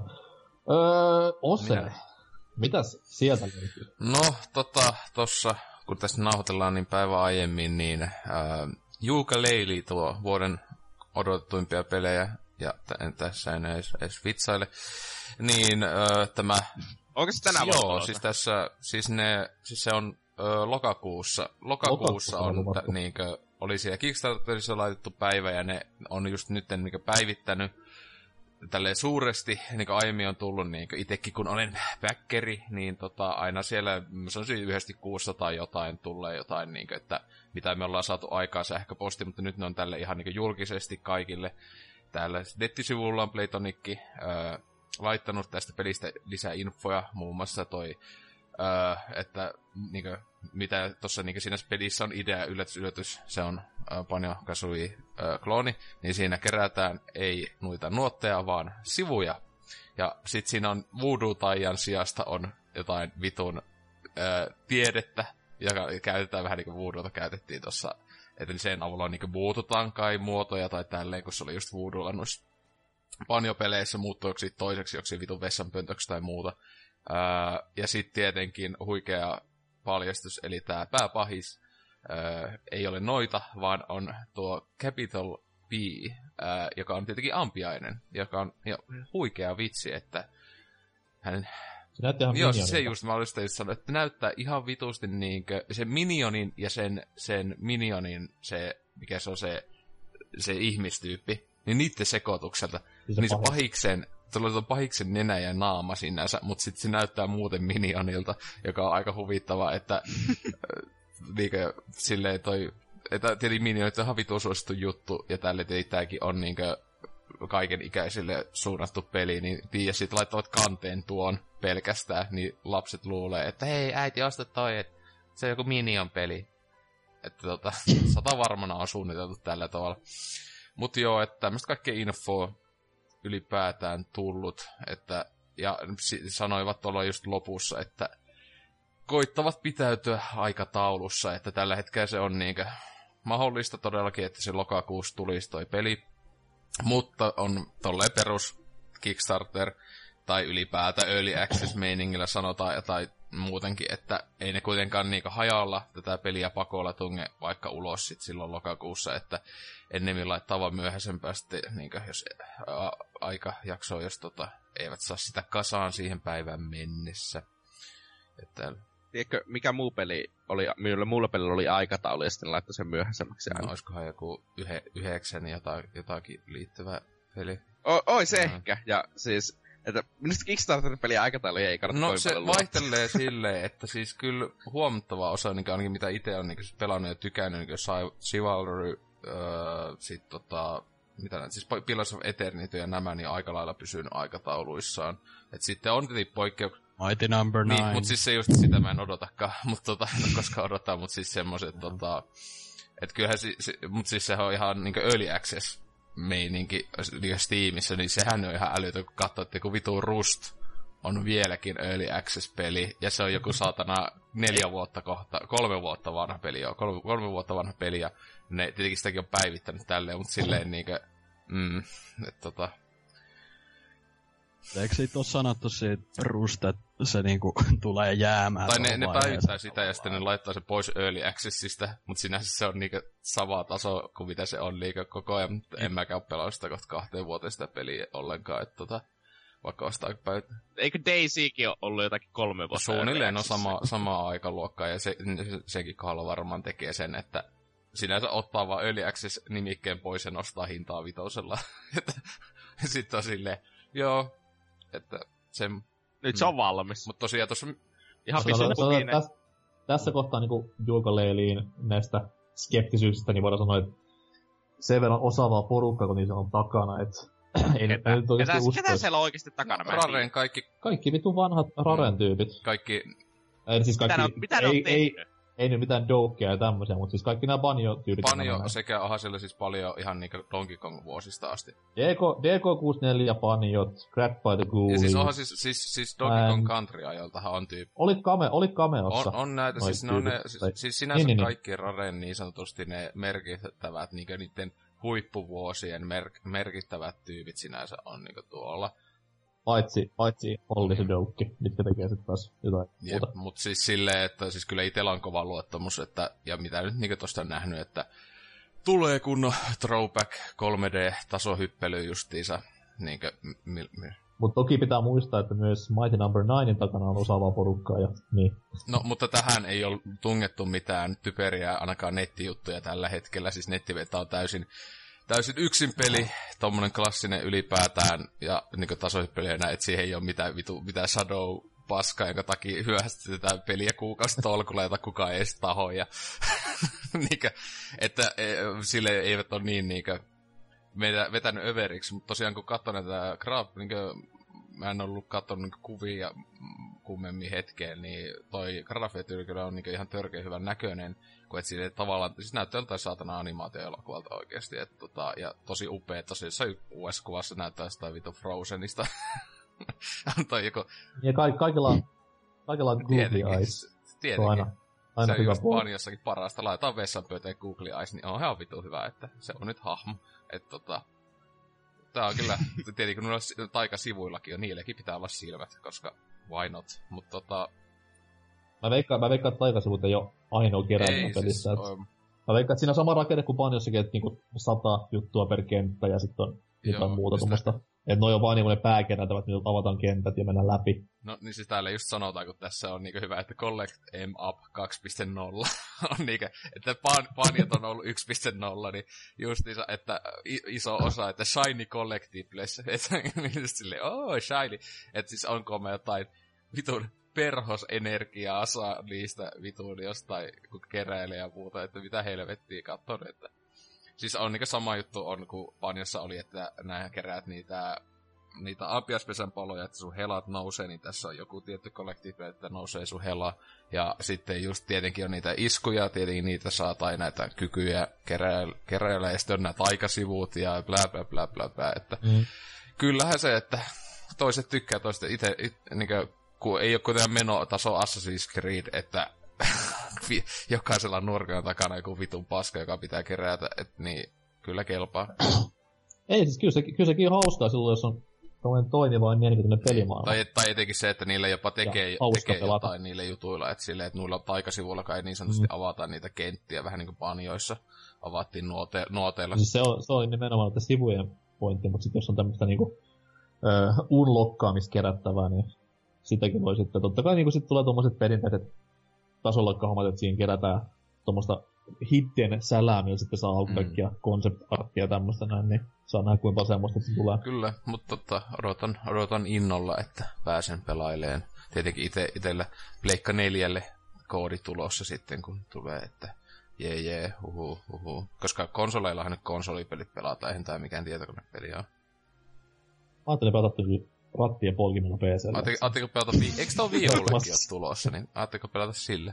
Öö, Ose, Minä. mitäs sieltä löytyy? No, tota, tossa, kun tässä nauhoitellaan niin päivä aiemmin, niin äh, Yooka-Laylee tuo vuoden odotettuimpia pelejä, ja t- tässä en edes, edes vitsaile, niin äh, tämä... Onko se tänä Joo, vuonna? siis tässä, siis ne, siis se on ö, lokakuussa, lokakuussa on, t- niinkö, oli siellä Kickstarterissa laitettu päivä, ja ne on just nyt niinkö päivittänyt tälleen suuresti, niin kuin aiemmin on tullut, niin kuin itsekin kun olen backeri, niin tota, aina siellä, se on siis yhdesti kuussa tai jotain, tulee jotain, niin kuin, että mitä me ollaan saatu aikaa sähköposti, mutta nyt ne on tälle ihan niin kuin julkisesti kaikille. Täällä nettisivulla on Playtonikki äh, laittanut tästä pelistä lisää infoja, muun muassa toi, äh, että niin kuin, mitä tuossa niin siinä pelissä on idea, yllätys, yllätys, se on äh, Banjo Kazooie äh, klooni, niin siinä kerätään ei noita nuotteja, vaan sivuja. Ja sit siinä on voodoo-taian sijasta on jotain vitun äh, tiedettä, joka käytetään vähän niin kuin voodooта käytettiin tuossa, että sen avulla niin muututaan kai muotoja tai tälleen, kun se oli just voodoolla noissa Banjo-peleissä muuttuiko siitä toiseksi joksi vitun vessanpöntöksi tai muuta. Äh, ja sit tietenkin huikea paljastus, eli tää pääpahis äh, ei ole noita, vaan on tuo Capital B, äh, joka on tietenkin ampiainen, joka on jo huikea vitsi, että hän... Se näytti ihan Joo, minionilta. se just, mä olisin just sanonut, että näyttää ihan vitusti niinkö, se minionin ja sen, sen minionin, se, mikä se on se, se ihmistyyppi, niin niitten sekoitukselta, Siis niin se pahis. pahiksen, tuolla on pahiksen nenä ja naama sinänsä, mutta sitten se näyttää muuten minionilta, joka on aika huvittava, että niinkö silleen toi, että tietenkin minionit on ihan vitun suosittu juttu, ja tälle tääkin on niinkö kaiken ikäisille suunnattu peli, niin tiiä sit laittavat kanteen tuon pelkästään, niin lapset luulee, että hei äiti osta toi, että se on joku Minion-peli. Että tota, sata varmana on suunniteltu tällä tavalla. Mut joo, että tämmöstä kaikkea infoa ylipäätään tullut, että, ja sanoivat tuolla just lopussa, että koittavat pitäytyä aikataulussa, että tällä hetkellä se on niinkö mahdollista todellakin, että se lokakuussa tulisi toi peli, mutta on tolleen perus Kickstarter tai ylipäätään Early Access-meiningillä sanotaan tai muutenkin, että ei ne kuitenkaan niinku hajalla tätä peliä pakolla tunge vaikka ulos sit silloin lokakuussa, että ennemmin laittaa vaan myöhäisempää sitten, niinku, jos a, aika jaksoo, jos tota, eivät saa sitä kasaan siihen päivään mennessä. Että... Tiedätkö, mikä muu peli oli, minulle muulla pelillä oli aikataulu ja sitten laittoi sen myöhäisemmäksi aina. No, olisikohan joku yhe, yhdeksän jota, jotakin liittyvä peli? O, oi se no. ehkä, ja siis, että minusta Kickstarter-pelin aikataulu ei kannata No se vaihtelee silleen, että siis kyllä huomattava osa, niin ainakin mitä itse on niin pelannut ja tykännyt, niin Chivalry, öö, sit tota, mitä näitä, siis Pillars of Eternity ja nämä, niin aika lailla pysynyt aikatauluissaan. Et sitten on tietenkin poikkeuksia. Mighty number nine. Niin, mut siis se just sitä mä en odotakaan, mut tota, en oo koskaan odottaa, mut siis semmoset, tota, et kyllähän si, si, mut siis se on ihan niinku early access meininki niinku Steamissa, niin sehän on ihan älytön, kun katsoo, että kun vitu Rust on vieläkin early access-peli, ja se on joku saatana neljä vuotta kohta, kolme vuotta vanha peli, joo, kolme, kolme vuotta vanha peli, ja ne tietenkin sitäkin on päivittänyt tälleen, mut silleen niinkö, mm, että tota... Eikö siitä ole sanottu siitä Rusta, että se niinku tulee jäämään? Tai ne, ne vaiheessa? päivittää sitä ja sitten ne laittaa se pois Early Accessista, mutta sinänsä se on niinku sama taso kuin mitä se on niinku koko ajan, mutta en mäkään pelaa sitä kohta kahteen vuoteen sitä peliä ollenkaan, että tota, vaikka ostaa päivät. Eikö Daisykin ole ollut jotakin kolme vuotta? Suunnilleen on sama, sama aikaluokkaa ja se, se, sekin kohdalla varmaan tekee sen, että sinänsä ottaa vaan Early Access-nimikkeen pois ja nostaa hintaa vitosella. Sitten on silleen, joo, että sen... Nyt se on valmis. Mutta tosiaan tuossa... Ihan Sanotaan, pisin sanotaan, pukinen. tässä, tässä kohtaa niinku Yooka-Layleen näistä skeptisyyksistä, niin voidaan sanoa, että sen verran osaavaa porukkaa, kun niissä on takana, että ei nyt Ketä, oikeesti ketä, usko. ketä siellä on oikeesti takana? Mä en Raren tiedä. kaikki, Kaikki vitun vanhat Raren tyypit. kaikki Ei, siis kaikki, Mitä ne on, mitä ne on ei, ei, tehnyt? ei nyt mitään doukkeja ja tämmösiä, mutta siis kaikki nämä Banjo-tyypit. Banjo sekä onhan siellä siis paljon ihan niinku Donkey Kong vuosista asti. D K kuusikymmentäneljä, Banjot, Cracked by the Ghoulies. Ja siis onhan siis, siis, siis Donkey Ään. Kong Country-ajaltahan on tyyppi. Olit, kame, olit cameossa. On, on näitä, Noit siis ne on ne, tyypit. siis, Tai- siis sinänsä Niin, niin, niin. kaikki Raren niin sanotusti ne merkittävät niinku niitten huippuvuosien mer- merkittävät tyypit sinänsä on niinku tuolla. Paitsi, paitsi Olli se Doukki, mitkä tekee sit taas jotain Jep, muuta. mut siis silleen, että siis kyllä itellä on kova luottamus, että, ja mitä nyt niinku tosta on nähnyt, että tulee kunnon throwback kolme D-tasohyppely justiinsa, niinkö, mi- mi- Mut toki pitää muistaa, että myös Mighty Number Ninein takana on osaavaa porukkaa ja niin. No, mutta tähän ei ole tungettu mitään typeriä, ainakaan nettijuttuja tällä hetkellä. Siis nettivetä on täysin, täysin yksin peli, tommonen klassinen ylipäätään, ja niinku tasohyppelijänä, että siihen ei ole mitään, vitu, mitään shadow paskaa, jonka takia hyvästetään peliä kuukausi tolkulla, jota kukaan ei edes taho. Ja niinkö, että e, sille eivät ole niin niinkö meitä vetänyt överiksi, mutta tosiaan kun katson näitä graaf, niinkö, mä en ollut katsonut niinku kuvia kummemmin hetkeen, niin toi grafiatyyli kyllä on niinku ihan törkeä hyvän näköinen, kun et siinä tavallaan, siis näyttää jotain saatana animaatio-elokuvalta oikeesti, et tota, ja tosi upea, tosi jossain U S-kuvassa näyttää sitä vitu Frozenista. Toi joku... Ja ka- kaikilla on, kaikilla on Google Eyes. Tietenkin. Aina, aina se on hyvä just puoli. Panjossakin parasta. Laitetaan vessanpöyteen Google Eyes, niin on ihan vitu hyvä, että se on nyt hahmo. Et tota... Tää on kyllä, tietenkin kun noilla taikasivuillakin on, niillekin pitää olla silmät, koska why not. Mut tota... Mä veikkaan, mä veikkaan että taikasivut ei oo ainoa keräilijä pelissä. Siis, et... Mä veikkaan, että siinä on sama rakenne kuin Banjossakin, että niinku sata juttua per kenttä ja sitten on jotain Joo, muuta sitä... tommoista. Että noi on vaan niinku ne pääkerätävät, niillä avataan kentät ja mennään läpi. No niin siis täällä just sanotaan, kun tässä on niinku hyvä, että Collect M Up kaksi piste nolla on niinku, että pan, panjat on ollut yksi piste nolla, niin justiinsa, että iso osa, että Shiny Collectibles, että just silleen, oh shiny, että siis onko me jotain vitun perhosenergiaa saa niistä vitun jostain, kun keräilee ja muuta, että mitä helvettiä katson, että siis on niinku sama juttu on, kun Panjassa oli, että nää keräät niitä niitä ampiaispesän paloja, että sun helat nousee, niin tässä on joku tietty kollektiivi, että nousee sun hela. Ja sitten just tietenkin on niitä iskuja, tietenkin niitä saa tai näitä kykyjä keräillä, ja sitten on nämä taikasivut ja bla bla bla bla bla. Että mm. Kyllähän se, että toiset tykkää toista itse, it, niin kuin, kun ei ole kuitenkaan menotaso Assassin's Creed, että jokaisella nurkalla takana joku vitun paska, joka pitää kerätä, että niin kyllä kelpaa. Ei, siis kyllä, se, kyllä sekin on hauskaa silloin, jos on tommoinen toimiva ja mielenkiintoinen pelimaailma. Tai, tai etenkin se, että niille jopa tekee, tekee jotain niille jutuilla, että silleen, että noilla taikasivuillakaan ei niin sanotusti mm. avata niitä kenttiä, vähän niin kuin Banjoissa avattiin nuote, nuoteilla. Siis se on, se on nimenomaan että sivujen pointti, mutta sitten jos on tämmöistä niinku uh, unlockkaamista kerättävää, niin sitäkin voi sitten, totta kai niinku sit tulee tommoset perinteiset tasolokka-hommat, että siinä kerätään tommoista hidden sälää, millä sitten saa auki kaikkia mm. concept-arttia ja tämmöistä näin, niin saa nähdä kuinka semmoista se tulee. Kyllä, mutta tota, odotan, odotan innolla, että pääsen pelaileen. Tietenkin ite, itellä Pleikka neljälle koodi tulossa sitten, kun tulee, että jee jee, huhu, huhu. Koska konsoleillahan nyt konsolipelit pelataan, eihän tää mikään tietokonepeli on. Mä ajattelin pelata rattien polkimilla P C:llä. Ajatteliko pelata, vi- eikö tää Wii Ullekin ole tulossa, niin ajatteliko pelata sillä?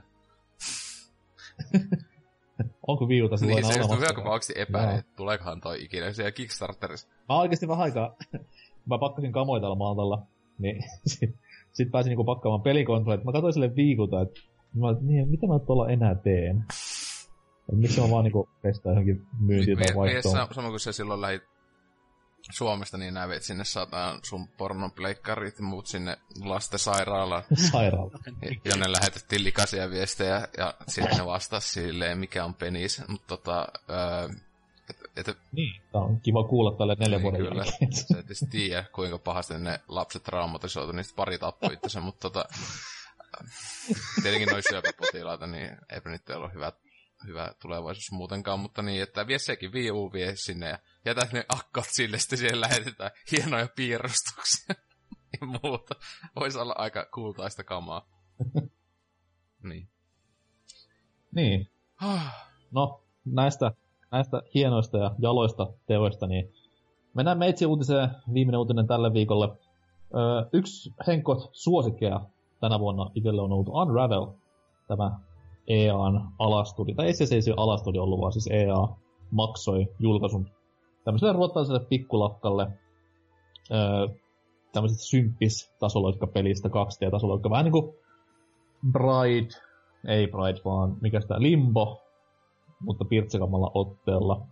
Onko viuta silloin niin, olemassa? Niin, se on hyvä, kun mä oikeasti epäilen, että tuleekohan toi ikinä siellä Kickstarterissa. Mä oikeesti vähän aikaa, mä pakkasin kamoitella maatalla, niin sit, sit pääsin niinku pakkaamaan pelikonsolit. Mä katsoin sille viikuta, että mä olin, niin, mitä mä tuolla enää teen? Et miksi mä vaan niinku pestään johonkin myyntiin tai vaihtoon? Sama kuin se silloin lähit Suomesta, niin näin veit sinne sataan sun pornopleikkarit ja muut sinne lastensairaalaan. Sairaalaan. Jonne lähetettiin likaisia viestejä ja sitten ne vastasi silleen, mikä on penis. Mutta tota... Öö, et, et, niin, tää on kiva kuulla tälle neljän niin, vuoden kyllä. jälkeen. Sä et edes tiedä, kuinka pahasti ne lapset traumatisoitu, niistä pari tappoi itsensä, mutta tota... Tietenkin noin syöpäpotilaita, niin eipä nyt ole hyvä, hyvä tulevaisuus muutenkaan, mutta niin, että vie sekin Wii U vie sinne ja jätä ne akkot sille, sitten siihen lähetetään hienoja piirustuksia ja muuta. Voisi olla aika kultaista kamaa. Niin. Niin. No, näistä, näistä hienoista ja jaloista teoista, niin mennään meitsi uutiseen, viimeinen uutinen tälle viikolle. Öö, yksi Henkot suosikkeja tänä vuonna itselle on ollut Unravel, tämä E A:n alastudi, tai ei se ei se alastudi ollut, vaan siis E A maksoi julkaisun tämmöiselle ruottalaiselle pikkulafkalle öö, tämmöisestä symppis-tasoloikka-pelistä, kaksi D-tasoloikka, vähän niinku Bride, ei Bride, vaan mikä sitä Limbo, mutta pirtsikammalla otteella.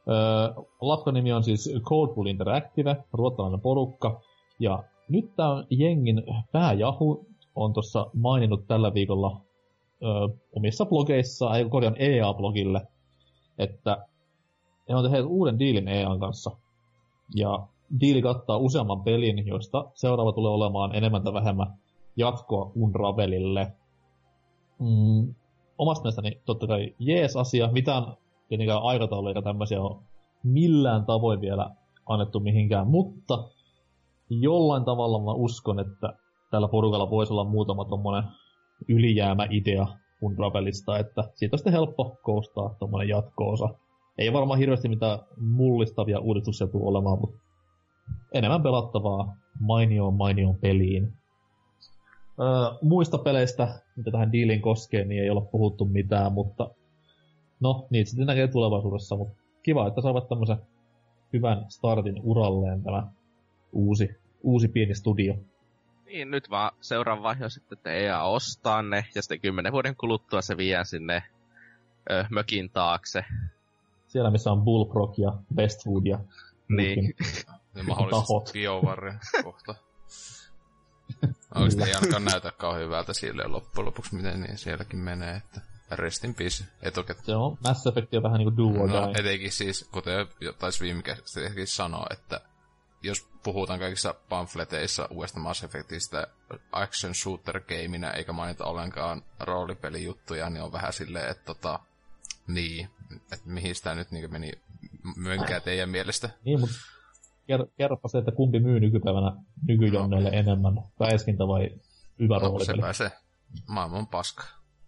Öö, Lafkan nimi on siis Codepool Interactive, ruottalainen porukka. Ja nyt tää jengin pääjahu on tossa maininnut tällä viikolla öö, omissa blogeissaan, ei korjaan E A-blogille, että he on tehneet uuden diilin E A:n kanssa. Ja diili kattaa useamman pelin, joista seuraava tulee olemaan enemmän tai vähemmän jatkoa Unravelille. Mm, omasta mielestäni totta kai jees asia, mitään tietenkään aikatauluja eikä tämmöisiä on millään tavoin vielä annettu mihinkään, mutta jollain tavalla mä uskon, että tällä porukalla voisi olla muutama tommonen ylijäämäidea Unravelista, että siitä on sitten helppo koostaa tommonen jatko-osa. Ei varmaan hirveästi mitään mullistavia uudistuksia tule olemaan, mutta enemmän pelattavaa mainioon mainioon peliin. Öö, muista peleistä, mitä tähän diiliin koskee, niin ei ole puhuttu mitään, mutta no, niitä sitten näkee tulevaisuudessa, mutta kiva, että saavat tämmösen hyvän startin uralleen tämä uusi, uusi pieni studio. Niin, nyt vaan seuraava vaihe on sitten, että E A ostaa ne, ja sitten kymmenen vuoden kuluttua se vie sinne ö, mökin taakse. Siellä, missä on Bullfrog ja Westwood ja niin. Ja mahdollisesti BioWare kohta. Oikeesti ei ainakaan näytä kauhean hyvältä silleen loppujen lopuksi, miten niin sielläkin menee, että rest in peace etukäteen. Se on Mass Effect on vähän niinku do or die. No, etenkin siis, kuten taisi viime käsittelykin sanoa, että jos puhutaan kaikissa pamfleteissa uudesta Mass Effectistä action shooter gaminä, eikä mainita ollenkaan roolipelijuttuja, niin on vähän silleen, että tota, niin, että mihin sitä nyt niin meni mönkää teidän mielestä. Niin, mutta ker- kerropa se, että kumpi myy nykypäivänä nykyjonneille no. enemmän, väiskintä vai hyvä no, roolipeli? Sepä se. Maailman paska.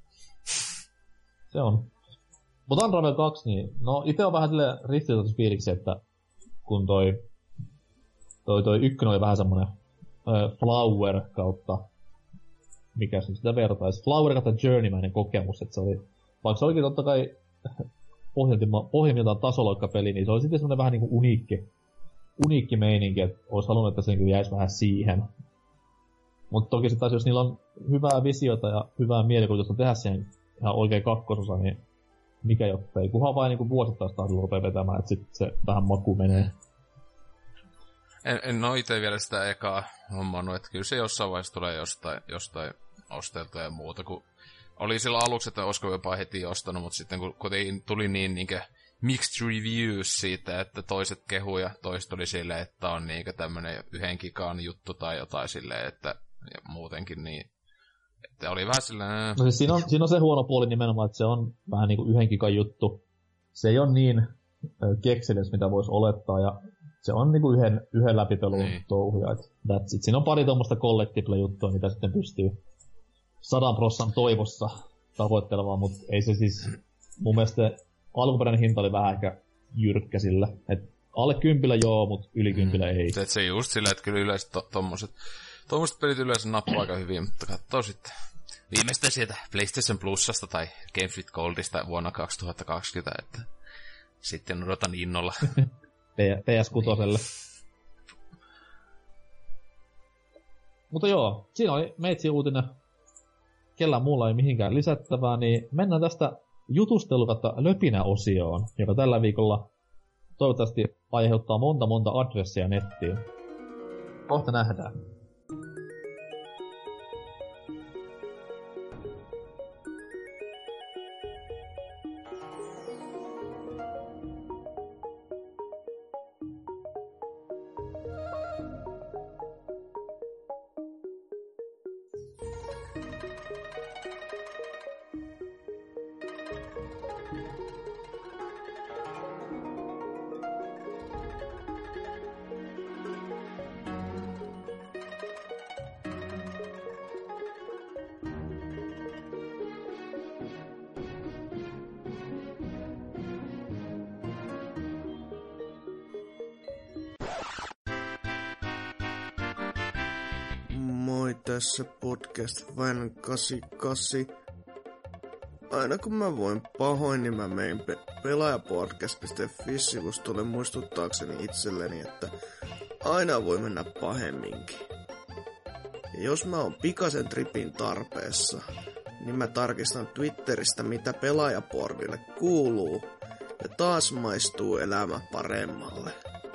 Se on. Mutta Unravel kaksi, niin no ite on vähän silleen ristiriitaisfiiliksi, että kun toi toi, toi ykkönen oli vähän semmonen äh, Flower kautta, mikä se sitä vertaisi, Flower kautta Journeymainen kokemus, että se oli, vaikka se olikin totta kai pohjimmiltaan tasoloikkapeli, niin se oli sitten semmonen vähän niinku uniikki, uniikki meininki, että olisi halunnut, että se niinku jäisi vähän siihen. Mutta toki sitten taas, jos niillä on hyvää visiota ja hyvää mielikuvitusta tehdä siihen ihan oikein kakkososa, niin mikä jotta ei, kunhan vain niinku vuosittain sitä rupeaa vetämään, että sitten se vähän maku menee. En, en ole itse vielä sitä ekaa hommannut, että kyllä se jossain vaiheessa tulee jostain, jostain osteltua ja muuta, kun oli silloin aluksi, että olisiko jopa heti ostanut, mutta sitten kun kuitenkin tuli niin niinkö mixed reviews siitä, että toiset kehu ja toiset oli silleen, että on niinkö tämmönen yhden gigan juttu tai jotain silleen, että ja muutenkin niin, että oli vähän silleen... No siis siinä on, siinä on se huono puoli nimenomaan, että se on vähän niinku yhden gigan juttu. Se ei ole niin kekseliäs, mitä voisi olettaa, ja se on niinku yhden, yhden läpipelun niin. touhuja, että that's it. Siinä on pari tommoista collectible-juttua, mitä sitten pystyy sadan prossan toivossa tavoittelemaan, mutta ei se siis... Mun mielestä alkuperäinen hinta oli vähän ehkä jyrkkä sillä, että alle kympillä joo, mutta yli kympillä mm. ei. Se, se just sillä, että kyllä yleensä to, tommoset, tommoset pelit yleensä nappaa aika hyvin, mutta katsoo sitten viimeistä sieltä PlayStation Plusasta tai Games with Goldista vuonna kaksituhattakaksikymmentä, että sitten odotan innolla. P S kuusi. Mutta joo, siinä oli meitsi uutinen. Kellään muulla ei mihinkään lisättävää, niin mennään tästä jutustelu- löpinä-osioon, joka tällä viikolla toivottavasti aiheuttaa monta monta adressia nettiin. Kohta nähdään. Tässä podcast Vain kahdeksankymmentäkahdeksan. Aina kun mä voin pahoin, niin mä mein pe- pelaajapodcast piste fi-sivustolle muistuttaakseni itselleni, että aina voi mennä pahemminkin. Ja jos mä oon pikaisen tripin tarpeessa, niin mä tarkistan Twitteristä, mitä pelaajaporville kuuluu. ja taas maistuu elämä paremmalle.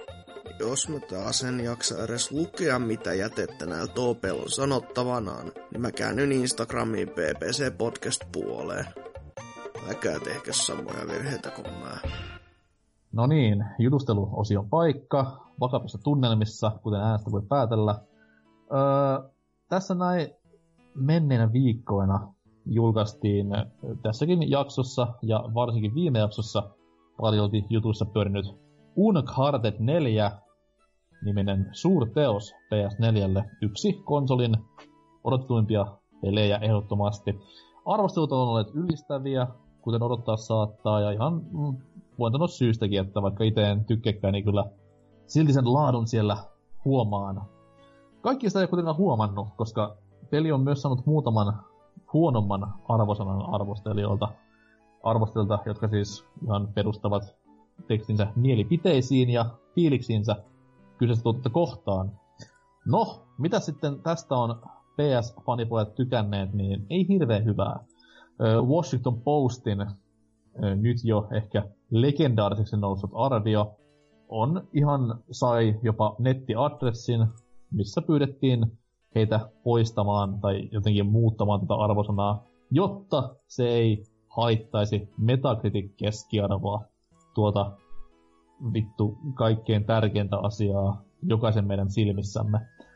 Jos mä taas en jaksa edes lukea, mitä jätettä näillä toopeilla on sanottavanaan, niin mä käännyn Instagramiin P P C Podcast-puoleen. Äkää tehkö samoja virheitä kuin mä. No niin, jutusteluosion paikka, vakavissa tunnelmissa, kuten äänestä voi päätellä. Öö, tässä näin menneinä viikkoina julkaistiin tässäkin jaksossa ja varsinkin viime jaksossa paljolti jutuissa pyörinyt Uncharted neljä niminen suurteos P S neljälle. Yksi konsolin odotetuimpia pelejä ehdottomasti. Arvostelut on olleet ylistäviä, kuten odottaa saattaa, ja ihan mm, voin sanoa syystäkin, että vaikka itse en tykkääkään, niin kyllä silti sen laadun siellä huomaan. Kaikki sitä ei kuitenkaan huomannut, koska peli on myös saanut muutaman huonomman arvosanan arvostelijoilta, arvostelijoilta, jotka siis ihan perustavat tekstinsä mielipiteisiin ja fiiliksiinsä kyseistä tuotetta kohtaan. No, mitä sitten tästä on P S-fanipojat tykänneet, niin ei hirveän hyvää. Washington Postin nyt jo ehkä legendaariseksi noussut arvio on ihan sai jopa nettiadressin, missä pyydettiin heitä poistamaan tai jotenkin muuttamaan tätä arvosanaa, jotta se ei haittaisi Metacritic-keskiarvoa, tuota vittu kaikkein tärkeintä asiaa jokaisen meidän silmissämme.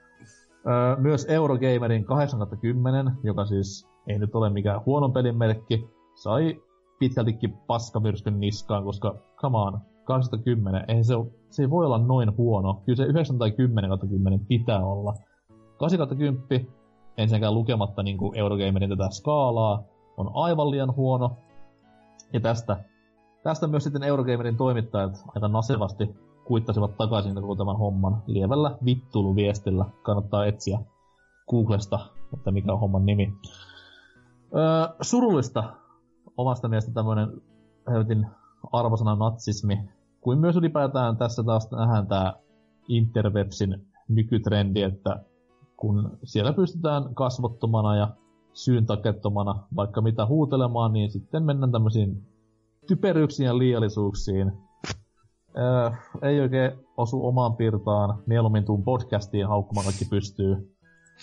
Öö, myös Eurogamerin kahdeksan kautta kymmenen, joka siis ei nyt ole mikään huonon pelin merkki, sai pitkältikin paskamyrskyn niskaan, koska come on, kahdeksan kautta kymmenen, eihän se, se ei voi olla noin huono. Kyllä se yhdeksän tai kymmenen kautta kymmenen pitää olla. kahdeksan kautta kymmenen, ensinnäkään lukematta niin kuin Eurogamerin tätä skaalaa, on aivan liian huono. Ja tästä, tästä myös sitten Eurogamerin toimittajat aika nasevasti kuittasivat takaisin koko tämän homman lievällä vittuluviestillä. Kannattaa etsiä Googlesta, että mikä on homman nimi. Öö, surullista omasta mielestä tämmönen helvetin arvosanan natsismi, kuin myös ylipäätään tässä taas nähdään tää interwebsin nykytrendi, että kun siellä pystytään kasvottomana ja syyntakettomana vaikka mitä huutelemaan, niin sitten mennään tämmöisiin typeryyksiin ja liiallisuuksiin. Öö, ei oikein osu omaan pirtaan, mieluummin tuun podcastiin haukkumaan kaikki pystyy.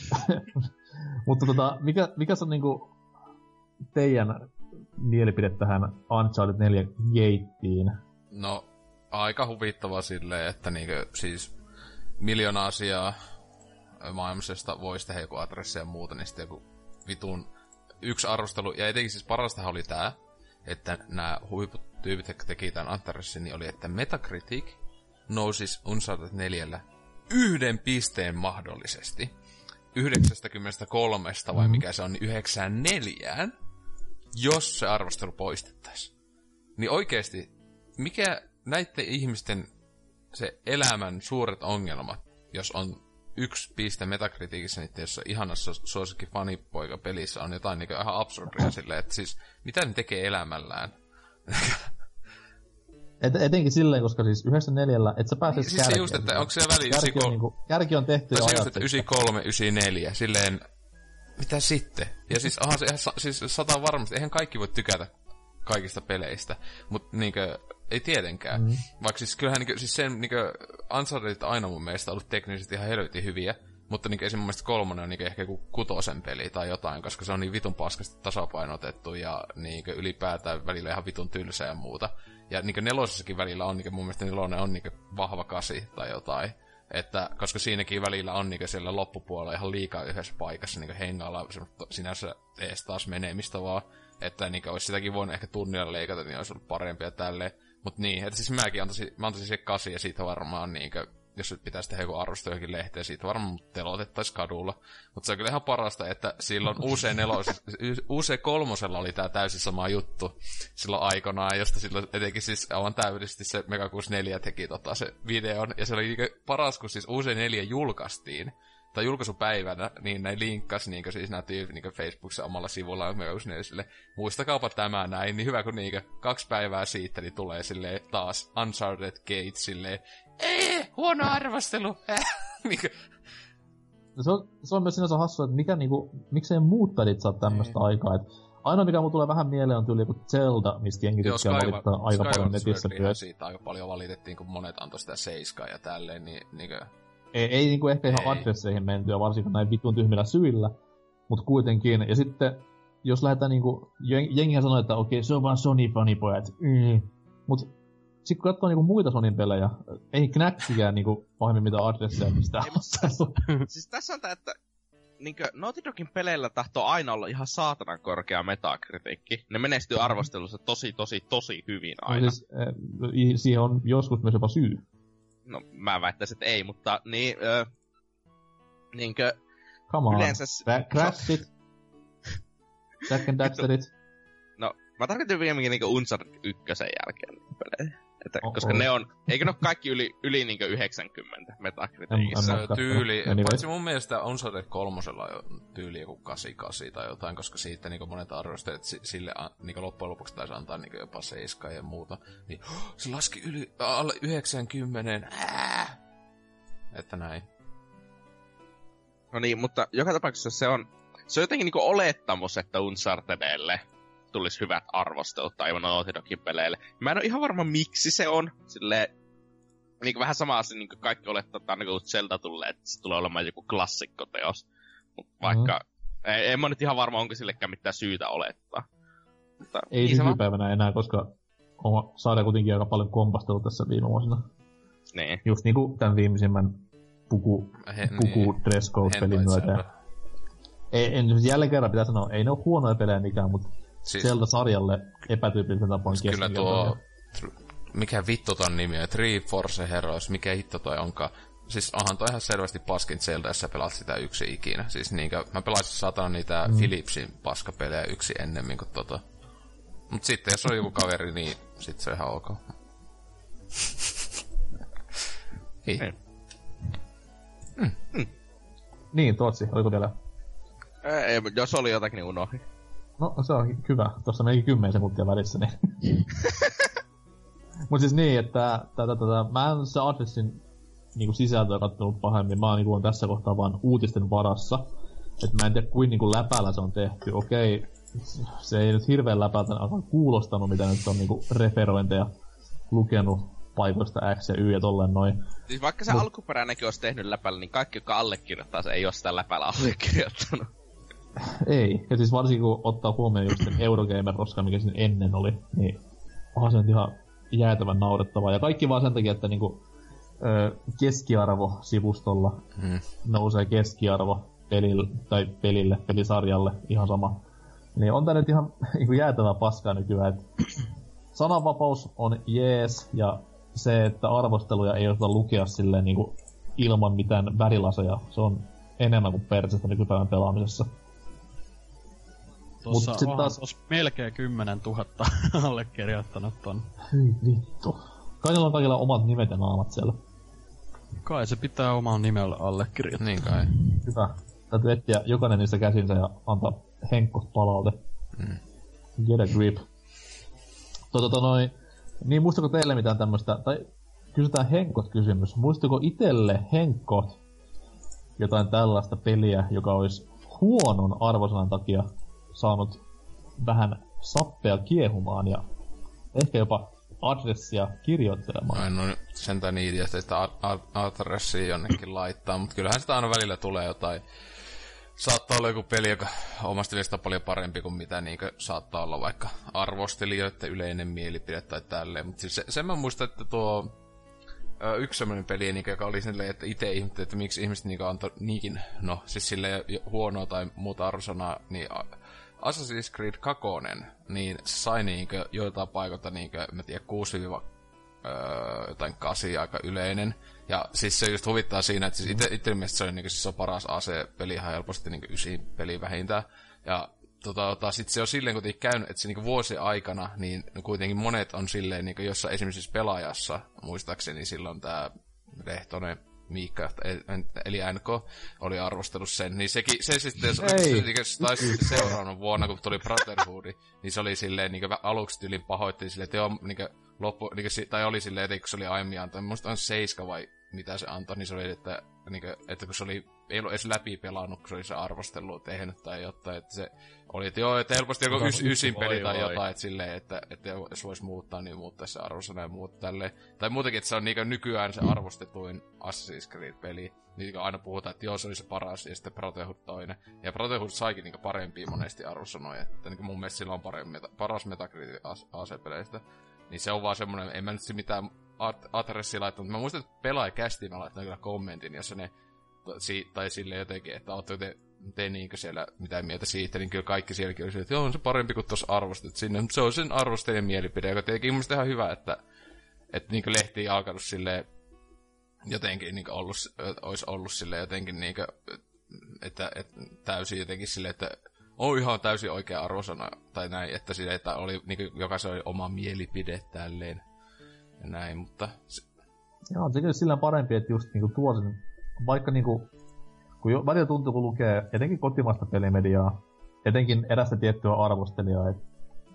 Mutta tota, mikä, mikä on niinku teidän mielipide tähän Uncharted neljä Gateen? No, aika huvittavaa silleen, että niinkö siis miljoona asiaa maailmasta voisi tehdä joku adressi ja muuta, niin sitten joku vitun yksi arvostelu, ja etenkin siis parastahan oli tää, että nämä huiputyypit, jotka teki tämän adressin, niin oli, että Metacritic nousisi Uncharted neljällä yhden pisteen mahdollisesti. yhdeksänkymmentäkolme vai mikä se on, niin yhdeksänkymmentäneljä, jos se arvostelu poistettaisiin. Niin oikeesti, mikä näitten ihmisten se elämän suuret ongelmat, jos on yksi piste Metacriticissa niiden, jossa ihanassa suosikki fanipoika pelissä on jotain niin ihan absurdia silleen, että siis mitä ne tekee elämällään? Et, etenkin silleen, koska siis yhdeksänkymmentäneljä, et sä pääsis siis kärkeen. Siis se just, että onko siellä väliin kärki, on niinku, kärki on tehty jo ajat. Se just, että yhdeksänkymmentäkolme yhdeksänkymmentäneljä, silleen, mitä sitten? Ja siis, aha, se, siis sata varmasti, eihän kaikki voi tykätä kaikista peleistä, mutta niinkö, ei tietenkään. Mm. Vaikka siis kyllähän niinkö, siis sen niinkö, Uncharted aina mun mielestä ollut teknisesti ihan helvetin hyviä, mutta niinkö esim. Mun mielestä kolmonen on niinkö ehkä joku kutosen peli tai jotain, koska se on niin vitun paskasti tasapainotettu ja niinkö ylipäätään välillä ihan vitun tylsä ja muuta. Ja niinkö nelosessakin välillä on niinkö mun mielestä nelonen on niinkö vahva kasi tai jotain. Että, koska siinäkin välillä on niinkö siellä loppupuolella ihan liikaa yhdessä paikassa niinkö hengailla sinänsä ees taas menemistä vaan. Että niinkö olisi sitäkin voinut ehkä tunnilla leikata, niin olisi ollut parempia tälleen. Mut niin, että siis mäkin antaisin, mä antaisin se kasi ja siitä varmaan niinkö, jos pitäisi tehdä joku arvosto johonkin lehteen, siitä varmaan telotettaisiin kadulla. Mutta se on kyllä ihan parasta, että silloin U C neljä, U C kolme oli tää täysin sama juttu silloin aikanaan, josta silloin etenkin siis aivan täydellisesti se Mega kuusikymmentäneljä teki tota se videon. Ja se oli niinkö paras, kun siis U C neljä julkaistiin, tai julkaisupäivänä, niin ne linkkas niinkö siis nää tyypit niinkö Facebookissa omalla sivulla Mega kuusikymmentäneljä sille, muistakaapa tämä näin, niin hyvä kun niinkö kaksi päivää siitä, niin tulee silleen taas Uncharted Gate silleen, ei, huono arvostelu, niinkö. Se on, se on myös sinänsä hassua, että mikä niinku, miksei muut pelit saa tämmöstä mm. aikaa, että Ainoa mikä mulla tulee vähän mieleen on tyyli joku Zelda, mistä jengi Joo, tykkää valittaa aika Skyward paljon netissä Swordihan myös. siitä aika paljon valitettiin, kun monet antoi sitä seiskaa ja tälleen, niin niinkö... Ei, ei niinku ehkä ihan Ei. adresseihin mentyä, varsinkin näin vitun tyhmillä syillä, mut kuitenkin. Ja sitten, jos lähdetään niinku, jen- jengihän sanoo, että okei, se on vaan Sony-fanipojat, mm. mut sit kun katsoo niinku muita Sonyn pelejä, ei Knacksikään niinku pahemmin mitään adresseja mistään. Ei, mut Siis tässä on tää, että niinkö Naughty Dogin peleillä tahtoo aina olla ihan saatanan korkea metakritiikki. Ne menestyy arvostelussa tosi, tosi, tosi hyvin No aina. siis, äh, i- siihen on joskus myös jopa syy. No, mä väittäisin, että ei, mutta niin, öö, niinkö, Come on. yleensä... s- Cra- Crashit. Jack and Daxterit. No, mä tarkoitin vieläkin niinku Uncharted ykkösen jälkeen niitä pelejä. Että, Oho. koska ne on, eikö ne oo kaikki yli, yli niinkö yhdeksänkymmentä metakritiikissä? En- en Se mä kattonut. tyyli, Anyway. paitsi mun mielestä Uncharted kolmosella on tyyli joku kahdeksankymmentäkahdeksan tai jotain, koska siitä niinku monet arvosteet si- sille a, niinku loppujen lopuksi taisi antaa niinku jopa seitsemän ja muuta. Niin oh, se laski yli, alle yhdeksänkymmentä, ää! Että näin. No niin, mutta joka tapauksessa se on, se on jotenkin niinku olettamus, että Unchartedelle tulisi hyvät arvostelut tai Naughty Dogin peleille. Mä en ole ihan varma, miksi se on. Silleen, niinku vähän sama asia, niinku kaikki olettaa, että aina kun Zelda tulee, että se tulee olemaan joku klassikkoteos. Mut vaikka, mm-hmm. ei, en mä nyt ihan varma, onko sillekään mitään syytä olettaa. Mutta, Ei niin se vaan- nykypäivänä enää, koska on saada kuitenkin aika paljon kompastellut tässä viime vuosina. Niin. Just niinku tän viimeisimmän puku, He, puku dress code-pelin Hentai myötä. Zelda. Ei, en, siis jälleen kerran pitää sanoa, ei ne oo huonoja pelejä mikään, mutta Siis, Zelda-sarjalle epätyypillisen tapaan kyllä keskeneräisiä. tuo, mikä vittu ton nimi on, Three Force Heroes, mikä hitto toi onkaan. Siis onhan toi ihan selvästi paskin Zelda, jos sä pelaat sitä yksi ikinä. Siis niinkö, mä pelasin saatana niitä mm. Philipsin paskapelejä yksi ennemmin kuin tota. Mut sitten jos on joku kaveri, niin sit se on ihan ok. Ei. Ei. Niin, Tootsi, oliko vielä? Ei, jos oli jotakin, niin unohdin. No, se on hyvä. Tuossa menikin kymmenen sekuntia välissä, niin... Mut siis niin, että tätä, tätä, mä en se adressin niinku sisältöä kattonut pahemmin. Mä niinku on tässä kohtaa vaan uutisten varassa. Et mä en tiedä, kuin niinku läpällä se on tehty. Okei, se ei nyt hirveen läpältä alkaa kuulostanut, mitä nyt on niinku referointeja lukenut paikoista X ja Y ja tolleen noin. Siis vaikka se Mut- alkuperäinenkin olisi tehnyt läpällä, niin kaikki, jotka allekirjoittaa, se ei ole sitä läpällä allekirjoittanut. Ei, ja siis varsinkin kun ottaa huomioon just sen Eurogamer-roska, mikä siinä ennen oli, niin onhan se nyt ihan jäätävän naurettavaa. Ja kaikki vaan sen takia, että niinku ö, keskiarvo-sivustolla Mm. nousee keskiarvo pelille, tai pelille, pelisarjalle, ihan sama. Niin on tää nyt ihan niinku jäätävää paskaa nykyään, että sananvapaus on jees, ja se, että arvosteluja ei osata lukea silleen niinku ilman mitään värilaseja, se on enemmän kuin persestä nykypäivän pelaamisessa. Tossa Mut sit onhan taas- tos melkein kymmenen tuhatta allekirjoittanut ton. Hyi vittu. Kaikilla on kaikilla omat nimet ja naamat siellä. Kai se pitää oman nimellä allekirjoittaa. Niin kai. Hyvä. Täytyy etsiä jokainen niistä käsinsä ja antaa henkkoht palaute. Mm. Get a grip. Tota, tota noin, niin muistako teille mitään tämmöstä, tai kysytään henkot kysymys. Muistako itelle henkot jotain tällaista peliä, joka olisi huonon arvosanan takia saanut vähän sappea kiehumaan ja ehkä jopa adressia kirjoittelemaan? Mä en oo sentään niin idea, että sitä a- a- adressia jonnekin laittaa, mutta kyllähän sitä aina välillä tulee jotain. Saattaa olla joku peli, joka omasta mielestä on paljon parempi kuin mitä niinkö saattaa olla vaikka arvostelijoiden yleinen mielipide tai tälleen. Mutta siis se, sen mä muistan, että tuo ö, yksi semmoinen peli, niinkö, joka oli silleen, että itse ihmettelin, että miksi ihmiset niinkö antoi niinkin, no siis silleen jo- huonoa tai muuta arvosanaa, niin a- Assassin's Creed kaksi, niin se sai niinkö joitain paikoilta niinkö, mä tiedän, kuusi öö, jotain kasi aika yleinen. Ja siis se just huvittaa siinä, että siis ite, ite mielestä se on, niin siis se on paras A C-peli ihan helposti niin ysi peli vähintään. Ja tota, tota, sit se on silleen kuitenkin käynyt, että se niin vuosien aikana, niin kuitenkin monet on silleen, niin jossa esimerkiksi pelaajassa, muistaakseni silloin tää Lehtonen Miikka, eli N K, oli arvostellut sen, niin sekin, se sitten, se, se, se taisi seuraavana vuonna, kun tuli Brotherhood, niin se oli silleen, niin aluksi tyylin pahoitteli silleen, että joo, niin loppu, niin, tai oli silleen, että kun se oli aiemmin antanut, musta on seiska vai mitä se antoi, niin se oli, että, niin kuin, että kun se oli, ei ollut edes läpi pelannut, kun se oli se arvostelu tehnyt tai jotain, että se oli, että joo, että helposti joku ys, ysin peli tai jotain, että silleen, että, että jos voisi muuttaa, niin muuttaa se arvosana ja muut tälleen. Tai muutenkin, että se on niin nykyään se arvostetuin Assassin's Creed-peli. Niin aina puhutaan, että joo, se oli se paras, ja sitten Brotherhood toinen. Ja Brotherhood saikin niin parempia monesti arvosanoja, että niin mun mielestä sillä on parempi, paras Metacritic A C-peleistä. Niin se on vaan semmonen, en mä nyt mitään adressia laittanut, mä muistan, että pelaajakästiin mä laittanut kyllä kommentin, jossa ne, si, tai silleen jotenkin, että ootteko te, te niinkö siellä mitään mieltä siitä, niin kyllä kaikki sielläkin oli että joo, on se parempi kuin tossa arvostet sinne, mutta se on sen arvostajien mielipide, joka tietenkin mun mielestä ihan hyvä, että, että niinkö lehti alkanut silleen, jotenkin niinkö ollut, olisi ollut silleen jotenkin niinkö, että, että täysin jotenkin silleen, että on ihan täysin oikea arvosana, tai näin, että silleen, että oli niinkö, jokaisen oli oma mielipide tälleen. Ja näin, mutta... Se... Joo, se kyllä sillä parempi, että just niinku tuo sen, vaikka niinku, kun jo, välillä tuntuu, kun lukee etenkin kotimaista pelimediaa, etenkin erästä tiettyä arvostelijaa, et,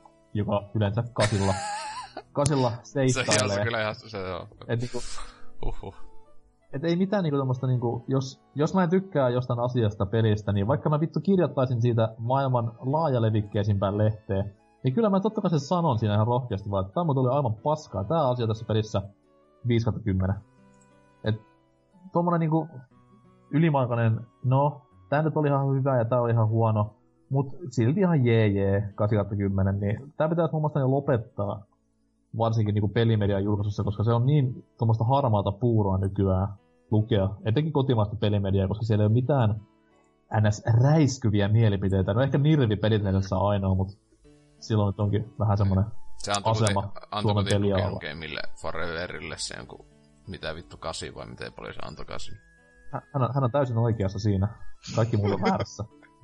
joka yleensä kasilla, kasilla seittailee. Se, se kyllä ihan, se on. Et niinku, Uhuh. Et ei mitään niinku tommoista niinku, jos, jos mä en tykkää jostain asiasta pelistä, niin vaikka mä vittu kirjoittaisin siitä maailman laajalevikkeisimpään lehteen, niin kyllä mä totta kai sen sanon siinä ihan rohkeasti vaan, että tää tuli aivan paskaa, tää asia tässä pelissä viisi kautta kymmenen. Et tommonen niinku ylimalkainen, no, tää nyt oli ihan hyvä ja tää oli ihan huono, mut silti ihan jee jee kahdeksan kautta kymmenen, niin tää pitäis mun mielestä lopettaa varsinkin niinku pelimedian julkaisussa, koska se on niin tommoista harmaata puuroa nykyään lukea, etenkin kotimaista pelimediaa, koska siellä ei ole mitään ns. Räiskyviä mielipiteitä. No ehkä Nirvi pelitellessä on ainoa, mut silloin nyt onkin vähän semmonen se asema Suomen pelialalla. Se mille Foreverille se jonkun, mitä vittu kasi vai miten paljon se antoi kasi? Hän on, hän on täysin oikeassa siinä. Kaikki muut on väärässä.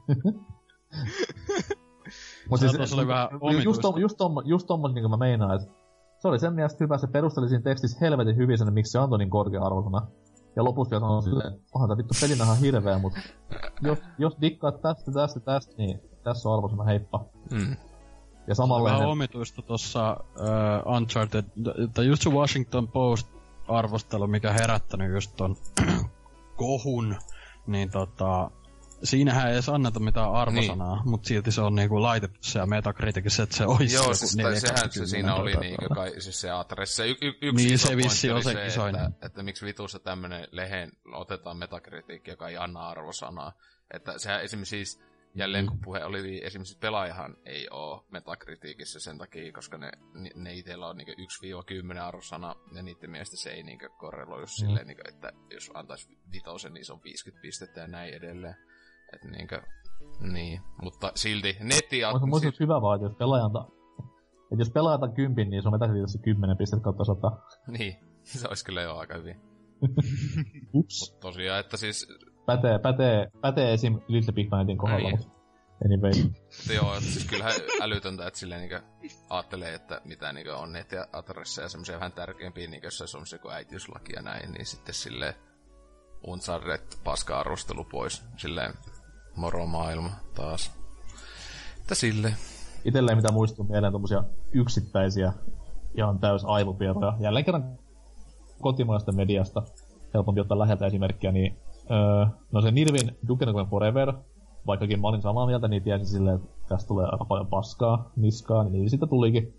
Mut se siis, oli vähän just, tom, just, tom, just tommos niin mä meinaan, että se oli sen mielestä hyvä, se perusteli siinä tekstissä helvetin hyvin sen, miksi se antoi niin korkea-arvoisena. Ja lopussa vielä sanoi silleen, että onhan tää vittu pelinä ihan hirveä, mut jos, jos dikkaat tästä, tästä, tästä, niin tässä on arvoisena, heippa. Mm. Ja samalla... Se on vähän omituista tossa uh, Uncharted, tai just se Washington Post-arvostelu, mikä herättänyt just ton kohun, niin tota... Siinähän ei edes anneta mitään arvosanaa, niin. Mutta silti se on niinku laitettu siellä Metacriticissa, että se olisi joo, siis tai sehän se siinä oli niinku kai, siis se adressi. Y- y- yksi niin, iso se vissi on se, se että, että miksi vitussa tämmönen lehen otetaan Metacritic, joka ei anna arvosanaa. Että sehän esimerkiksi siis, jälleen kun puhe oli, esimerkiksi pelaajahan ei oo Metacriticissa sen takia, koska ne, ne itellä on niinku yksi kymmenen arvosana, ja niiden mielestä se ei niinku korreloi just mm. silleen, niinku, että jos antais vitosen, niin se on viisikymmentä pistettä ja näin edelleen. Et niinkö, niin, mutta silti netti... Olisi mun siis hyvä vaan, että jos pelaajalta... Et jos pelaajalta kympin, niin se on Metacriticissa kymmenen pistettä kautta sata. Niin, se olisi kyllä jo aika hyvin. Ups. Mut tosiaan, että siis... Pätee, pätee, pätee esim. Little Big Planetin kohdalla, niin. Mut anyway. Joo, että siis kyllähän älytöntä, että silleen niinkö aattelee, että mitä niinkö on nettiadresseja ja semmosia vähän tärkeimpiä, niinkö jos se on se kuin äitiyslaki ja näin, niin sitten silleen... Uncharted paska-arvostelu pois, silleen... Moro maailma taas. Että silleen. Itelleen mitä muistuu mieleen tommosia yksittäisiä ihan täys aivopietoja. Jälleen kerran kotimaista mediasta helpompi ottaa läheltä esimerkkiä, niin öö, no se Nirvin Duke Nukem Forever, vaikkakin mä olin samaa mieltä, niin tiesin silleen, että tästä tulee aika paljon paskaa, niskaa, niin siitä tulikin.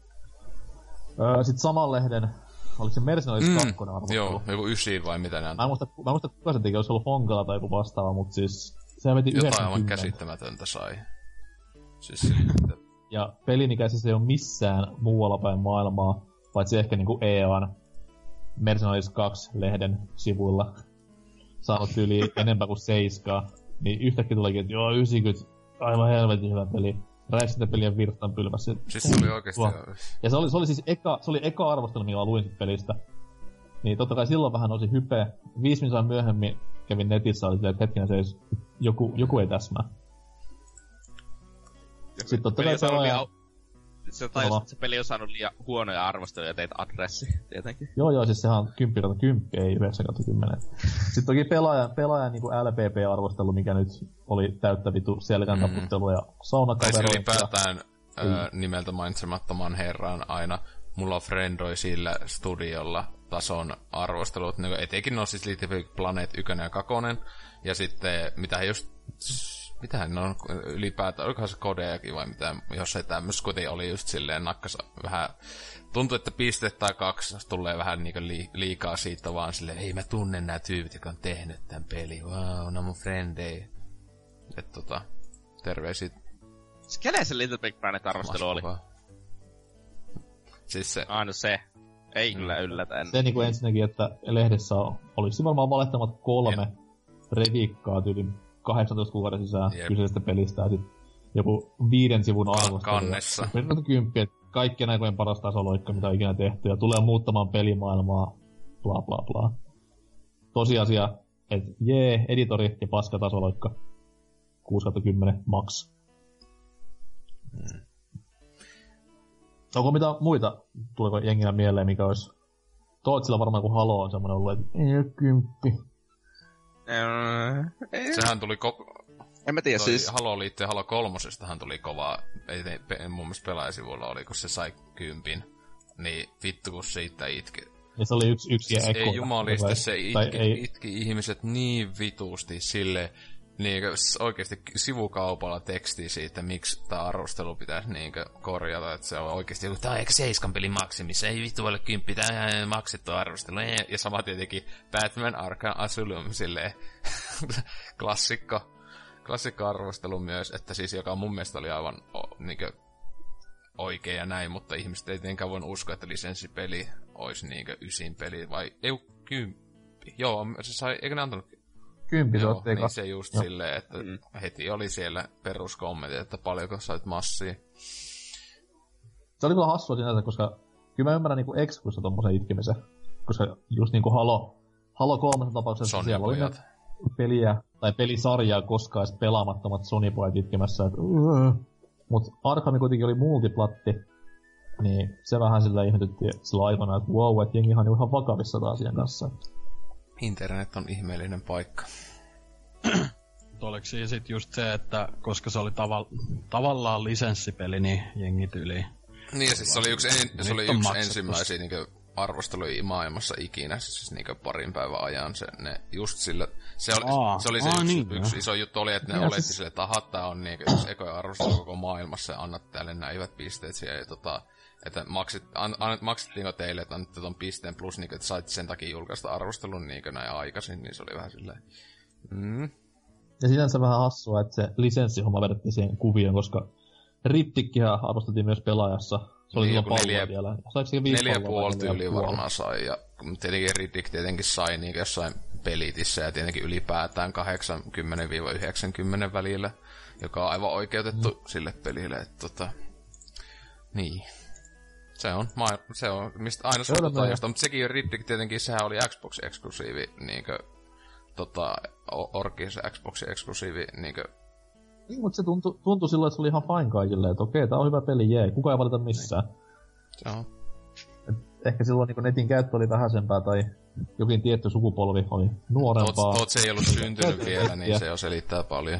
Öö, sit saman lehden, oliko se Mercenaries mm, kaksi arvostelu? Joo, joku ysiin vai mitä ne antaa. Mä en muista, mä en muista kuka se teki, olisi ollut Honkala tai joku vastaava, mut siis... Se veti jotain aivan käsittämätöntä sai. Siis siltä. Ja pelinikäisissä ei ole missään muualla päin maailmaa, paitsi ehkä niinku E A:n Mercenaries kaksi-lehden sivuilla saanut yli enempää kuin seiskaa. Niin yhtäkkiä tulikin, että joo, yhdeksänkymmentä, aivan helvetin hyvä peli. Räiskintäpelien virstanpylväs. Siis se oli oikeesti joo. Ja se oli, se oli siis eka, se oli eka arvostelu, millä mä luin sit pelistä. Niin totta kai silloin vähän nousi hype. Viisi minuuttia myöhemmin kävin netissä, oli silleen, että hetkinen se ei, joku, joku ei täsmää. Sitten totta kai se on... Liian... Se, tai se peli on saanut liian huonoja arvosteluja teit adressi, tietenkin. Joo joo, siis sehän on kymmenen kautta kymmenen, ei yhdeksän kautta kymmenen. Sitten toki pelaajan, pelaajan niin L P P-arvostelu, mikä nyt oli täyttä vitu selkän taputtelua ja saunakaverointia. Tai ylipäätään ylipäätään nimeltä mainitsemattoman herran aina. Mulla on friendoi sillä studiolla tason arvostelut, niin etenkin no siis Little Big Planet yksi ja kaksi, ja sitten mitä he just, mitähän ne on ylipäätään, olikohan se Kodeakin vai mitä, jos ei tämmössä kuitenkin oli just silleen nakkas vähän, tuntuu, että piste tai kaksi tulee vähän niinku liikaa siitä vaan silleen, ei mä tunnen nää tyypit, jotka on tehnyt tän pelin, wow, ne on mun frendei. Et tota, terveisiä. Kenen se Little Big Planet arvostelu oli? Siis se... Aina se. Ei mm. kyllä yllätä. Se niinku ensinnäkin, että lehdessä on, olisi varmaan valehtamatta kolme yep. reviikkaa tyyli kahdeksantoista kuukauden sisään yep. kyseisestä pelistä, ja sit joku viiden sivun arvostelu. Kannessa. Kymppi, että kaikkien aikojen paras tasoloikka, mitä on ikinä tehty, ja tulee muuttamaan pelimaailmaa, bla bla bla. Tosiasia, että jee, editori ja paska tasoloikka. kuusi kautta kymmenen max. Hmm. Onko mitä muita, tuleeko jengillä mieleen, mikä olisi... Tootsilla varmaan kun Halo on semmonen ollut, että ei oo kymppi. Sehän tuli ko... En mä tiedä, siis... Halo liittyen Halo kolmosestahan tuli kovaa. Ei, ei mun mielestä pelaajasivuilla oli, kun se sai kympin. Niin vittu kun siitä itki. Ja se oli yksi, yksi siis ja ekko. Ei jumalista, se itki, ei... itki ihmiset niin vitusti silleen... Niinkö oikeesti sivukaupalla tekstiä siitä, miksi tää arvostelu pitäisi niinkö korjata, että se on oikeesti joku, tää on eikä seiskan pelin maksimissa, ei vittu ole kymppi, tää on maksettu arvostelu, ja sama tietenkin Batman Arkham Asylum, silleen klassikko, klassikko arvostelu myös, että siis joka mun mielestä oli aivan niinkö oikein ja näin, mutta ihmiset ei tietenkään voinut uskoa, että lisenssipeli olisi niinkö ysin peli, vai ei kymppi, joo, se sai, eikö ne antanut Kympi Joo, niin se just Joo. silleen, että mm. heti oli siellä peruskommentit, että paljonko sait massia. Se oli kyllä hassua sinänsä, koska kyllä mä ymmärrän niinku Exclussa tommosen itkemisen. Koska just niinku Halo, Halo kolmessa tapauksessa Sony siellä oli ne peliä, tai pelisarjaa koskaan edes pelaamattomat Sony-pojat itkemässä, että mut Arkham kuitenkin oli multiplatti, niin se vähän sillä ihmetytti silloin aikana, että wow, että jengihan on ihan vakavissa taas asian kanssa. Internet on ihmeellinen paikka. Oliko siinä sit just se, että koska se oli taval- tavallaan lisenssipeli, niin jengit yli... Niin ja siis se oli yksi, en, se oli yksi ensimmäisiä niinku arvosteluja maailmassa ikinä, siis niinku parin päivän ajan se, ne just sillä... Se oli, aa, se, oli se aa, yksi, niin, yksi iso juttu oli, että ne oletti siis... sille, että aha, tää on niinku yksi ekoja arvostelu koko maailmassa ja annat tälle näivät pisteet siihen ja tota... Että maksit, an, an, maksittiinko teille, että annatte ton pisteen plus, niin, että sait sen takia julkaista arvostelun niin näin aikaisin, niin se oli vähän silleen... Mm. Ja sinänsä vähän hassua, että se lisenssihomma vedettiin siihen kuvioon, koska Riptikkihän arvosteltiin myös pelaajassa. Se oli niin, silloin palloa vielä. Saiko siihen viisi neljä puoli tyyliä varmaan sai, ja tietenkin Riddick tietenkin sai niin jossain pelitissä, ja tietenkin ylipäätään kahdeksankymmentä yhdeksänkymmentä välillä, joka on aivan oikeutettu mm. sille pelille, että tota... Niin... Se on, ma- se on, mistä aina suotutaan jostain, mutta sekin Riddick tietenkin, sehän oli Xbox-eksklusiivi, niinkö, tota, Orkis Xbox-eksklusiivi, niinkö. Niin, mutta se tuntui, tuntui silloin, että se oli ihan fine kaikille, että okei, tää on hyvä peli, jee, kuka ei valita missään. Se on. Et ehkä silloin niin netin käyttö oli vähäisempää, tai jokin tietty sukupolvi oli nuorempaa. Toot, toot se ei ollut syntynyt vielä, niin se jo selittää paljon.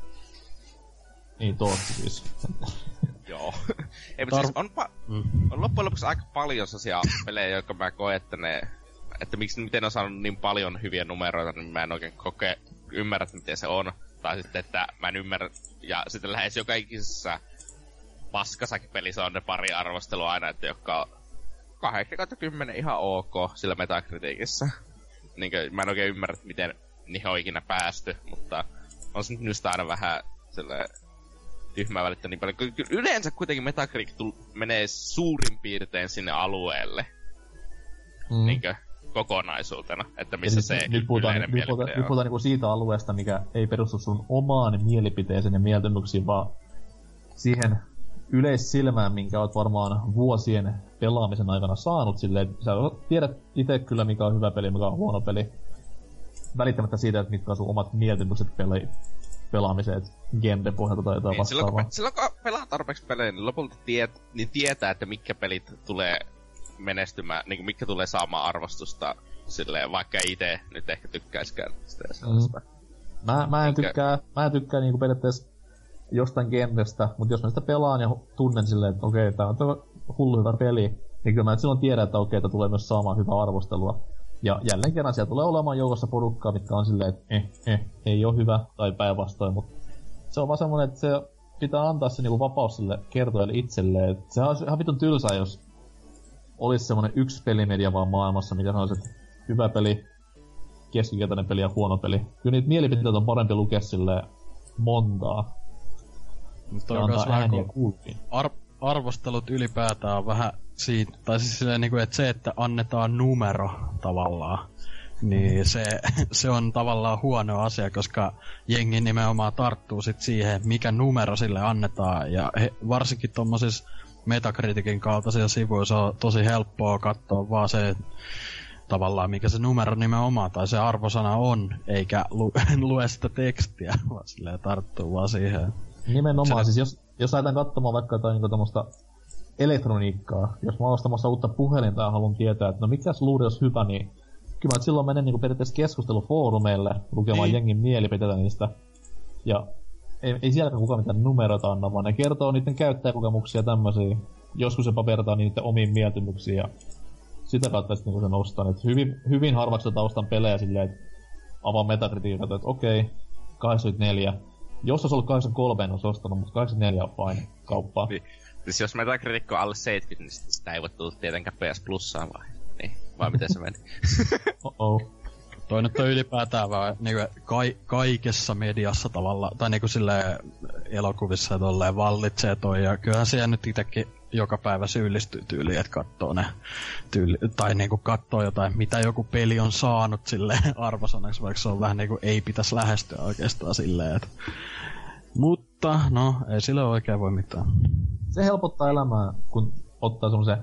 Niin, tootsi siis. Joo. Ei, mutta siis on, pa- mm. on loppujen lopuksi aika paljon sellaisia pelejä, jotka mä koen, että ne... Että miksi, miten on saanut niin paljon hyviä numeroita, niin mä en oikein koke, ymmärrä, että miten se on. Tai sitten, että mä en ymmärrä... Ja sitten lähes joka ikisessä paskasakin pelissä on ne pari arvostelua aina, että jotka on kahdeksan kautta kymmenen ihan ok sillä Metacriticissa. Niinkö, mä en oikein ymmärrä, että miten niihin on ikinä päästy, mutta on se nyt aina vähän silleen... tyhmää välittää niin paljon. Yleensä kuitenkin Metacritic tull- menee suurin piirtein sinne alueelle. Mm. Niinkö kokonaisuutena, että missä siis se nyt puhutaan, yleinen nyt puhutaan, nyt puhutaan niinku siitä alueesta, mikä ei perustu sun omaan mielipiteeseen ja mieltymyksiin, vaan siihen yleissilmään, minkä oot varmaan vuosien pelaamisen aikana saanut silleen, sä tiedät itse kyllä mikä on hyvä peli, mikä on huono peli. Välittämättä siitä, että mitkä on sun omat mieltymykset peli pelaamiseen, genre pohjalta tai jotain niin, vastaavaa. Silloin kun, silloin kun pelaa tarpeeksi pelejä, niin lopulta tiet, niin tietää, että mitkä pelit tulee menestymään, niin kuin mitkä tulee saamaan arvostusta silleen, vaikka itse nyt ehkä tykkäiskään sitä sellaista. Mm. Mä, mä en Minkä... tykkää, mä en tykkää niinku periaatteessa jostain genrestä, mutta jos mä sitä pelaan ja tunnen silleen, että okei, tää on hullu hyvä peli, niin kyllä mä nyt silloin tiedän, että okei, että tulee myös saamaan hyvää arvostelua. Ja jälleen kerran siellä tulee olemaan joukossa porukkaa, mitkä on silleen, että eh, eh, ei oo hyvä, tai päinvastoin, mutta se on vaan semmonen, että se pitää antaa se niinku vapaus sille kertojalle itselleen. Et sehän olisi ihan vitun tylsää, jos olisi semmonen yksi pelimedia vaan maailmassa, mikä sanoisi, että hyvä peli, keskikertainen peli ja huono peli. Kyllä niitä mielipiteitä on parempi lukea silleen montaa. Mutta on myös vähän ar- arvostelut ylipäätään on vähän siitä, tai siis silleen niinku, että se, että annetaan numero tavallaan, niin se, se on tavallaan huono asia, koska jengi nimenomaan tarttuu sit siihen, mikä numero sille annetaan, ja he, varsinkin tommosissa Metacriticin kaltaisia sivuja se on tosi helppoa katsoa vaan se, tavallaan mikä se numero nimenomaan tai se arvosana on, eikä lu- lue sitä tekstiä, vaan silleen tarttuu vaan siihen. Nimenomaan, se... siis jos, jos lähdetään katsomaan vaikka jotain niinku tommoista elektroniikkaa, jos mä oon ostamassa uutta puhelinta ja haluan tietää, että no mikäs luuri olisi hyvä, niin kyllä mä silloin menen niinku periaatteessa keskustelufoorumeille lukemaan niin. Jengin mielipiteitä niistä. Ja ei, ei sielläkään kukaan mitään numeroita anna, vaan ne kertoo niiden käyttäjäkokemuksia ja tämmösiä. Joskus jopa vertaa niiden omiin mieltymyksiin ja sitä kautta sitten niinku sen ostan. Et hyvin, hyvin harvaksi taustan pelejä silleen, että avaan Metacriticin että okei, kahdeksankymmentäneljä. Jos olisi ollut kahdeksankymmentäkolme, en olisi ostanut, mutta kahdeksankymmentäneljä on fine kauppaa. Niin. Siis jos Metacritic on alle seitsemänkymmentä, niin sitä ei voi tulla tietenkään P S Plussaan vai? Niin, vai miten se meni? Oh-oh. Toi nyt on ylipäätään vaan niinku ka- kaikessa mediassa tavallaan, tai niinku silleen elokuvissa ja tolleen vallitsee toi, ja kyllähän siellä nyt itekin joka päivä syyllistyy tyyliin, että kattoo ne tyyli, tai niinku kattoo jotain, mitä joku peli on saanut silleen arvosanaksi, vaikka se on vähän niinku ei pitäisi lähestyä oikeastaan silleen, että mutta, no, ei sille oikein voi mitään. Se helpottaa elämää, kun ottaa semmosen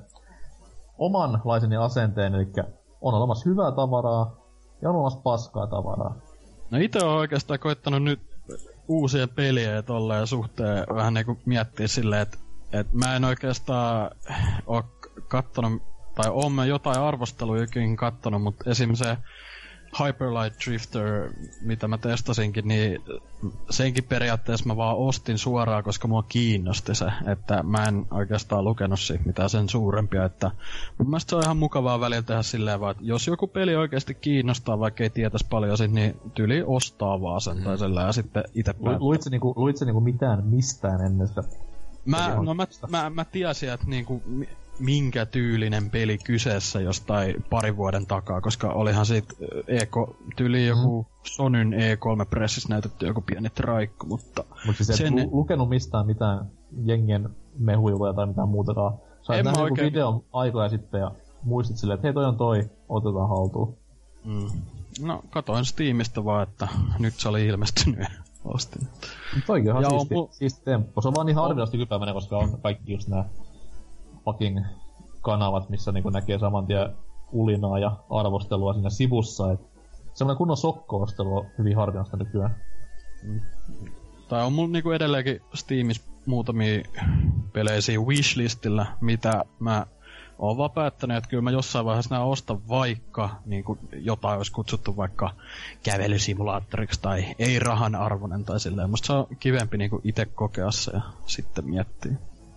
omanlaisen asenteen, eli on olemassa hyvää tavaraa ja on olemassa paskaa tavaraa. No ite on oikeastaan koittanut nyt uusien pelien ja tolleen suhteen vähän niinku miettiä silleen, että et mä en oikeastaan oo kattonut, tai oon mä jotain arvostelujakin kattonut, mutta esim. Se Hyperlight Drifter, mitä mä testasinkin, niin senkin periaatteessa mä vaan ostin suoraan, koska mua kiinnosti se, että mä en oikeastaan lukenut siitä mitään sen suurempia, että mun mielestä se on ihan mukavaa välillä tehdä silleen vaan, että jos joku peli oikeasti kiinnostaa, vaikka ei tietäisi paljon siitä, niin tyyli ostaa vaan sen mm. tai sellainen ja sitten ite päättää. Luitko niinku, luitko niinku mitään mistään ennen sitä? Mä, no mä, mä, mä tiesin, että niinku, minkä tyylinen peli kyseessä jostain parin vuoden takaa, koska olihan siitä E kolme, tyyli joku mm. Sonyn E kolme pressissä näytetty joku pieni traikku, mutta... Mutta siis et lu- lukenut mistään mitään jengien mehuiluja tai mitään muutakaan. Sä oot nähnyt joku oikein... videon aikoja sitten ja muistit silleen, että hei toi on toi, otetaan haltuun. Mm. No, katoin Steamista vaan, että nyt se oli ilmestynyt ja ostin. Toikin on ihan siisti, on... siisti temppu. Se on vaan niin harvinaisesti kypäiväinen, koska on kaikki just nää fucking kanavat, missä niinku näkee saman tien ulinaa ja arvostelua siinä sivussa. Et semmoinen kunnon sokko-ostelu on hyvin harvinaista nykyään. Mm. Tai on mulla niinku edelleenkin Steamissa muutamia pelejä siinä wishlistillä, mitä mä oon vaan päättänyt, että kyllä mä jossain vaiheessa nää ostan, vaikka niinku jotain olisi kutsuttu vaikka kävelysimulaattoriksi tai ei rahan arvoinen tai silleen. Musta se on kivempi niinku ite kokea se ja sitten miettiä.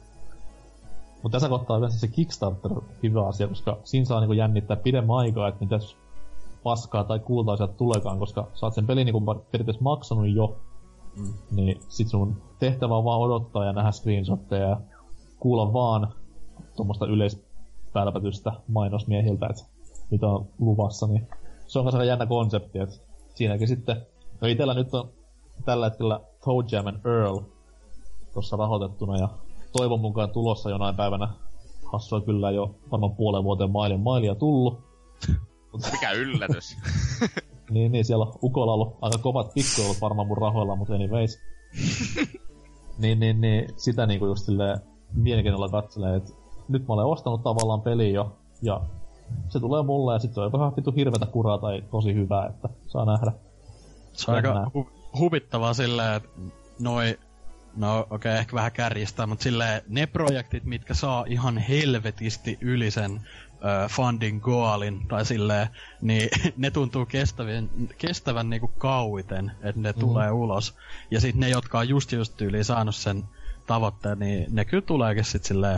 Mutta tässä kohtaa yleensä se Kickstarter on hyvä asia, koska siinä saa niinku jännittää pidemmän aikaa, että mitäs paskaa tai kultaa sieltä tulekaan, koska sä oot sen pelin niinku periaatteessa maksanut jo, mm. niin sit sun tehtävä on vaan odottaa ja nähdä screenshotteja ja kuulla vaan tuommoista yleispälpätystä mainosmiehiltä, että mitä on luvassa, niin se on myös aika jännä konsepti, että siinäkin sitten, no itellä nyt on tällä hetkellä Toe Jam and Earl tossa rahoitettuna ja toivon mukaan tulossa jonain päivänä. Hassua kyllä jo varmaan puolen vuoteen mailin mailia tullut. Mikä yllätys. niin, niin, siellä on Ukolla ollut aika kovat pikkuilut varmaan mun rahoilla, mutta anyways. niin, niin, niin, sitä niinku just silleen mielenkiinnolla katselee, että nyt mä olen ostanut tavallaan peliä jo, ja se tulee mulle, ja sit se on jopa vittu hirvetä kuraa tai tosi hyvää, että saa nähdä. Se on aika hu- huvittavaa silleen, että noi no okei, okay, ehkä vähän kärjistää, mutta silleen ne projektit, mitkä saa ihan helvetisti yli sen ö, funding goalin, tai silleen, niin ne tuntuu kestävän, kestävän niinku kauiten, että ne mm-hmm. tulee ulos. Ja sit ne, jotka on just just tyyliin saanut sen tavoitteen, niin ne kyllä tuleekin sit silleen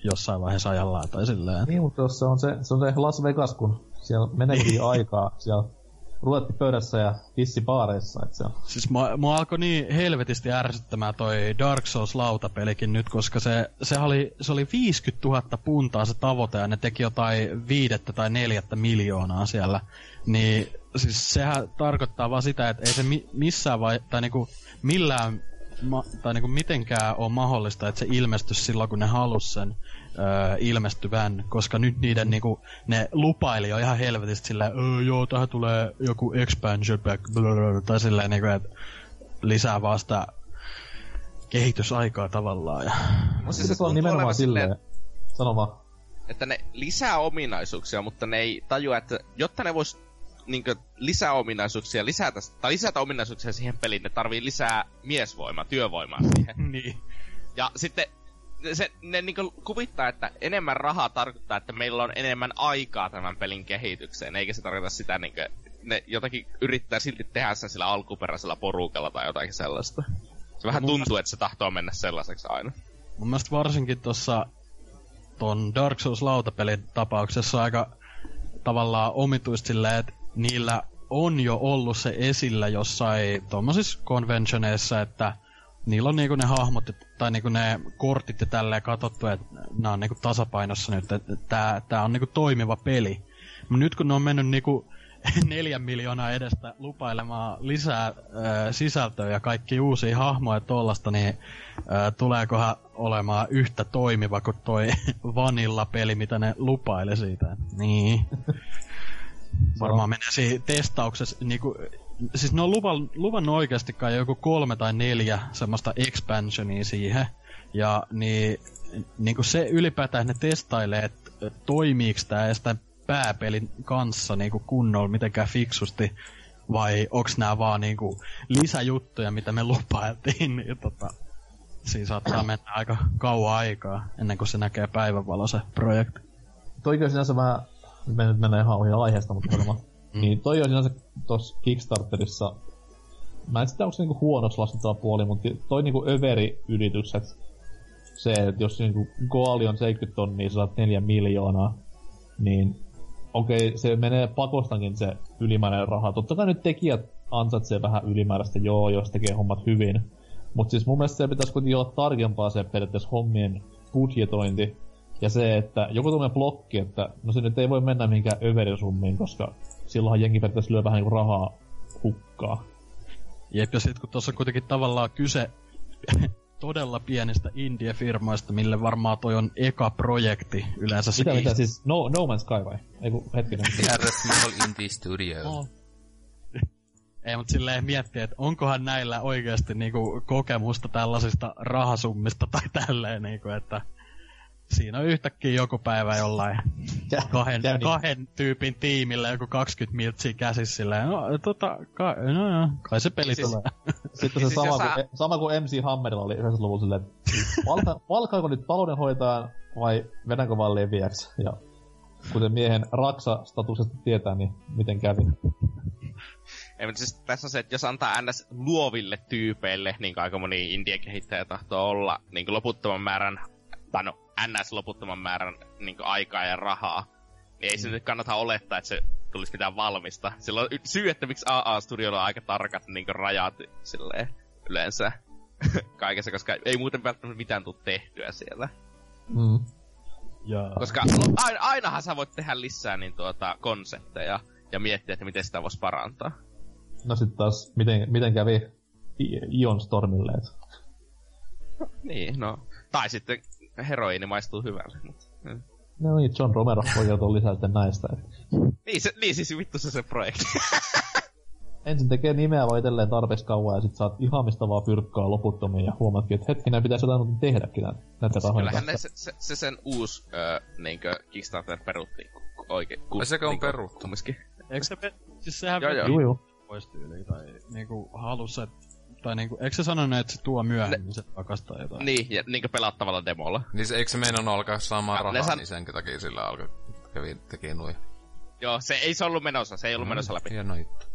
jossain vaiheessa ajallaan tai silleen. Niin, mutta jos se on se, se on se Las Vegas, kun siellä menee aikaa, siellä rulettipöydässä ja tissibaareissa, et se on. Siis mua, mua alkoi niin helvetisti ärsyttämään toi Dark Souls-lautapelikin nyt, koska se, se oli, se oli viisikymmentätuhatta puntaa se tavoite, ja ne teki jotain viidettä tai neljättä miljoonaa siellä. Niin siis sehän tarkoittaa vaan sitä, että ei se mi, missään vai, tai niinku millään, ma, tai niinku mitenkään ole mahdollista, että se ilmestyisi silloin, kun ne halus sen öö, ilmestyvän, koska nyt niiden niinku, ne lupaili jo ihan helvetistä silleen, öö, joo, tähän tulee joku expansion pack, blablabla, tai silleen niinku, että lisää vaan sitä kehitysaikaa tavallaan. Ja... No siis se on nimenomaan silleen, sano vaan. Että ne lisää ominaisuuksia, mutta ne ei tajua, että jotta ne vois niinkö lisää ominaisuuksia lisätä, tai lisätä ominaisuuksia siihen peliin, ne tarvii lisää miesvoimaa, työvoimaa siihen. Niin. Ja sitten se, ne niinkö kuvittaa, että enemmän rahaa tarkoittaa, että meillä on enemmän aikaa tämän pelin kehitykseen, eikä se tarkoita sitä niinkö, ne jotakin yrittää silti tehdä sen sillä alkuperäisellä porukalla tai jotakin sellaista. Se vähän tuntuu, mielestä, että se tahtoo mennä sellaiseksi aina. Mun mielestä varsinkin tossa ton Dark Souls-lautapelin tapauksessa aika tavallaan omituista silleen, että niillä on jo ollut se esillä jossain tommosissa conventioneissa, että niillä on niinku ne hahmot tai niinku ne kortit ja tälleen katsottu, että nää on niinku tasapainossa nyt, että tää, tää on niinku toimiva peli. Mut nyt kun ne on mennyt niinku neljän miljoonaa edestä lupailemaan lisää ö, sisältöä ja kaikki uusia hahmoja tollasta, niin ö, tuleekohan olemaan yhtä toimiva kuin toi Vanilla-peli, mitä ne lupaili siitä. Niin. Varmaan menee siihen testauksessa, niinku, siis ne on luvan, luvannut oikeasti kai joku kolme tai neljä semmoista expansionia siihen, ja niin, niinku se ylipäätään ne testailee, että toimiiks tää edes tän pääpelin kanssa niinku kunnolla mitenkään fiksusti, vai onks nää vaan niinku lisäjuttuja, mitä me lupailtiin, niin tota, siinä saattaa mennä aika kauan aikaa, ennen kuin se näkee päivänvalo se projekti. Toikin on sinänsä vähän, me nyt mennään ihan ohi aiheesta, mutta varmaan. Mm. Niin toi on sinänsä tossa Kickstarterissa, mä en sitä onko se niinku huonoksi laskettava puoli, mutta toi niinku överi-ylitykset, se, että jos niinku goali on seitsemänkymmentä tonnia, sä saat neljä miljoonaa, niin okei, okay, se menee pakostankin se ylimääräinen raha. Totta kai nyt tekijät ansaitsee vähän ylimääräistä, joo, jos tekee hommat hyvin. Mut siis mun mielestä se pitäisi kuitenkin olla tarkempaa se periaatteessa hommien budjetointi. Ja se, että joku tommoinen blokki, että no se nyt ei voi mennä mihinkään överisummiin, koska silloinhan jengi periaatteessa lyö vähän niinku rahaa hukkaa. Jep, ja sit kun tossa on kuitenkin tavallaan kyse todella pienistä indie-firmoista, mille varmaan toi on eka projekti yleensä. Mitä, se mitä siis? No, no Man's Sky vai? Eiku, hetkinen. We are a small indie studio. No. Ei, mut silleen miettii, että onkohan näillä oikeesti niinku kokemusta tällaisista rahasummista tai tälleen niinku, että siinä on yhtäkkiä joku päivä jollain kahden, kahden tyypin tiimillä joku kaksikymmentä miltsiä käsissä silleen, no tota, kai, no joo, kai se peli siis, tulee. Sitten se siis sama, sä... kuin, sama kuin M C Hammerilla oli yhdeksänkymmentäluvulla silleen, että valka, valkaako nyt taloudenhoitajan vai vedänkö vaan leviäksi? Ja kuten miehen Raksa-statuksesta tietää, niin miten kävi? Ei, mutta siis tässä on se, että jos antaa ns. Luoville tyypeille, niin kuin aika moni indie-kehittäjä tahtoo olla, niin kuin loputtoman määrän, tai no ns. Loputtoman määrän niin kuin aikaa ja rahaa, niin ei se nyt kannata olettaa, että se tulisi mitään valmista. Sillä on syy, että miksi A A-studiolla on aika tarkat niin kuin rajat silleen, yleensä kaikessa, koska ei muuten välttämättä mitään tule tehtyä siellä. Mm. Ja... Koska aina, ainahan sä voit tehdä lisää niin tuota, konsepteja ja miettiä, että miten sitä voisi parantaa. No sit taas, miten, miten kävi Ion Stormille? Niin, no. Tai sitten heroiini maistuu hyvälle. Mutta, mm. No niin, John Romero voi kertoa lisää sitten näistä. Niin, se, niin siis vittu se se projekti. Ensin tekee nimeä vaan itselleen tarpeeksi kauan ja sit saat ihamistavaa fyrkkaa loputtomiin ja huomaatkin, että hetkinen pitäisi jotain tehdäkin näitä rahoja. Kyllähän ne, se, se, se sen uusi öö, niinkö Kickstarter peruttiin oikein. Ai sekö on peruttu? Eikö se pe... Siis sehän joo, joo. Joo, pois tyyliin tai niinku halus, että tai niinku, eikö se sanonut, että se tuo myöhemmin ne... se takasta jotain? Niin, ja niinkö pelattavalla demolla. Niin se, eikö se meinannut alkaa saamaan rahaa, san... niin sen takia sillä alkoi kävi, teki nui. Joo, se ei se ollut menossa, se ei ollut mm, menossa läpi. Hieno juttu.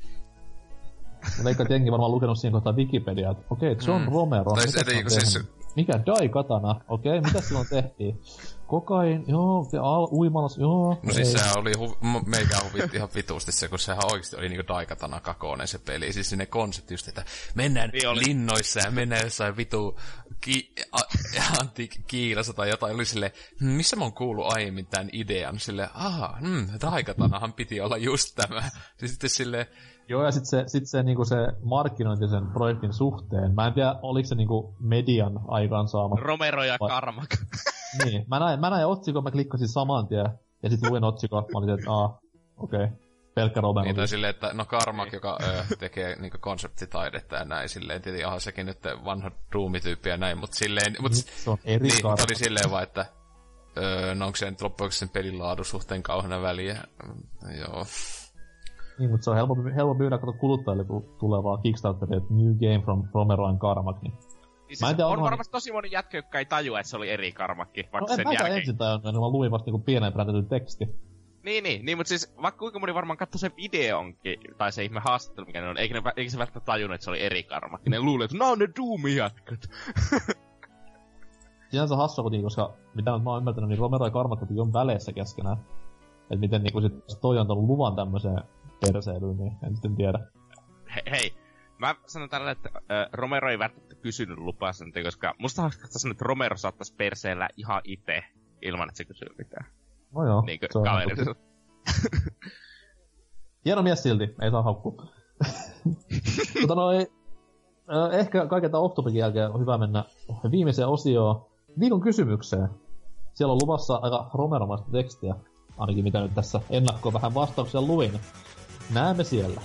Veikkaan, että jengi varmaan lukenut siihen kohtaan Wikipediaa, että okei, okay, John mm. Romero. Tai se, niin, siis, Mikä? Daikatana? Okei, okay, mitä silloin tehtiin? Kokain, joo, al, uimalas, joo. No siis sehän oli, hu- meikään huvitti ihan vitusti se, kun sehän oikeesti oli niinku Daikatana kakoinen se peli. Siis sinne konsepti just, että mennään linnoissa ja mennään jossain vitu ki- a- antiikkiilassa tai jotain. Oli silleen, hm, missä mä oon kuullut aiemmin tän idean? Silleen, aha, hmm, Daikatanahan piti olla just tämä. Siis sitten silleen... Joo, ja sitten se, sit se, niinku se markkinointi sen projektin suhteen. Mä en tiedä, oliko se niinku median aikaansaama. Romero ja vai... Carmack. Niin, mä näin, mä näin otsikon, mä klikkasin saman tien. Ja sit luin otsikon, mä olin, että aah, okei. Okay. Pelkkä Romero. Niin, tai silleen, että no Carmack, joka ö, tekee niinku konseptitaidetta ja näin, silleen, tietenkin, aha, sekin nyt vanha Doom-tyyppi ja näin, mut silleen... Mut, se on eri niin, oli silleen vaan, että... Öö, no onko se nyt loppujen sen pelin laadun suhteen kauheena väliä? Joo... Niin, mutta se on helppo, helppo myydä kato kuluttajille tulevaa Kickstarteria, että New Game from Romero and Carmack. Niin. Siis on onhan... varmasti tosi moni jätkä, joka ei tajua, että se oli eri Carmack. No en mäkään ensin tajunnut, niin mä luin vasta niinku pienen präntätyn teksti. Niin, niin, niin, mutta siis vaikka kuinka moni varmaan katsoi sen videonkin, tai se ihme haastattelu, mikä ne on, eikä, ne, eikä se välttämättä tajunnut, että se oli eri Carmack. Ne luuli, että nää on ne Doom-jätkät. Sinänsä hassua kuitenkin, koska mitä mä oon ymmärtänyt, niin Romero ja Carmack on väleissä keskenään. Et miten niinku sit toi on tullut luvan tämmöseen perseilyyn, niin en sitten tiedä. Hei, hei. Mä sanon tällä, että äh, Romero ei välttämättä kysynyt lupaa sen, koska musta haluaisin, että Romero saattaisi perseillä ihan itse, ilman että se kysyy mitään. No joo. Niinkö kaverilla. Hieno mies silti, ei saa haukkua. Mutta no ei, äh, ehkä kaiken tämän off-topicin jälkeen on hyvä mennä viimeiseen osioon. Viikon kysymykseen. Siellä on luvassa aika romeromaista tekstiä. Ainakin mitä nyt tässä ennakkoon vähän vastauksia luin. Näemme siellä.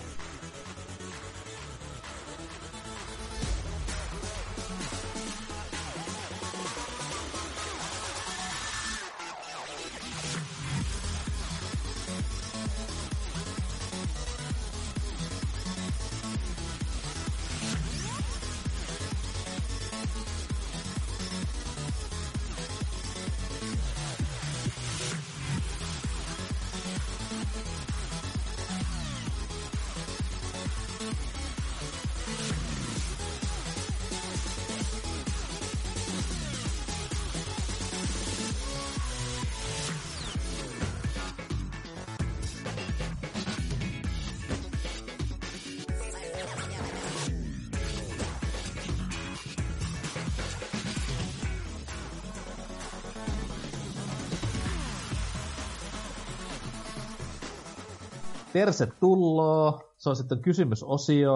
Tervetuloa. Se on sitten kysymysosio.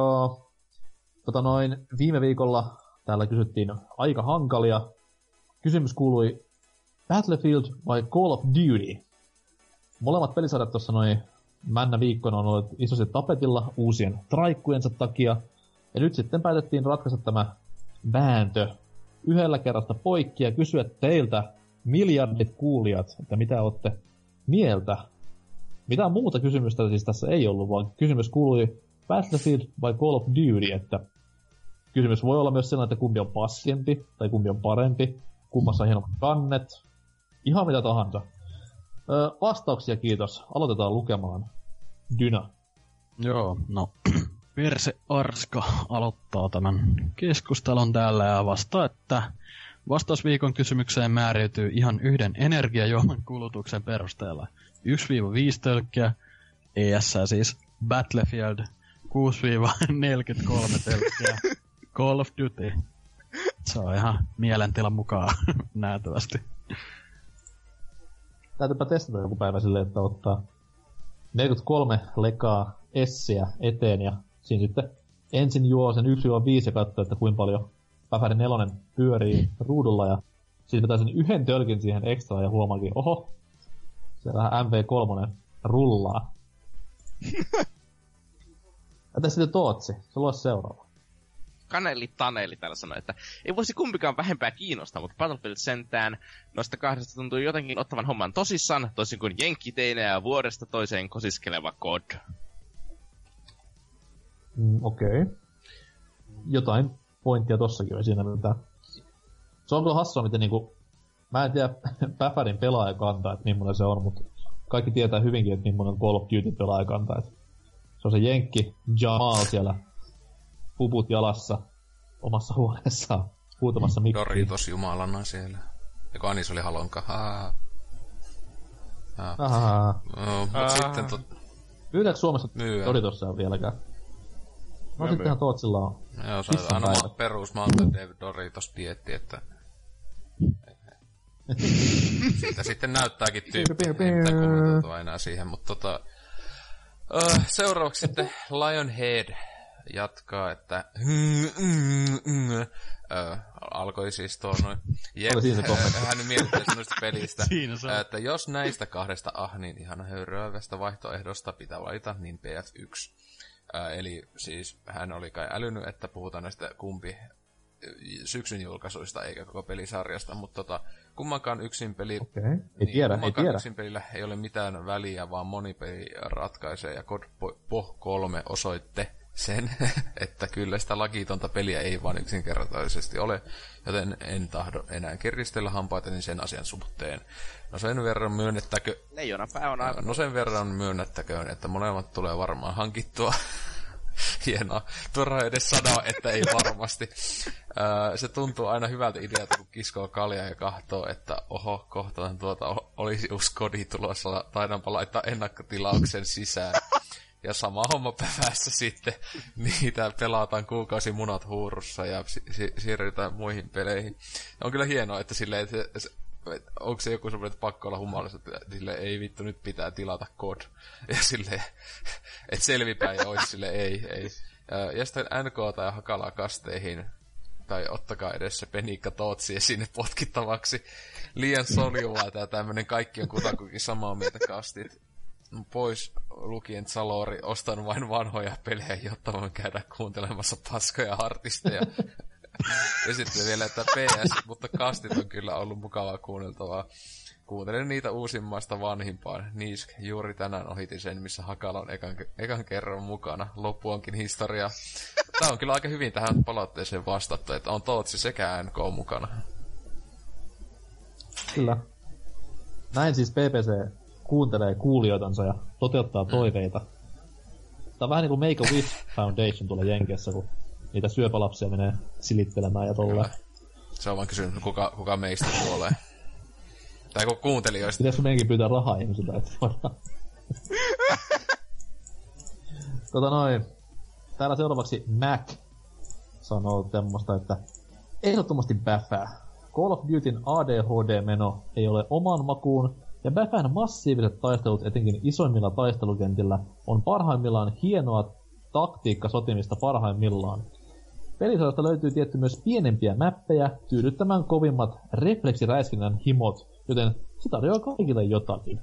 Tota noin, viime viikolla täällä kysyttiin aika hankalia. Kysymys kuului Battlefield vai Call of Duty? Molemmat pelisarjat tuossa noin männä viikkoina on ollut isosti tapetilla uusien traikkujensa takia. Ja nyt sitten päätettiin ratkaista tämä vääntö yhdellä kerrasta poikki ja kysyä teiltä miljardit kuulijat, että mitä olette mieltä. Mitään muuta kysymystä siis tässä ei ollut, vaan kysymys kuului Battlefield vai Call of Duty, että kysymys voi olla myös sellainen, että kumpi on paskempi tai kumpi on parempi, kummassa on hienommat kannet, ihan mitä tahansa. Öö, vastauksia kiitos, aloitetaan lukemaan. Dyna. Joo, no Perse Arska aloittaa tämän keskustelun täällä ja vastaa, että vastausviikon kysymykseen määräytyy ihan yhden energiajuoman kulutuksen perusteella. yksi viisi tölkkiä, E S siis Battlefield, kuusi neljäkymmentäkolme tölkkiä, Call of Duty. Se on ihan mielentilan mukaan näytävästi. Täytyypä testata joku päivä silleen, että ottaa neljäkymmentäkolme lekaa essiä eteen ja siinä sitten ensin juo sen yksi viisi ja katsoo, että kuinka paljon Päfäri nelonen pyörii ruudulla ja sitten vetää sen yhden tölkin siihen ekstra ja huomaakin, oho, siellähän M V kolme rullaa. Ja tässä sitten Tootsi, se luo seuraava. Kaneli Taneli täällä sanoi, että ei voisi kumpikaan vähempää kiinnostaa, mutta Battlefield sentään noista kahdesta tuntuu jotenkin ottavan homman tosissaan, toisin kuin jenkkiteinä ja vuodesta toiseen kosiskeleva C O D. Mm, Okei. Okay. Jotain pointtia tossakin on siinä mitään. Se on kyllä hassua, miten niinku... Mä en tiedä Päfärin pelaajakantaa, että millainen se on, mutta kaikki tietää hyvinkin, että millainen Call of Duty pelaajakanta. Se on se jenkki Jamal siellä puput jalassa omassa huoneessaan huutamassa mikkiin. Doritos jumalana siellä. Eiku Anis oli halonka. Haa. Ahaa. No, mut sitten tot... Myydäänkö Suomessa Myydään. Doritossia vieläkään? No sittenhän Tootsilla on. Joo, se on aina ma- perus Mountain Dew Doritos dieetti, että... Siitä sitten näyttääkin tyyppi. Ei mitään kommentoitua enää siihen, mutta tota... Uh, seuraavaksi sitten Lionhead jatkaa, että... Uh, alkoi siis tuo noin... Jep, hän miettii noista pelistä, että jos näistä kahdesta ah niin ihan höyryävästä vaihtoehdosta pitää valita, niin P S yksi. Uh, eli siis hän oli kai älynyt, että puhutaan näistä kumpi syksyn julkaisuista eikä koko pelisarjasta, mutta tota, kummankaan yksin peli... Okei, okay. ei niin, tiedä, ei kummankaan tiedä. yksin pelillä ei ole mitään väliä, vaan monipeli ratkaisee, ja God Poh kolme osoitte sen, että kyllä sitä lakitonta peliä ei vaan yksinkertaisesti ole, joten en tahdo enää kiristellä hampaitani sen asian suhteen. No sen verran myönnettäkö... Leijonapää on aivan... No sen verran myönnettäköön, että molemmat tulee varmaan hankittua. Hienoa. Turha edes sanoa, että ei varmasti. Öö, se tuntuu aina hyvältä idealta, kun kiskoo kaljaa ja kahtoo, että oho, kohtaan tuota olisi uusi kodi tulossa, taidaanpa laittaa ennakkotilauksen sisään. Ja sama homma päivässä sitten, niitä pelataan kuukausi munat huurussa ja si- si- siirrytään muihin peleihin. On kyllä hienoa, että silleen, että se, onko se joku semmoinen, että pakko olla humalassa, että silleen, ei vittu, nyt pitää tilata kod. Ja silleen, että selvipäin olisi silleen, ei, ei. Ja sitten N K tai Hakalaa kasteihin, tai ottakaa edes se Penikka Tootsia sinne potkittavaksi. Liian soljuvaa tää tämmönen kaikki on kutakuinkin samaa mieltä kastit. Pois lukien Salori, ostan vain vanhoja pelejä, jotta voin käydä kuuntelemassa paskoja artisteja. Ja sitten vielä, että P S, mutta kastit on kyllä ollut mukavaa kuunneltavaa. Kuuntelen niitä uusimmasta vanhimpaan. Niisk, juuri tänään ohitin sen, missä Hakala on ekan, ekan kerran mukana. Loppu onkin historia. Tää on kyllä aika hyvin tähän palautteeseen vastattu, että on Tootsi sekä N K mukana. Kyllä. Näin siis P P C kuuntelee kuulijoitansa ja toteuttaa toiveita. Tää on vähän niinku Make-A-Wish Foundation tuolla Jenkeissä, kun niitä syöpälapsia menee silittelemään ja tolleen. Se on vaan kysynyt, kuka, kuka meistä kuolee. Tai kun kuuntelijoista. Pitäisikö meidänkin pyytää rahaa ihmisiltä, että voidaan. tota noin. Täällä seuraavaksi Mac sanoo temmoista, että ehdottomasti bäfää. Call of Dutyn A D H D-meno ei ole oman makuun, ja bäfän massiiviset taistelut etenkin isoimmilla taistelukentillä on parhaimmillaan hienoa taktiikkasotimista parhaimmillaan. Pelisarjasta löytyy tietty myös pienempiä mäppejä tyydyttämään kovimmat refleksiräiskinnän himot, joten se tarjoaa kaikille jotakin.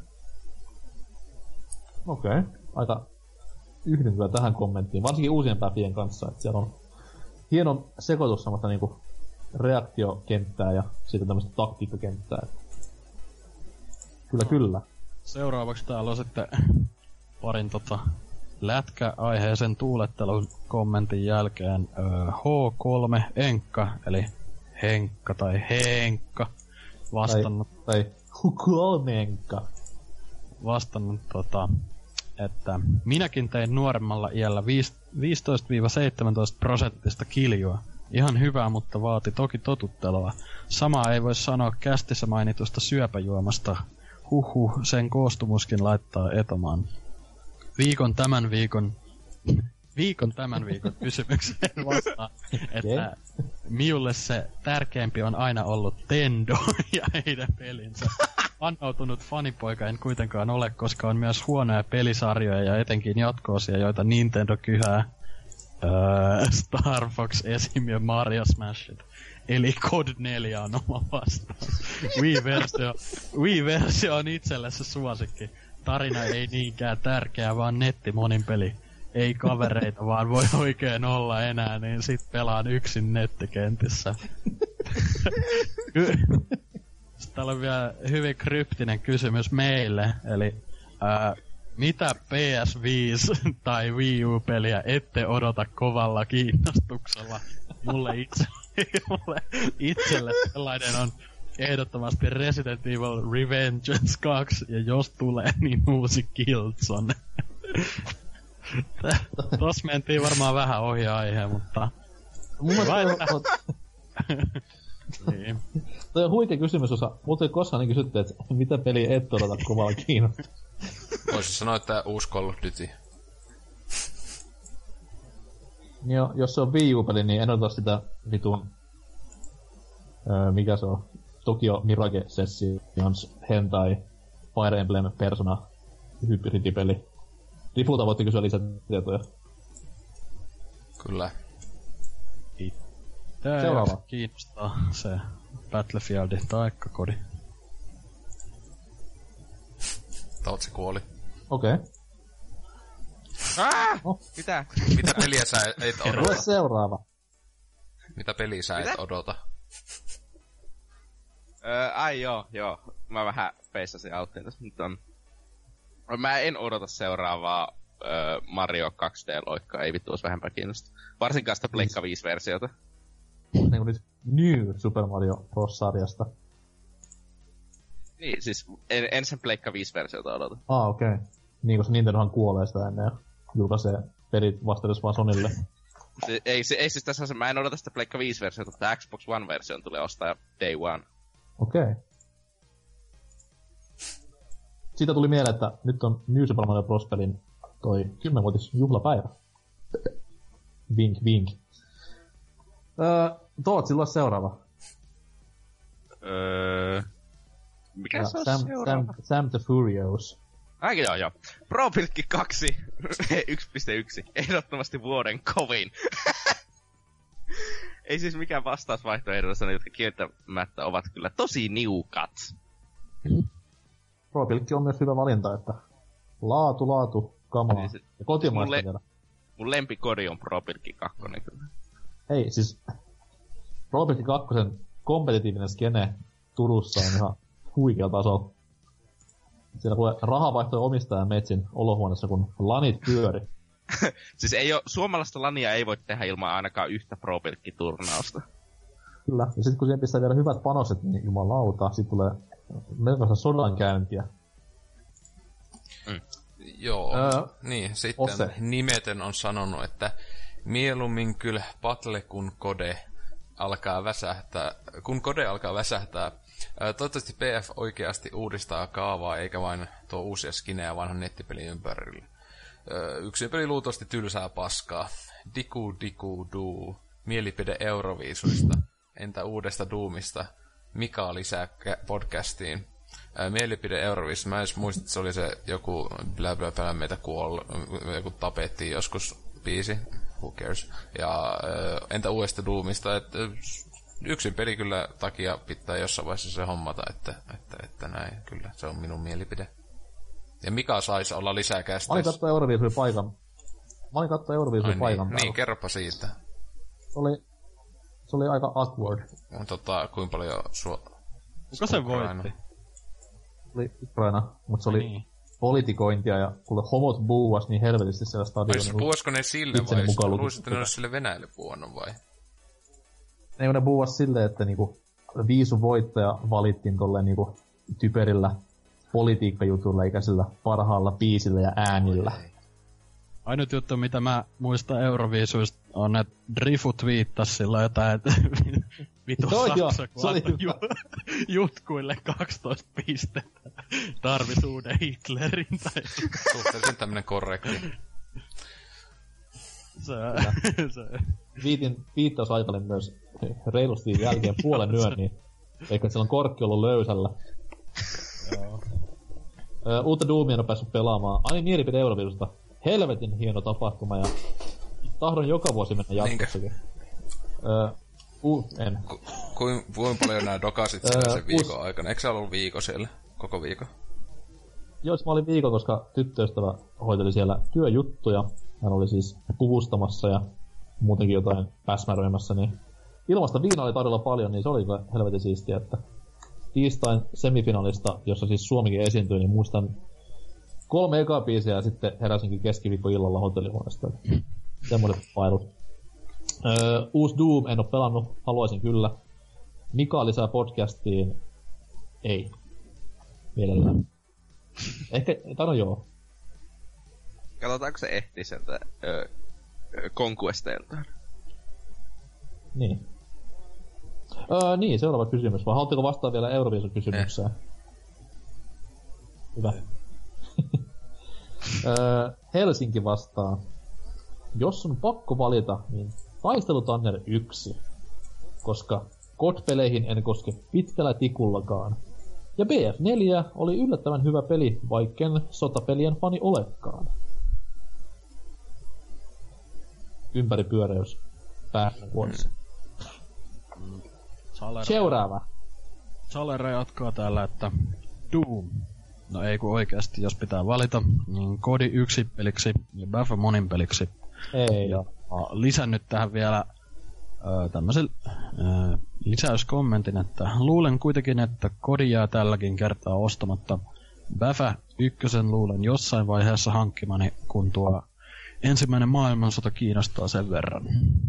Okei, okay. Aika yhdyn kyllä tähän kommenttiin, varsinkin uusien päpien kanssa, että siellä on hieno sekoitus samasta niinku reaktiokenttää ja sitten tämmöistä taktiikkakenttää. Kyllä, kyllä. Seuraavaksi täällä on sitten parin tota lätkäaiheisen tuulettelun kommentin jälkeen öö, H kolme Enkka, eli Henkka tai Henkka, vastannut... Tai, tai H kolme Enkka. Vastannut tota, että minäkin tein nuoremmalla iällä viisitoista seitsemäntoista prosenttista kiljua. Ihan hyvää, mutta vaati toki totuttelua. Samaa ei voi sanoa kästissä mainitusta syöpäjuomasta. Huhhuh, sen koostumuskin laittaa etomaan. Viikon tämän viikon... Viikon tämän viikon kysymykseen vastaan, että miulle se tärkeämpi on aina ollut Tendo ja heidän pelinsä. Annautunut fanipoika en kuitenkaan ole, koska on myös huonoja pelisarjoja ja etenkin jatkoosia, joita Nintendo kyhää. Öö, Star Fox esim. Ja Mario Smashit. Eli Cod neljä on oma vastaus. Wii-versio, Wii-versio on itselle se suosikki. Tarina ei niinkään tärkeä, vaan nettimonin peli. Ei kavereita, vaan voi oikein olla enää, niin sit pelaan yksin nettikentissä. Sitten täällä on vielä hyvin kryptinen kysymys meille, eli ää, mitä P S viisi tai Wii U-peliä ette odota kovalla kiinnostuksella? Mulle itse, mulle itselle sellainen on ehdottomasti Resident Evil Revengeance kaksi, ja jos tulee, niin uusi Killzone. Tossa mentiin varmaan vähän ohi aiheen, mutta... Mun mielestä Niin. Toi on huikea kysymys, osa. Multa ei koskaan niin kysytty, että mitä peliä et odota kovalla kiinnostaa. Voisin sanoa, että uusi Call of Duty. Jo, jos se on Wii U-peli, niin en odota sitä vitun... Öö, mikä se on? Tokyo Mirage Sessions Hentai Fire Emblem Persona hybridipeli. Rifulta voitte kysyä lisätietoja. Kyllä. Tää Seuraava. kiinnostaa se Battlefieldin taikkakodi. Tautsi kuoli. Okei. Okay. Ah! Oh. Mitä? Mitä peliä sä et Lue odota? seuraava. Mitä peliä sä et Mitä? odota? Öö, ai joo, joo. Mä vähän peissasin auttiin tässä nyt on. Mä en odota seuraavaa öö, Mario kaksi D-loikkaa, ei vittu ois vähempää kiinnosta. Varsinkaan sitä Pleikka viisi-versiota. Niinku nyt New Super Mario Bros-sarjasta. Niin, siis en, en sen Pleikka viisi-versiota odota. Ah, okei. Okay. Niin, koska Nintendohan kuolee sitä ennen ja julkaisee pelit vastaudessa vaan Sonille. Se, ei, se, ei siis tässä on se, mä en odota sitä Pleikka viisi-versiota, mutta Xbox One-version tulee ostaa day one. Okei. Okay. Siitä tuli mieleen, että nyt on New Super Mario Bros. Pelin toi kymmenvuotis juhlapäivä. Vink, vink. Öö, Tootsilla seuraava. Öö... Mikä Ja se on Sam, seuraava? Sam, Sam the Furious. Ai joo joo. Pro Pilkki kaksi yksi piste yksi. Ehdottomasti vuoden kovin. Ei siis mikään vastausvaihtoehdossa, jotka kieltämättä ovat kyllä tosi niukat. Pro-pilkki on myös hyvä valinta, että laatu, laatu, kamaa. Niin se- Ja kotimaista mulle- vielä. Mun lempikodi on Pro Pilkki kaksi kyllä. Hei, siis Pro-pilkki kakkosen kompetitiivinen skene Turussa on ihan huikealla tasolla. Siellä kuule raha vaihtoi omistajan metsin olohuoneessa, kun lanit pyöri. Siis ei oo, suomalaista lania ei voi tehdä ilman ainakaan yhtä Pro Pilkki-turnausta. Kyllä. Ja sit kun siihen pistää vielä hyvät panoset, niin jumalauta, sit tulee melkoista sodankäyntiä. Joo, Öö, niin, sitten Ose. Nimeten on sanonut, että mieluummin kyllä Battle kun kode alkaa väsähtää, kun kode alkaa väsähtää. Ää, toivottavasti P F oikeasti uudistaa kaavaa, eikä vain tuo uusia skinejä vanhan nettipelin ympärille. Öö, yksin peli luultavasti tylsää paskaa. Diku diku duu. Mielipide Euroviisuista. Entä uudesta Doomista? Mika lisää podcastiin. Ää, mielipide Euroviisuista. Mä en edes muista, että se oli se joku blä blä blä meitä kuolla, joku tapettiin joskus biisi. Who cares? Ja ää, entä uudesta Doomista? Et, yksin peli kyllä takia pitää jossain vaiheessa se hommata, että, että, että näin, kyllä, se on minun mielipide. Ja Mika saisi olla lisää Mä olin kästeessä. katsoa Euroviisuja paikan. Mä olin katsoa Euroviisuja Ai paikan niin, päällä. niin, kerropa siitä. Se oli, se oli aika awkward. On tota, kuinka paljon sua... Kuka se Ukraina. voitti? Se oli Ukraina, mutta se oli Niin. politikointia ja kuule homot buuas niin helvetisti siellä Vai stadionilla. puhuisiko ne sille Itseni vai mukaan luulisit, että ne lukittu. olisi sille Venäjälle puhunut vai? Ne, kun ne buuas silleen, että niinku viisu voittaja valittiin tolleen niinku typerillä politiikkajutulla eikä sillä parhaalla biisillä ja äänillä. Ainut juttu, mitä mä muistan Euroviisuista, on, että Drifut viittas sillä jotain, että vitu Joo, joo, Saksa, kun se oli antoi hyvä. ju- jutkuille kaksitoista pistettä. Tarvis uuden Hitlerin tai Suhteellisen tämmönen korrekti. se, se. Viitin viittausaika oli myös reilusti jälkeen puolen yön, niin eikä siellä on korkki ollut löysällä. Joo. Ö, uutta Doomia en ole päässyt pelaamaan. Ai niin, mielipide Euroviisusta. Helvetin hieno tapahtuma ja tahdon joka vuosi mennä jatkossakin. Öö, uh, en. Ku, kuin, kuinka paljon nää dokasit siellä sen viikon aikana? Eikö sä ollut viikko siellä? Koko viikon? Joo, mä olin viikon, koska tyttöystävä hoiteli siellä työjuttuja. Hän oli siis puvustamassa ja muutenkin jotain päsmäröimässä, niin ilmasta viinaa oli tarjolla paljon, niin se oli kyllä helvetin siistiä, että tiistain semifinaalista, jossa siis Suomikin esiintyi, niin muistan kolme ekaa biisiä ja sitten heräsinkin keskiviikko illalla hotellihuoneesta. Semmoiset pailut. Öö, uusi Doom en oo pelannut, haluaisin kyllä. Mika lisää podcastiin. Ei. Mielellään. Ehkä, tai no joo. Katsotaanko se ehtii sieltä öö, öö, Conquesteiltaan. Niin. Öö, niin, seuraava kysymys. Vai haluatteko vastaa vielä Euroviisu-kysymykseen? Eh. Hyvä. öö, Helsinki vastaa. Jos on pakko valita, niin Taistelutanner yksi. Koska kod-peleihin en koske pitkällä tikullakaan. Ja B F neljä oli yllättävän hyvä peli, vaikken sotapelien fani olekaan. Ympäripyöreys. Päähän vuodessa. Mm. Seuraava. Salera jatkaa täällä, että Doom. No ei kun oikeasti, jos pitää valita, niin Kodi yksi peliksi ja Baffa monin peliksi. Ei. Ja lisännyt tähän vielä ö, tämmöisen ö, lisäyskommentin, että luulen kuitenkin, että Kodi jää tälläkin kertaa ostamatta. Baffa ykkösen luulen jossain vaiheessa hankkimani, kun tuo ensimmäinen maailmansota kiinnostaa sen verran.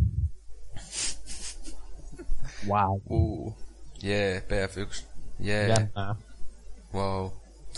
Wow. Uh. Jee, yeah, P F yksi. Jee. Yeah. Jännää. Wow.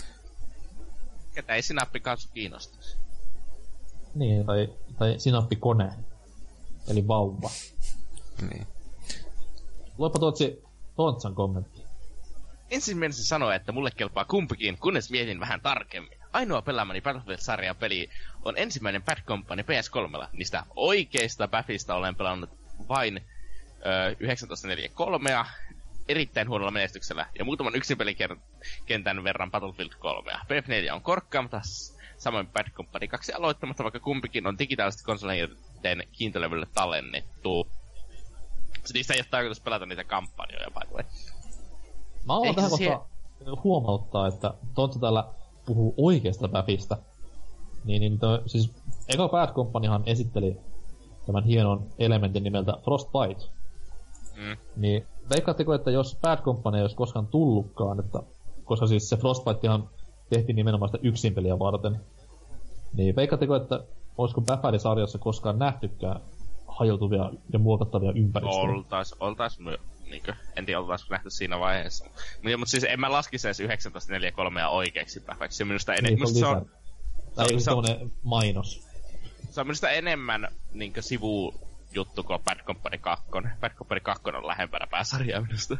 Ketä ei sinappikansu kiinnostaisi? Niin, tai, tai sinappikone. Eli vauva. Niin. Luepa Tootsi Tontsan kommentti. Ensimmäisenä sanoa, että mulle kelpaa kumpikin, kunnes mietin vähän tarkemmin. Ainoa pelaamani Battlefield-sarjan peli on ensimmäinen Bad Company P S kolme. Niistä oikeista Baffista olen pelannut vain öö, yhdeksäntoista neljäkymmentäkolme erittäin huonolla menestyksellä ja muutaman yksin pelikentän verran Battlefield kolme. P F neljä on korkkaa, mutta samoin Bad Company kaksi aloittamatta, vaikka kumpikin on digitaalisesti konsoleiden kiintolevylle tallennettu. Niistä ei ole tarkoitus pelata niitä kampanjoja, by the way. Mä haluan tähän kohtaan sie... huomauttaa, että Tontsa täällä puhuu oikeasta Baffista. Niin, niin toi, siis eka Bad Companyhan esitteli tämän hienon elementin nimeltä Frostbite. Mm. Niin veikkaatteko, että jos Bad Company ei olisi koskaan tullutkaan, että, koska siis se Frostbitehan tehtiin nimenomaan sitä yksinpeliä varten, niin veikkaatteko, että olisiko Bafari-sarjassa koskaan nähtykään hajoutuvia ja muokattavia ympäristöjä? Oltais, oltais myö, niinkö, en tiedä oltaisiko nähty siinä vaiheessa. Mutta mut siis en mä laskisi edes yhdeksäntoista neljäkymmentäkolme oikeaksi Bafaksi, se on minusta enemmän. Niin, se on, on, tai se on semmonen mainos. Se on minusta enemmän niinkö sivujuttu kuin Bad Company kaksi. Bad Company kaksi on lähempänä pääsarjaa minusta.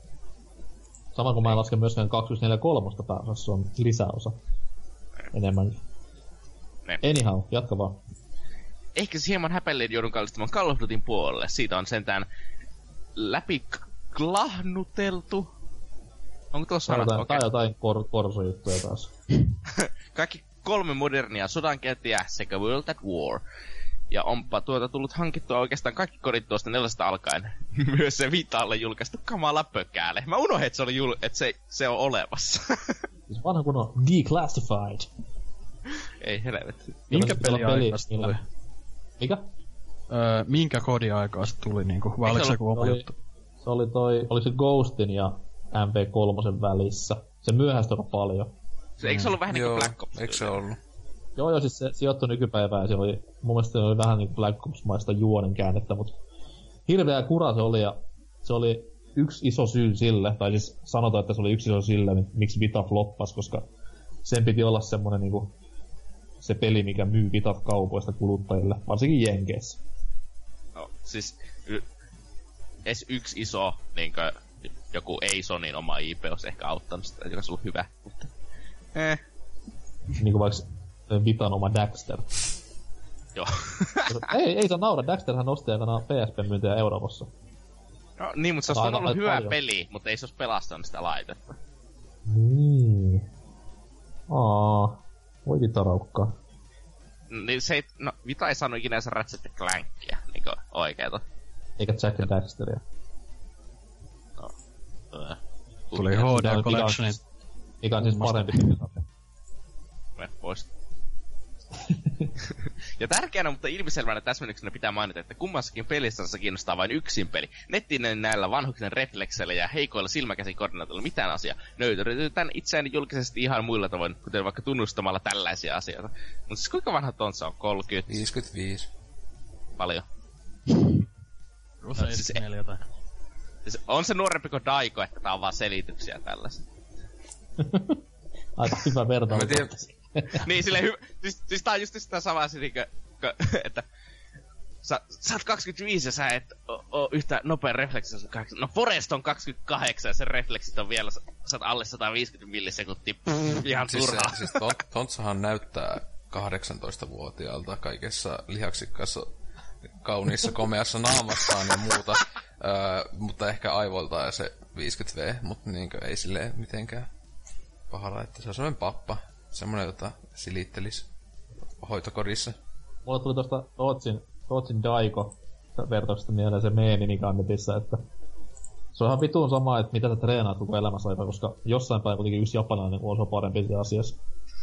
Sama kuin mä en laske myöskään kaksikymmentäneljä kolme pääosassa, se on lisäosa. Enemmän. Ne. Anyhow, jatka vaan. Ehkä se hieman häpelleen joudun kallistumaan Call of Dutyn puolelle. Siitä on sentään läpi klahnuteltu. Onko tuossa sanat? Tai Okay. jotain kor- korsojuttuja taas. Kaikki kolme modernia sodankäyntiä sekä World at War. Ja onpa tuota tullut hankittua oikeastaan kaikki kodit tuosta neljästä alkaen. Myös se Vitaalle julkaistu kamala pökääle. Mä unohdin, että se, oli jul- että se, se on olemassa. Siis vanha kun on declassified. Ei helvetti. Minkä peli aikaa se tuli? Mikä? Öö, minkä kodin aikaa se tuli niinku? Vai oliko se joku oma juttu? Se oli toi, oli se Ghostin ja M V kolme välissä. Se myöhästyi aika paljon. Se, eikö se ollut vähän niinku Black Ops? Eikö se ollut? Joo, joo, siis se sijoittui nykypäivään ja se oli, mun mielestä se oli vähän niinku Black Ops-maista juonen käännettä, mut hirveä kura se oli ja se oli yksi iso syy sille, tai siis sanotaan, että se oli yksi iso sille, miksi Vita floppas, koska sen piti olla semmonen niinku se peli, mikä myy Vitat kaupoista kuluttajille, varsinkin Jenkeissä. No, siis y- edes yksi iso, niinkö, joku ei Sonyn oma I P olisi ehkä auttanut sitä, joka olisi ollut hyvä, mutta eh. Niinku vaikka Vitan oma Daxter. Joo. ei, ei saa naura, Daxterhän nosti aikanaan P S P-myyntejä Euroopassa. No niin, mutta se olisi ollut hyvä paljon. Peli, mutta ei se olisi pelastanut sitä laitetta. Niin. Aa, voi vitaraukkaa. Niin se ei, no Vita ei saanut ikinä se Ratchet and Clankia, niinkö oikeeta. Eikä Jack and Daxteria. No. Öö. Tuli H D Collectionin. Mikä on siis parempi peli. Me pois. Ja tärkeänä, mutta ilmiselvänä täsmennyksenä pitää mainita, että kummassakin pelissä kiinnostaa vain yksin peli. Nettinen näillä vanhuksen reflekseillä ja heikoilla silmäkäsikoordinaatilla mitään asiaa. Nöyrytetään itseäni julkisesti ihan muilla tavoin, kuten vaikka tunnustamalla tällaisia asioita. Mutta siis kuinka vanha Tontsa on? kolmekymmentä? viisikymmentäviisi. Paljon. No, seitsemänkymmentäneljä tai. Siis on se nuorempi kuin Daiko, että tää on vaan selityksiä tällaisia. Aika hyvä vertailu. Mä tiedän. Niin, silleen hyvä. Siis, siis tää on just sitä samaa, niinkö, että sä, sä oot kaksikymmentäviisi ja sä et oo, oo yhtä nopea refleksi. No Forest on kaksikymmentäkahdeksan ja sen refleksit on vielä, sä, sä oot alle sata viisikymmentä millisekuntia. Pff, ihan siis turhaa. Se, siis ton, Tontsahan näyttää kahdeksantoistavuotiaalta kaikessa lihaksikkaassa, kauniissa, komeassa naamassaan ja muuta. Öö, mutta ehkä aivoiltaan se viisikymmentä vuotias, mutta niinkö ei silleen mitenkään pahalla, että se on semmoinen pappa. Semmoinen, jota silittelis hoitokodissa. Mulle tuli tosta Tootsin, Tootsin Daiko vertauksesta mieleen se meemi, mikä on netissä, että se on ihan vitun sama, että mitä sä treenaat koko elämässä aikaa, koska jossain päin kuitenkin yksi japanilainen osaa parempi asiassa.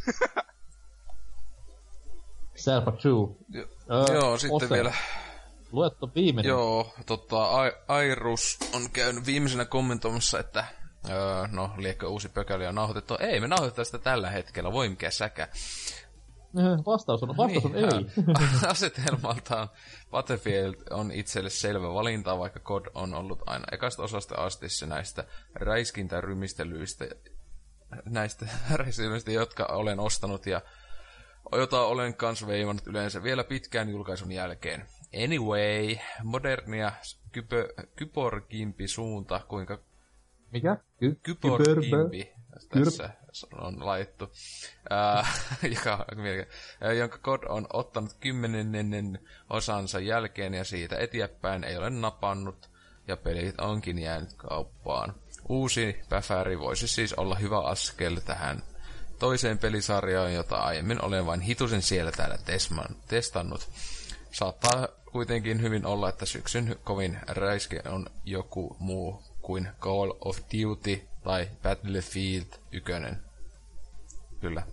Sad but true. Jo, öö, joo, sitten Oste. vielä... Luettu viimeinen. Joo, tota, Ai- Airus on käynyt viimeisenä kommentoimassa, että öö, no, liekö uusi pökäli on nauhoitettu. Ei, me nauhoitetaan sitä tällä hetkellä, voi mikä säkä. Vastaus on, vastaus on Niin, ei. asetelmaltaan Battlefield on itselle selvä valinta, vaikka C O D on ollut aina ekasta osasta asti se näistä räiskintärymistelyistä, näistä räiskintärymistelyistä, jotka olen ostanut ja jota olen kans veivannut yleensä vielä pitkään julkaisun jälkeen. Anyway, modernia kypö, kyborgimpi suunta, kuinka... Mikä? Ky- Kyborgimpi tässä on laittu, äh, joka, äh, jonka C O D on ottanut kymmenennen osansa jälkeen ja siitä eteenpäin ei ole napannut ja pelit onkin jäänyt kauppaan. Uusi päfäri voisi siis olla hyvä askel tähän toiseen pelisarjaan, jota aiemmin olen vain hitusen siellä täällä tesman, testannut. Saattaa kuitenkin hyvin olla, että syksyn kovin räiske on joku muu kuin Call of Duty tai Battlefield yksi. Kyllä.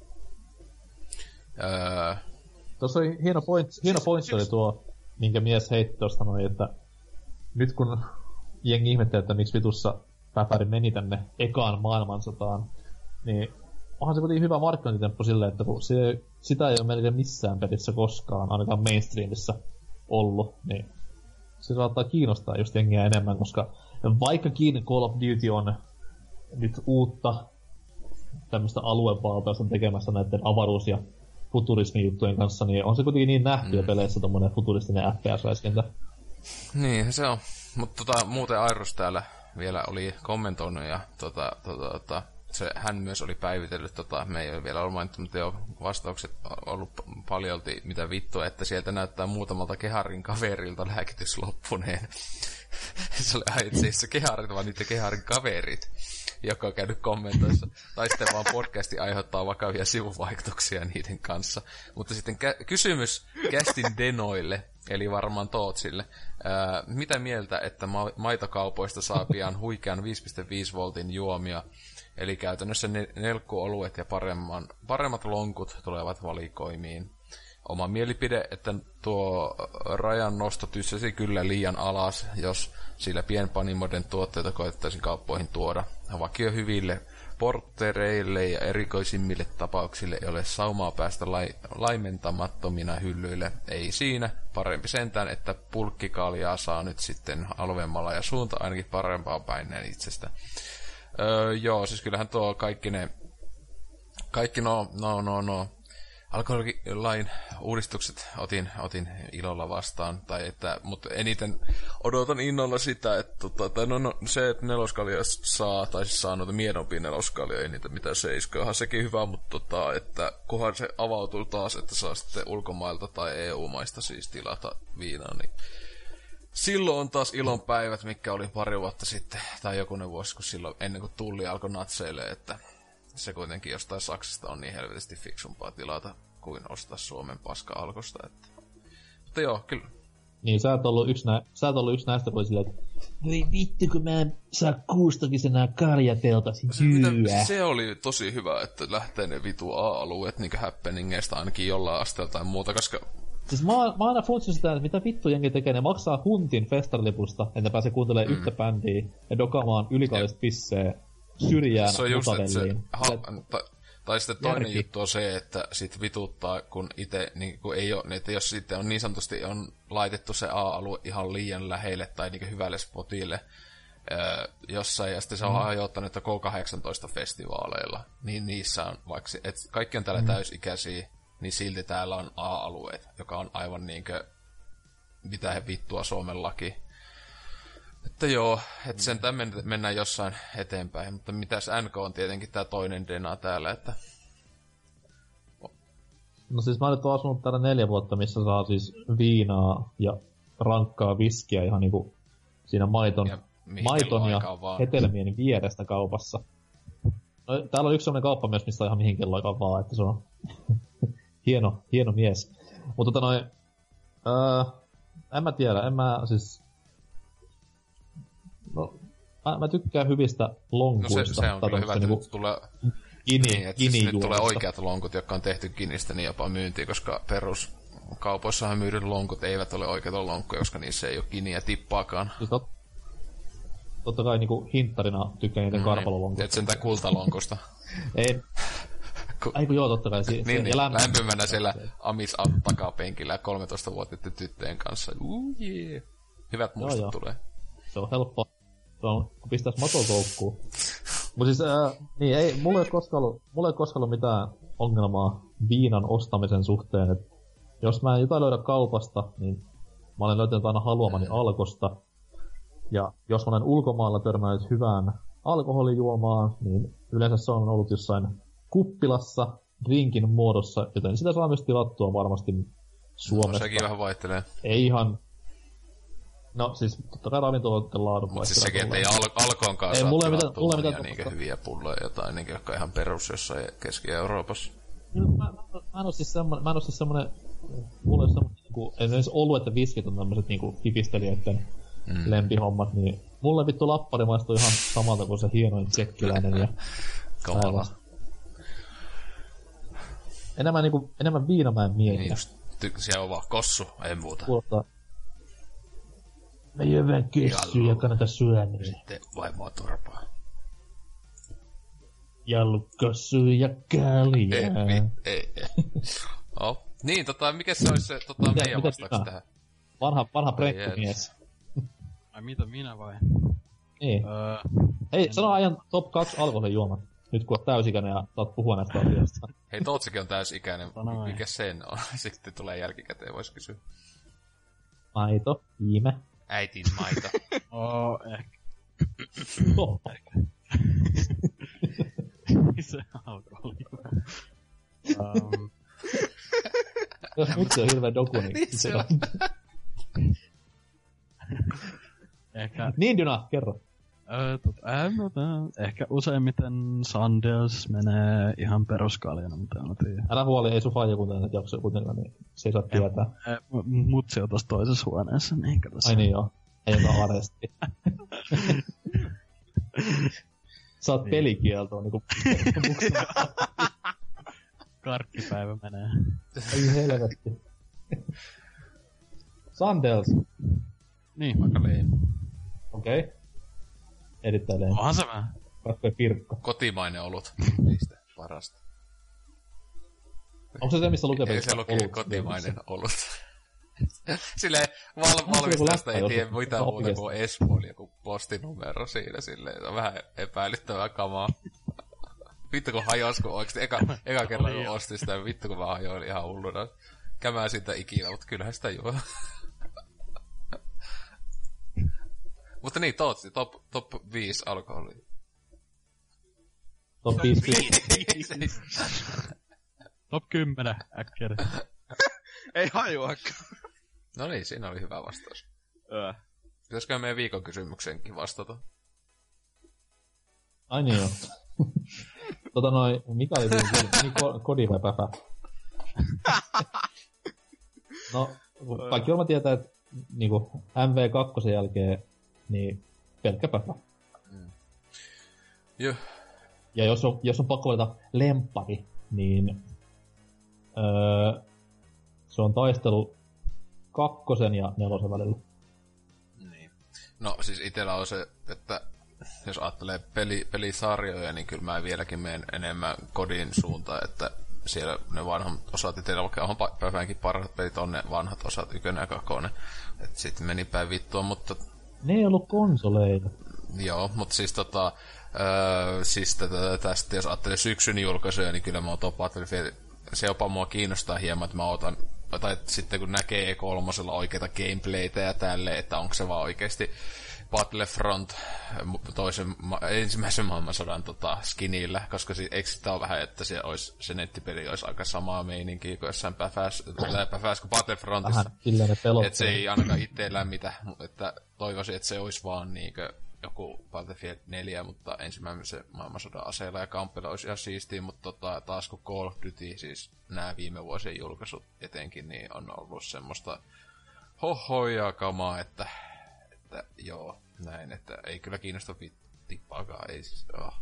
Öö... Tuossa oli hieno point, hieno Siis- point oli tuo, minkä mies heitti tuosta noin, että nyt kun jengi ihmettelee, että miksi vitussa Päpäri meni tänne ekaan maailmansotaan, niin onhan se kuitenkin hyvä markkinointitemppu silleen, että kun se, sitä ei ole melkein missään pelissä koskaan, ainakaan mainstreamissa ollut, niin se saattaa kiinnostaa just jengiä enemmän, koska vaikkakin Call of Duty on nyt uutta tämmöistä aluevaltausta tekemässä näiden avaruus- ja futurismijuttujen kanssa, niin on se kuitenkin niin nähtyä mm. peleissä tommonen futuristinen F P S-räiskintä. Niin, se on. Mutta tota, muuten Airus täällä vielä oli kommentoinut ja tota, tota, tota, se, hän myös oli päivitellyt, tota, me ei ole vielä ollut mainittu, mutta jo vastaukset on ollut paljolti mitä vittua, että sieltä näyttää muutamalta keharin kaverilta lääkitys loppuneen. Se oli ai, itse asiassa keharit, vaan niiden keharin kaverit, joka on käynyt kommentoissa. Tai sitten vaan podcasti aiheuttaa vakavia sivuvaikutuksia niiden kanssa. Mutta sitten kä- kysymys kästin denoille, eli varmaan Tootsille. Ää, mitä mieltä, että ma- maitokaupoista saa pian huikean viisi pilkku viisi voltin juomia? Eli käytännössä ne- nelkkuoluet ja paremman, paremmat lonkut tulevat valikoimiin. Oma mielipide, että tuo rajan nosto tyssäsi kyllä liian alas, jos sillä pienpanimoiden tuotteita koettaisiin kauppoihin tuoda. Vakio hyville portereille ja erikoisimmille tapauksille ei ole saumaa päästä lai- laimentamattomina hyllyille. Ei siinä. Parempi sentään, että pulkkikaljaa saa nyt sitten halvemmalla ja suunta ainakin parempaa päin itsestä. Öö, joo, siis kyllähän tuo kaikki ne... Kaikki no, no, no, no... alkoholilain uudistukset otin, otin ilolla vastaan, tai että, mutta eniten odotan innolla sitä, että tota, no, no, se, että neloskalja saa, tai siis saa noita miedompia neloskalja, ei niitä mitään seiskoahan sekin hyvä, mutta tota, että kunhan se avautuu taas, että saa sitten ulkomailta tai E U-maista siis tilata viinaa, niin silloin on taas ilonpäivät, mikä oli pari vuotta sitten, tai jokunen vuosi, kun silloin ennen kuin Tulli alkoi natseille, että se kuitenkin jostain Saksasta on niin helvetisti fiksumpaa tilata kuin ostaa Suomen paska-alkosta. Että... Mutta joo, kyllä. Niin, sä et ollut yksi, nä- sä et ollut yksi näistä, kun silleen, että voi vittu, kun mä en saa kuustakin enää karjateltasi se, se oli tosi hyvä, että lähtee ne vitu A-alueet niin happeningeista ainakin jollain asteella tai muuta, koska... Siis mä, mä aina funtsin sitä, että mitä vittu jengi tekee, ne maksaa huntin festarilipusta, että pääsee kuuntelemaan mm. yhtä bändiä ja dokaamaan ylikallista pisseä syrjään se on just, että se, ha, ta, tai sitten toinen järki. juttu on se, että sit vituttaa, kun itse niin kun ei ole, että jos sitten on niin sanotusti on laitettu se A-alue ihan liian lähelle tai niin hyvälle spotille öö, jossain, ja sitten se on mm. ajoittanut K kahdeksantoista-festivaaleilla, niin niissä on, vaikka että kaikki on täällä mm. täysikäisiä, niin silti täällä on A-alueet, joka on aivan niinkö mitä he vittua Suomen laki. Että joo, että sentään men- mennään jossain eteenpäin, mutta mitäs N K on tietenkin tää toinen dena täällä, että... No siis mä nyt oon asunut täällä neljä vuotta, missä saa siis viinaa ja rankkaa viskiä ihan niinku siinä maiton ja, maiton ja hetelmien vierestä kaupassa. No, täällä on yksi sellainen kauppa myös, missä on ihan mihin kello aikaan vaan, että se on hieno, hieno mies. Mutta tota noin, öö, en mä tiedä, en mä siis... No, mä, mä tykkään hyvistä lonkuista. No se, se on kyllä hyvä, että niinku... nyt tulee... Gini, niin, että siis nyt tulee juomista. oikeat lonkut, jotka on tehty Ginistä niin jopa myyntiin, koska peruskaupoissahan myydyt lonkut eivät ole oikeita lonkkuja, koska niissä ei ole Giniä tippaakaan. Siis tot, totta kai niinku hinttarina tykkään niiden mm, karpalolonkusta. Et sentään kultalonkusta. Ei. Ku... Aiku joo, totta kai. Si- niin, niin. Lämpö... lämpimänä siellä Amis takapenkillä kolmetoistavuotiaiden tyttöjen kanssa. Uh, yeah. Hyvät muistot joo, tulee. Se on helppo. Se on, kun pistäis motokoukkuun. Mut siis, ää, niin ei, mulla ei koskaan ollut, mulla ei koskaan ollut mitään ongelmaa viinan ostamisen suhteen, et jos mä en jotain löydä kaupasta, niin mä olen löytänyt aina haluamani Alkosta. Ja jos mä olen ulkomailla törmännyt hyvään alkoholijuomaan, niin yleensä se on ollut jossain kuppilassa, drinkin muodossa, joten sitä saa myös tilattua varmasti Suomesta. No, sekin vähän vaihtelee. Ei ihan... No siis totta kai ravintoloiden laadun Mut siis sekin, ettei al- Alkoonkaan saa mulla tilattua mulla monia niinkä hyviä pulloja jotain, niinkä jotka ihan perus jossain Keski-Euroopassa. Mä, mä, mä en oo siis semmonen, mä en oo siis semmonen, mulla ei oo semmonen niinku, esimerkiksi oluet ja viskit on tämmöset niinku hipistelijöitten mm. lempihommat, niin mulle vittu lappari maistuu ihan samalta kuin se hienoin tsekkiläinen ja... Kamala. Enemmän niinku, enemmän viinamäen miehiä. Niin just, ty- siellä on vaan kossu, ei muuta. Kuulostaa... Mä juon vähän kessyä ja kannata syömiä. Sitten vaimoa turpaa. Jalkossu ja kaljaa. Ei, ei, ei. Oh. Niin, tota, mikä se olisi se tota, mitä, meidän vastauksessa tähän? Vanha, vanha prenkkumies. Ai mitä, minä vai? Niin. Öö, Hei, en... sano ajan top kaksi alkoholijuomat. Nyt kun oot täysikäinen ja saat puhua näistä asioista. Hei, Tootsikin on täysikäinen. Mikä sen on? Sitten tulee jälkikäteen, vois kysyä. Maito, viime. Äitin maito. Oo, ehkä. Oh. Ehkä. Se alkoholi. um. Jos mutsi on hirveen doku, niin... niin se on. Ehkä... Niin, Dyna, kerro. Öö, tot, äh, no, äh, ehkä useimmiten Sanders menee ihan peruskaljana, mutta en tiedä. Älä huoli, ei sun faija kuitenkaan nyt jakso kuitenkaan, niin se ei saa tietää. Äh, mutsi on tossa toisessa huoneessa, niin kato. Ai niin joo, ei joka aresti. Sä oot niin. Pelikieltoa niinku... Karkkipäivä menee. Ei helvetti. Sanders. Niin. Aika lein. Okei. Okay. Erittäin lein. Onhan se vähän. Katkoi Pirkko. Kotimainen olut. Niistä parasta. Onko se se, missä lukee ei se lukee kotimainen olut. Silleen val- valmistajasta ei tiedä mitään muuta kuin Espoon joku postinumero siinä. Silleen, se on vähän epäilyttävää kamaa. Vittu kun hajos, kun oikeesti eka, eka kerran kun ostin sitä, vittu kun mä hajoin ihan hulluna. Kämään siitä ikinä, mutta kyllähän sitä juo. Mutta niin, Tootsi, top, top viisi alkoholia. Top viisi. Top kymmenen äkkiä. Ei hajuakaan. No niin, siinä oli hyvä vastaus. Öö. Pitäisikö meidän viikon kysymykseenkin vastata? Ai niin joo. Tota noi, mikä oli niin kodi vai päfä? No, kaikki varmaan tietää, että niinku M V kaksi jälkeen niin pelkkä päfä. Mm. Joo. Ja jos on, jos on pakko valita lemppari, niin öö, se on taistelu kakkosen ja nelosen välillä. Niin. No siis itellä on se, että jos ajattelee peli, pelisarjoja, niin kyllä mä vieläkin menen enemmän kodin suuntaan, että siellä ne vanhat osat, itellä on päivänkin parhaat pelit on ne vanhat osat, ykönen ja kakonen. Et sit meni päin vittua, mutta... Ne ei ollut konsoleita. Joo, mutta siis tota... Öö, siis tätä, tästä, jos ajattelee syksyn julkaisuja, niin kyllä mä oon tuo Battlefield, se jopa mua kiinnostaa hieman, että mä otan, tai että sitten kun näkee E kolme oikeita gameplaytä ja tälleen, että onko se vaan oikeesti Battlefront toisen, ensimmäisen maailmansodan tota, skinillä, koska si, eikö sitä ole vähän, että se, olisi, se nettipeli olisi aika samaa meininkiä kuin jossain päfäs, päfäs kuin Battlefrontissa. Että se ei ainakaan itse lämmitä, että toivoisin, että se olisi vaan niinkö joku Battlefield neljä, mutta ensimmäisen maailmansodan aseilla ja kamppeilla olisi ihan siistiä, mutta tota, taas kun Call of Duty, siis nämä viime vuosien julkaisut etenkin, niin on ollut semmoista hohoja kamaa, että että joo, näin, että ei kyllä kiinnosta tippaakaan, ei siis, oh.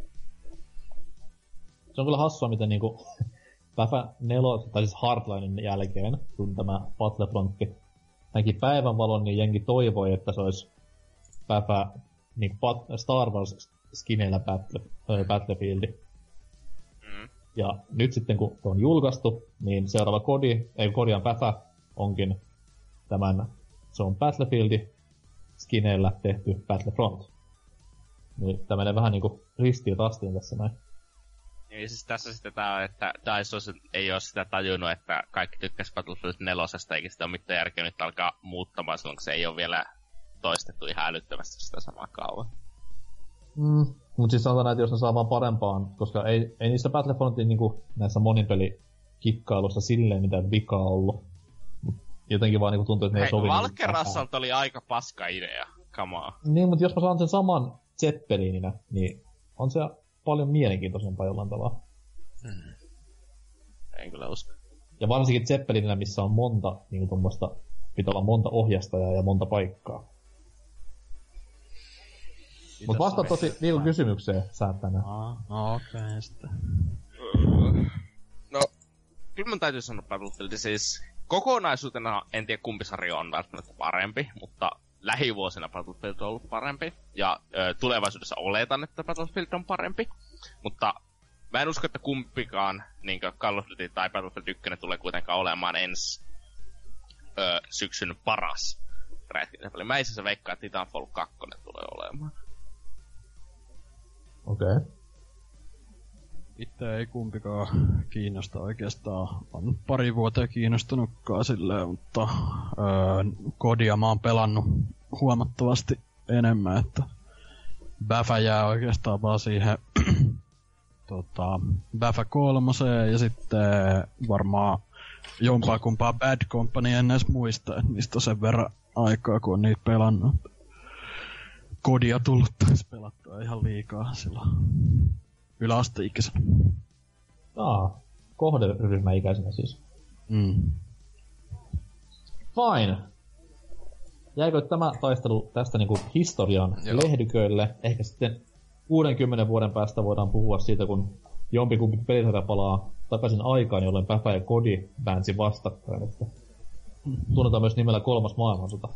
Se on kyllä hassua, miten niinku Päfä neljä, tai siis Hardlinen jälkeen, kun tämä Battlefrontti näki päivänvalon, niin jengi toivoi, että se olisi Päfä niinku Star Wars-skineillä Battle, Battlefieldi. Mm. Ja nyt sitten, kun on julkaistu, niin seuraava kodi, ei kodian Päfä, onkin tämän, se on Battlefieldi, skineillä tehty Battlefront. Niin tää menee vähän niinku ristiin rastiin tässä näin. Niin siis tässä sitten tää, että DICE ei oo sitä tajunnut, että kaikki tykkäs Battlefield nelosesta, eikä sitä oo mitään järkeä nyt alkaa muuttamaan silloin, kun se ei oo vielä toistettu ihan älyttömästi sitä samaa kauan. Mm, mut siis sanotaan, että jos ne saa vaan parempaan, koska ei, ei niissä Battlefrontin niinku näissä monipelikikkailussa silleen mitään vikaa ollut. Jotenkin vaan niinku tuntuu, että ne ei sovi. Valkerassalta oli aika paska idea, kamaa. Niin, mutta jos mä saan sen saman Zeppelinä, niin on se paljon mielenkiintoisempaa jollain tavalla. Hmm. En kyllä usko. Ja varsinkin Zeppelinä, missä on monta, niinku tommoista, pitää olla monta ohjastajaa ja monta paikkaa. Mut vastaa tosi viikon kysymykseen, sä tänään. No okei, okay, sitten. No, kyllä mun täytyy sanoa Battlefield, siis kokonaisuutena en tiedä kumpi sarja on välttämättä parempi, mutta lähivuosina Battlefield on ollut parempi. Ja ö, tulevaisuudessa oletan, että Battlefield on parempi. Mutta mä en usko, että kumpikaan niin Call of Duty tai Battlefield yksi tulee kuitenkaan olemaan ensi ö, syksyn paras räjähtinäpeli. Mä itse asiassa veikkaan, että Titanfall kaksi tulee olemaan. Okei. Okay. Itse ei kumpikaan kiinnosta oikeastaan. On pari vuotta kiinnostunutkaan silleen, mutta öö, kodia mä oon pelannut huomattavasti enemmän, että Bäfä jää oikeastaan vaan siihen tota, Bäfä kolmoseen ja sitten varmaan jompaa kumpaa Bad Company en edes muista, että niistä on sen verran aikaa, kun on niitä pelannut. Kodia tullut taisi pelattua ihan liikaa silloin yläasteikäisenä. Aa, kohderyhmäikäisenä siis. Mm. Fine. Jäikö tämä taistelu tästä niinku historian Joo. lehdyköille? Ehkä sitten kuudenkymmenen vuoden päästä voidaan puhua siitä, kun jompikumpi pelisarja palaa takaisin aikaan, jolloin Päfä ja Kodi väänsi vastakkain. Että tunnetaan myös nimellä kolmas maailmansota.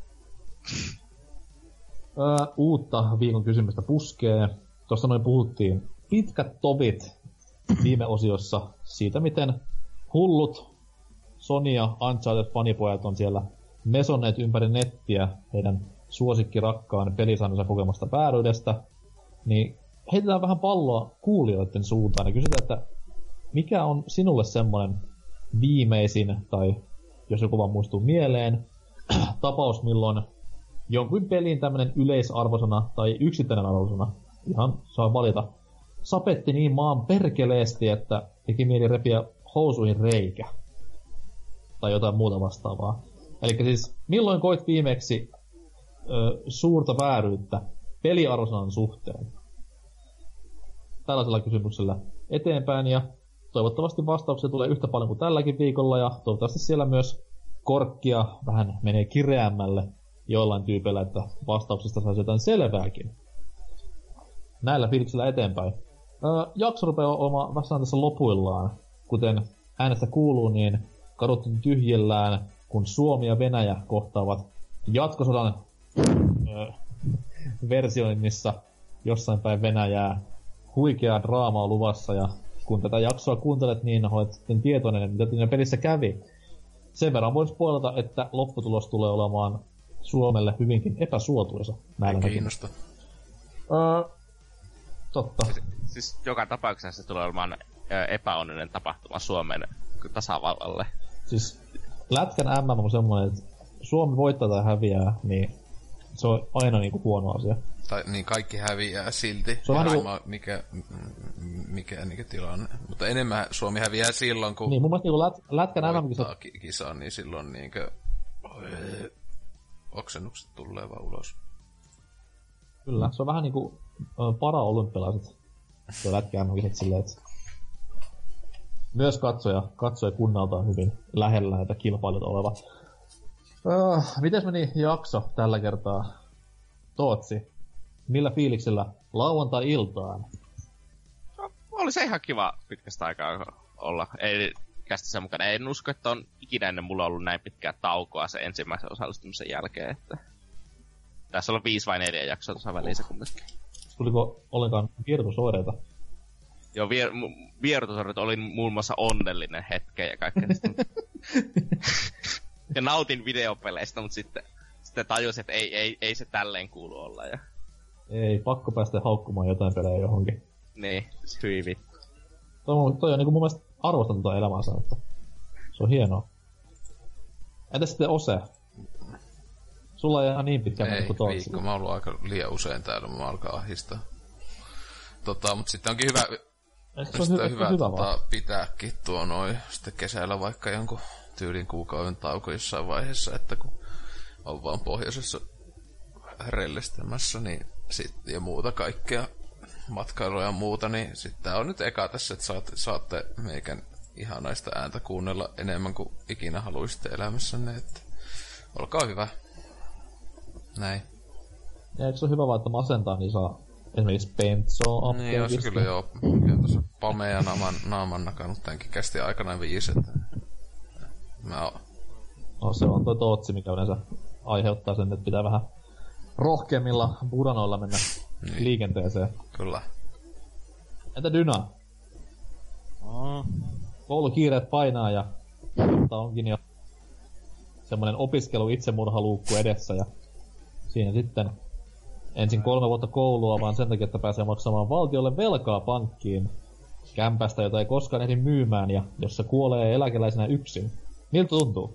Öö, uutta viikon kysymystä puskee. Tuossa noin puhuttiin pitkät tovit viime osiossa siitä, miten hullut Sony ja Uncharted-fanipojat on siellä mesonneet ympäri nettiä heidän suosikkirakkaan pelisarjansa kokemasta vääryydestä. Niin heitetään vähän palloa kuulijoiden suuntaan ja kysytään, että mikä on sinulle semmoinen viimeisin, tai jos joku vaan muistuu mieleen, tapaus, milloin jonkun pelin tämmönen yleisarvosana tai yksittäinen arvosana, ihan saa valita, sapetti niin maan perkeleesti, että teki mieli repiä housuihin reikä. Tai jotain muuta vastaavaa. Elikkä siis, milloin koit viimeksi ö, suurta vääryyttä peliarvosanan suhteen? Tällaisella kysymyksellä eteenpäin, ja toivottavasti vastauksia tulee yhtä paljon kuin tälläkin viikolla, ja toivottavasti siellä myös korkkia vähän menee kireämmälle jollain tyypeillä, että vastauksista saisi jotain selvääkin. Näillä fiiliksillä eteenpäin. Öö, jakso rupeaa olemaan vastaan tässä lopuillaan. Kuten äänestä kuuluu, niin kadut tyhjellään, kun Suomi ja Venäjä kohtaavat jatkosodan öö, versioinnissa jossain päin Venäjää. Huikeaa draamaa luvassa, ja kun tätä jaksoa kuuntelet, niin olet sitten tietoinen, että mitä siinä pelissä kävi. Sen verran voin spoilata, että lopputulos tulee olemaan Suomelle hyvinkin epäsuotuisa. Ei kiinnosta. Öö, totta. Siis, siis joka tapauksessa se tulee olemaan epäonninen tapahtuma Suomen tasavallalle. Siis lätkän M M on semmoinen, että Suomi voittaa tai häviää, niin se on aina niinku huono asia. Tai niin kaikki häviää silti. Se on niinku... mikä, mikä, mikä tilanne. Mutta enemmän Suomi häviää silloin, kun niin, mun mielestä niinku lät, lätkän M M-kisat kisaa, niin silloin niinkö oksennukset tulee vaan ulos. Kyllä, se on vähän niinku para-olympialaiset. Se lätkän M-kisat silleen, että myös katsoja, katsoja kunnalta on hyvin lähellä näitä kilpailut oleva. Uh, mites meni jakso tällä kertaa? Tootsi, millä fiiliksellä lauantai-iltaan? No, oli se ihan kiva pitkästä aikaa olla. Ei kästissä mukana. En usko, että on ikinä ennen mulla ollut näin pitkää taukoa se ensimmäisen osallistumisen jälkeen. Että... Tässä on viisi vai neljä jaksoa tuossa välissä kumminkin. Tuliko ollenkaan vierotusoireita? Joo, vier, vierotusoireet oli muun muassa onnellinen hetke ja kaikkea. Ja nautin videopeleistä, mutta sitten, sitten tajusin, että ei, ei, ei se tälleen kuulu olla. Ja... Ei, pakko päästä haukkumaan jotain pelejä johonkin. Niin, hyi vittu. Toi, toi on niinku mun mielestä arvostan tota elämäänsä, että se on hienoa. Entä sitten Ose? Sulla ei ihan niin pitkään kuin Tootsi. Ei, viikko. Mä oon ollut aika liian usein täällä, mä alkaa ahistaa. Tota, mut sitten onkin hyvä... Se on hyvä, hyvä, hyvä tota, pitääkin tuo noin sitten kesällä vaikka jonkun tyylin kuukauden tauko jossain vaiheessa, että kun on vaan pohjoisessa rellistämässä niin sit, ja muuta kaikkea matkailua ja muuta, niin sitten tää on nyt eka tässä, että saatte, saatte meikän ihanaista ääntä kuunnella enemmän kuin ikinä haluaisitte elämässänne, että olkaa hyvä. Näin. Ja eikö se ole hyvä vaan, että masentaa, niin saa esimerkiksi Pentsoa apteekista? Niin, jos kyllä joo. Ja tuossa Pamea naaman, naaman nakannut tämänkin kästi aikana viisi, että mä oon. No se on toi Tootsi, mikä yleensä aiheuttaa sen, että pitää vähän rohkeammilla budanoilla mennä niin liikenteeseen. Kyllä. Entä Dyna? Oh. Koulukiireet painaa ja onkin jo semmonen opiskelu itsemurhaluukku edessä ja siinä sitten ensin kolme vuotta koulua, vaan sen takia, että pääsee maksamaan valtiolle velkaa pankkiin kämpästä, jota ei koskaan ehdi myymään ja jossa kuolee eläkeläisenä yksin. Miltä tuntuu?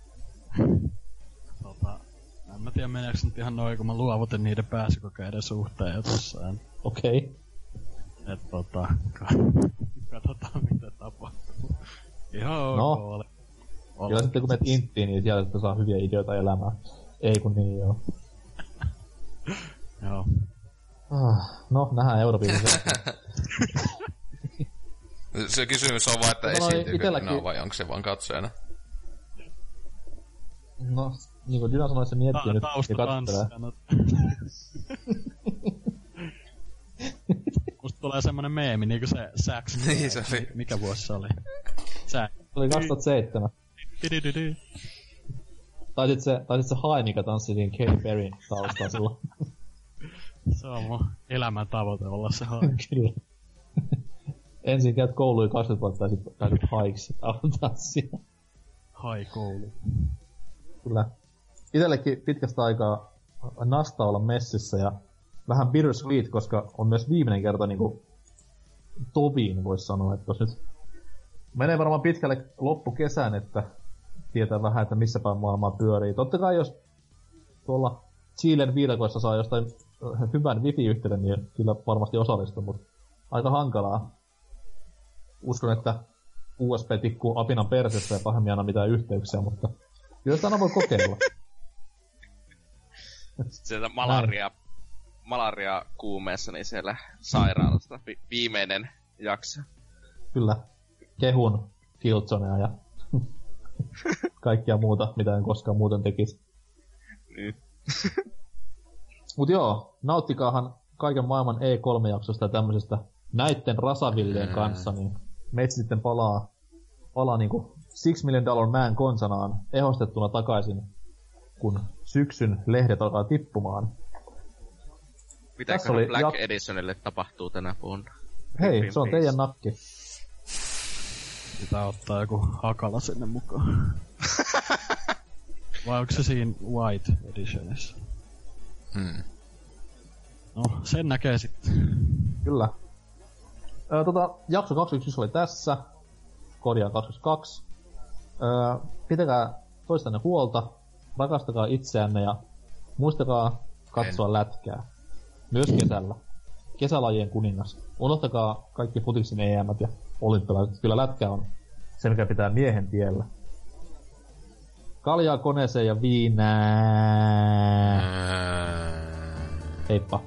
Tota, en mä tiedä meneekö nyt ihan noin, kun mä luovutin niiden pääsykokeiden suhteen jo tossaan. Okei. Okay. Et tota, katsotaan mitä tapahtuu. Ihan ok no. oli. Kyllä sitten kun menet inttiin, niin tiedät, että saa hyviä ideoita elämään. Ei kun niin joo. Joo. Ah, no, nähdään Euroviisun. Se kysymys on vaan, että esiintyykö Dyna vai onko se vaan katsojana? No, niin kuin Dyna sanoi, se miettii Ta- nyt ja katselee. Musta tulee semmonen meemi, niinku se Sax. Niin se oli. Mikä vuosi se oli? Sä. Se oli kaksituhattaseitsemän. Tai sit se, tai sit se Hai, mikä tanssi siinä Katy Perryn taustaa silloin. Se on mun elämän tavoite olla se Hai. Kyllä. Ensin käyt kouluun kaksikymmentä vuotta ja sit pääset Haiksi tanssia. Hai-koulu. Kyllä. Itellekin pitkästä aikaa nasta olla messissä ja vähän bittersweet, koska on myös viimeinen kerta niinku toviin, vois sanoa, että jos nyt menee varmaan pitkälle loppukesään, että tietää vähän, että missä päin maailmaa pyörii. Totta kai jos tuolla Chilen viidakoissa saa jostain hyvän wifi-yhteyden, niin kyllä varmasti osallistuu, mutta aika hankalaa. Uskon, että U S B tikkuu apinan persessä ja pahemmin aina mitään yhteyksiä, mutta kyllä sitä aina voi kokeilla. Sieltä malaria, malaria kuumeessa, niin siellä sairaalasta vi- viimeinen jakso. Kyllä. Kehun Killzonea ja kaikkia muuta, mitä en koskaan muuten tekisi. Niin. Mut joo, nauttikaahan kaiken maailman E kolme -jaksosta ja tämmöisestä näitten rasavillien kanssa, niin meitä sitten palaa, palaa niinku Six Million Dollar Man konsanaan ehostettuna takaisin, kun syksyn lehdet alkaa tippumaan. Mitäköhän oli Black jak- Editionille tapahtuu tänä vuonna? Hei, Rip se on teidän nakki. Pitää ottaa joku Hakala sinne mukaan. Vai onko se siinä White Editionissa? Hmm. No, sen näkee sitten. Kyllä. Öö, tota, jakso kaksikymmentäyksi oli tässä. Korjaan kaksikymmentäkaksi. Öö, pitäkää toistanne huolta. Rakastakaa itseänne ja muistakaa katsoa en. lätkää. Myös kesällä. Kesälajien kuningas. Unohtakaa kaikki futiksen E M:t ja olympialaiset. Kyllä lätkä on se, mikä pitää miehen tiellä. Kaljaa koneeseen ja viinää. Heippa.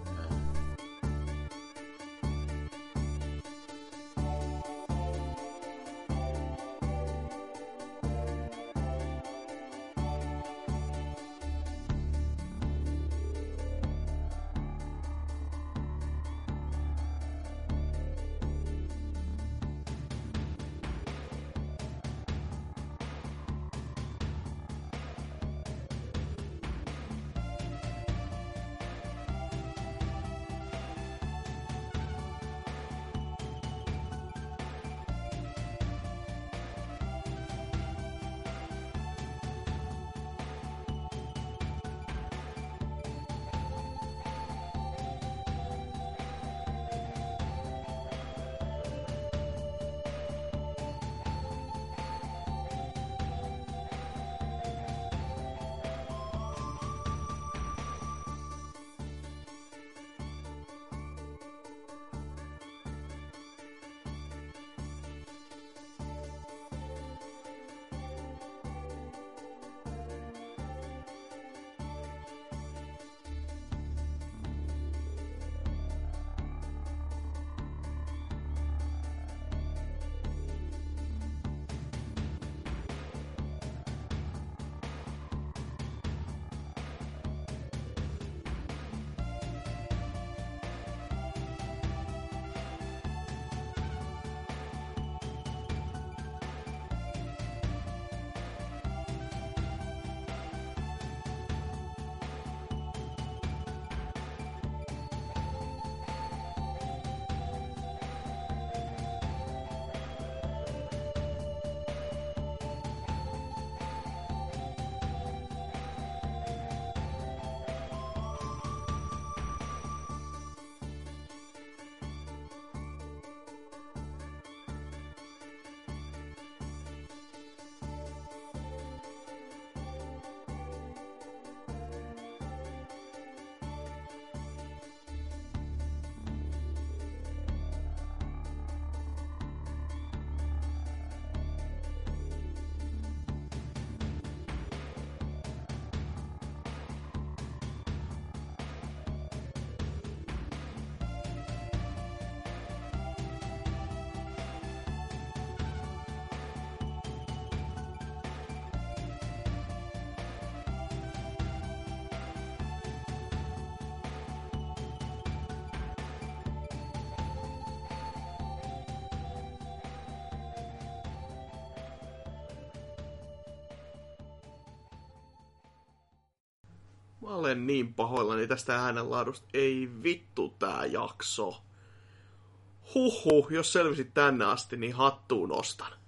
Mä olen niin pahoillani tästä äänenlaadusta. Ei vittu tää jakso. Huhhuh, jos selvisit tänne asti, niin hattuun nostan.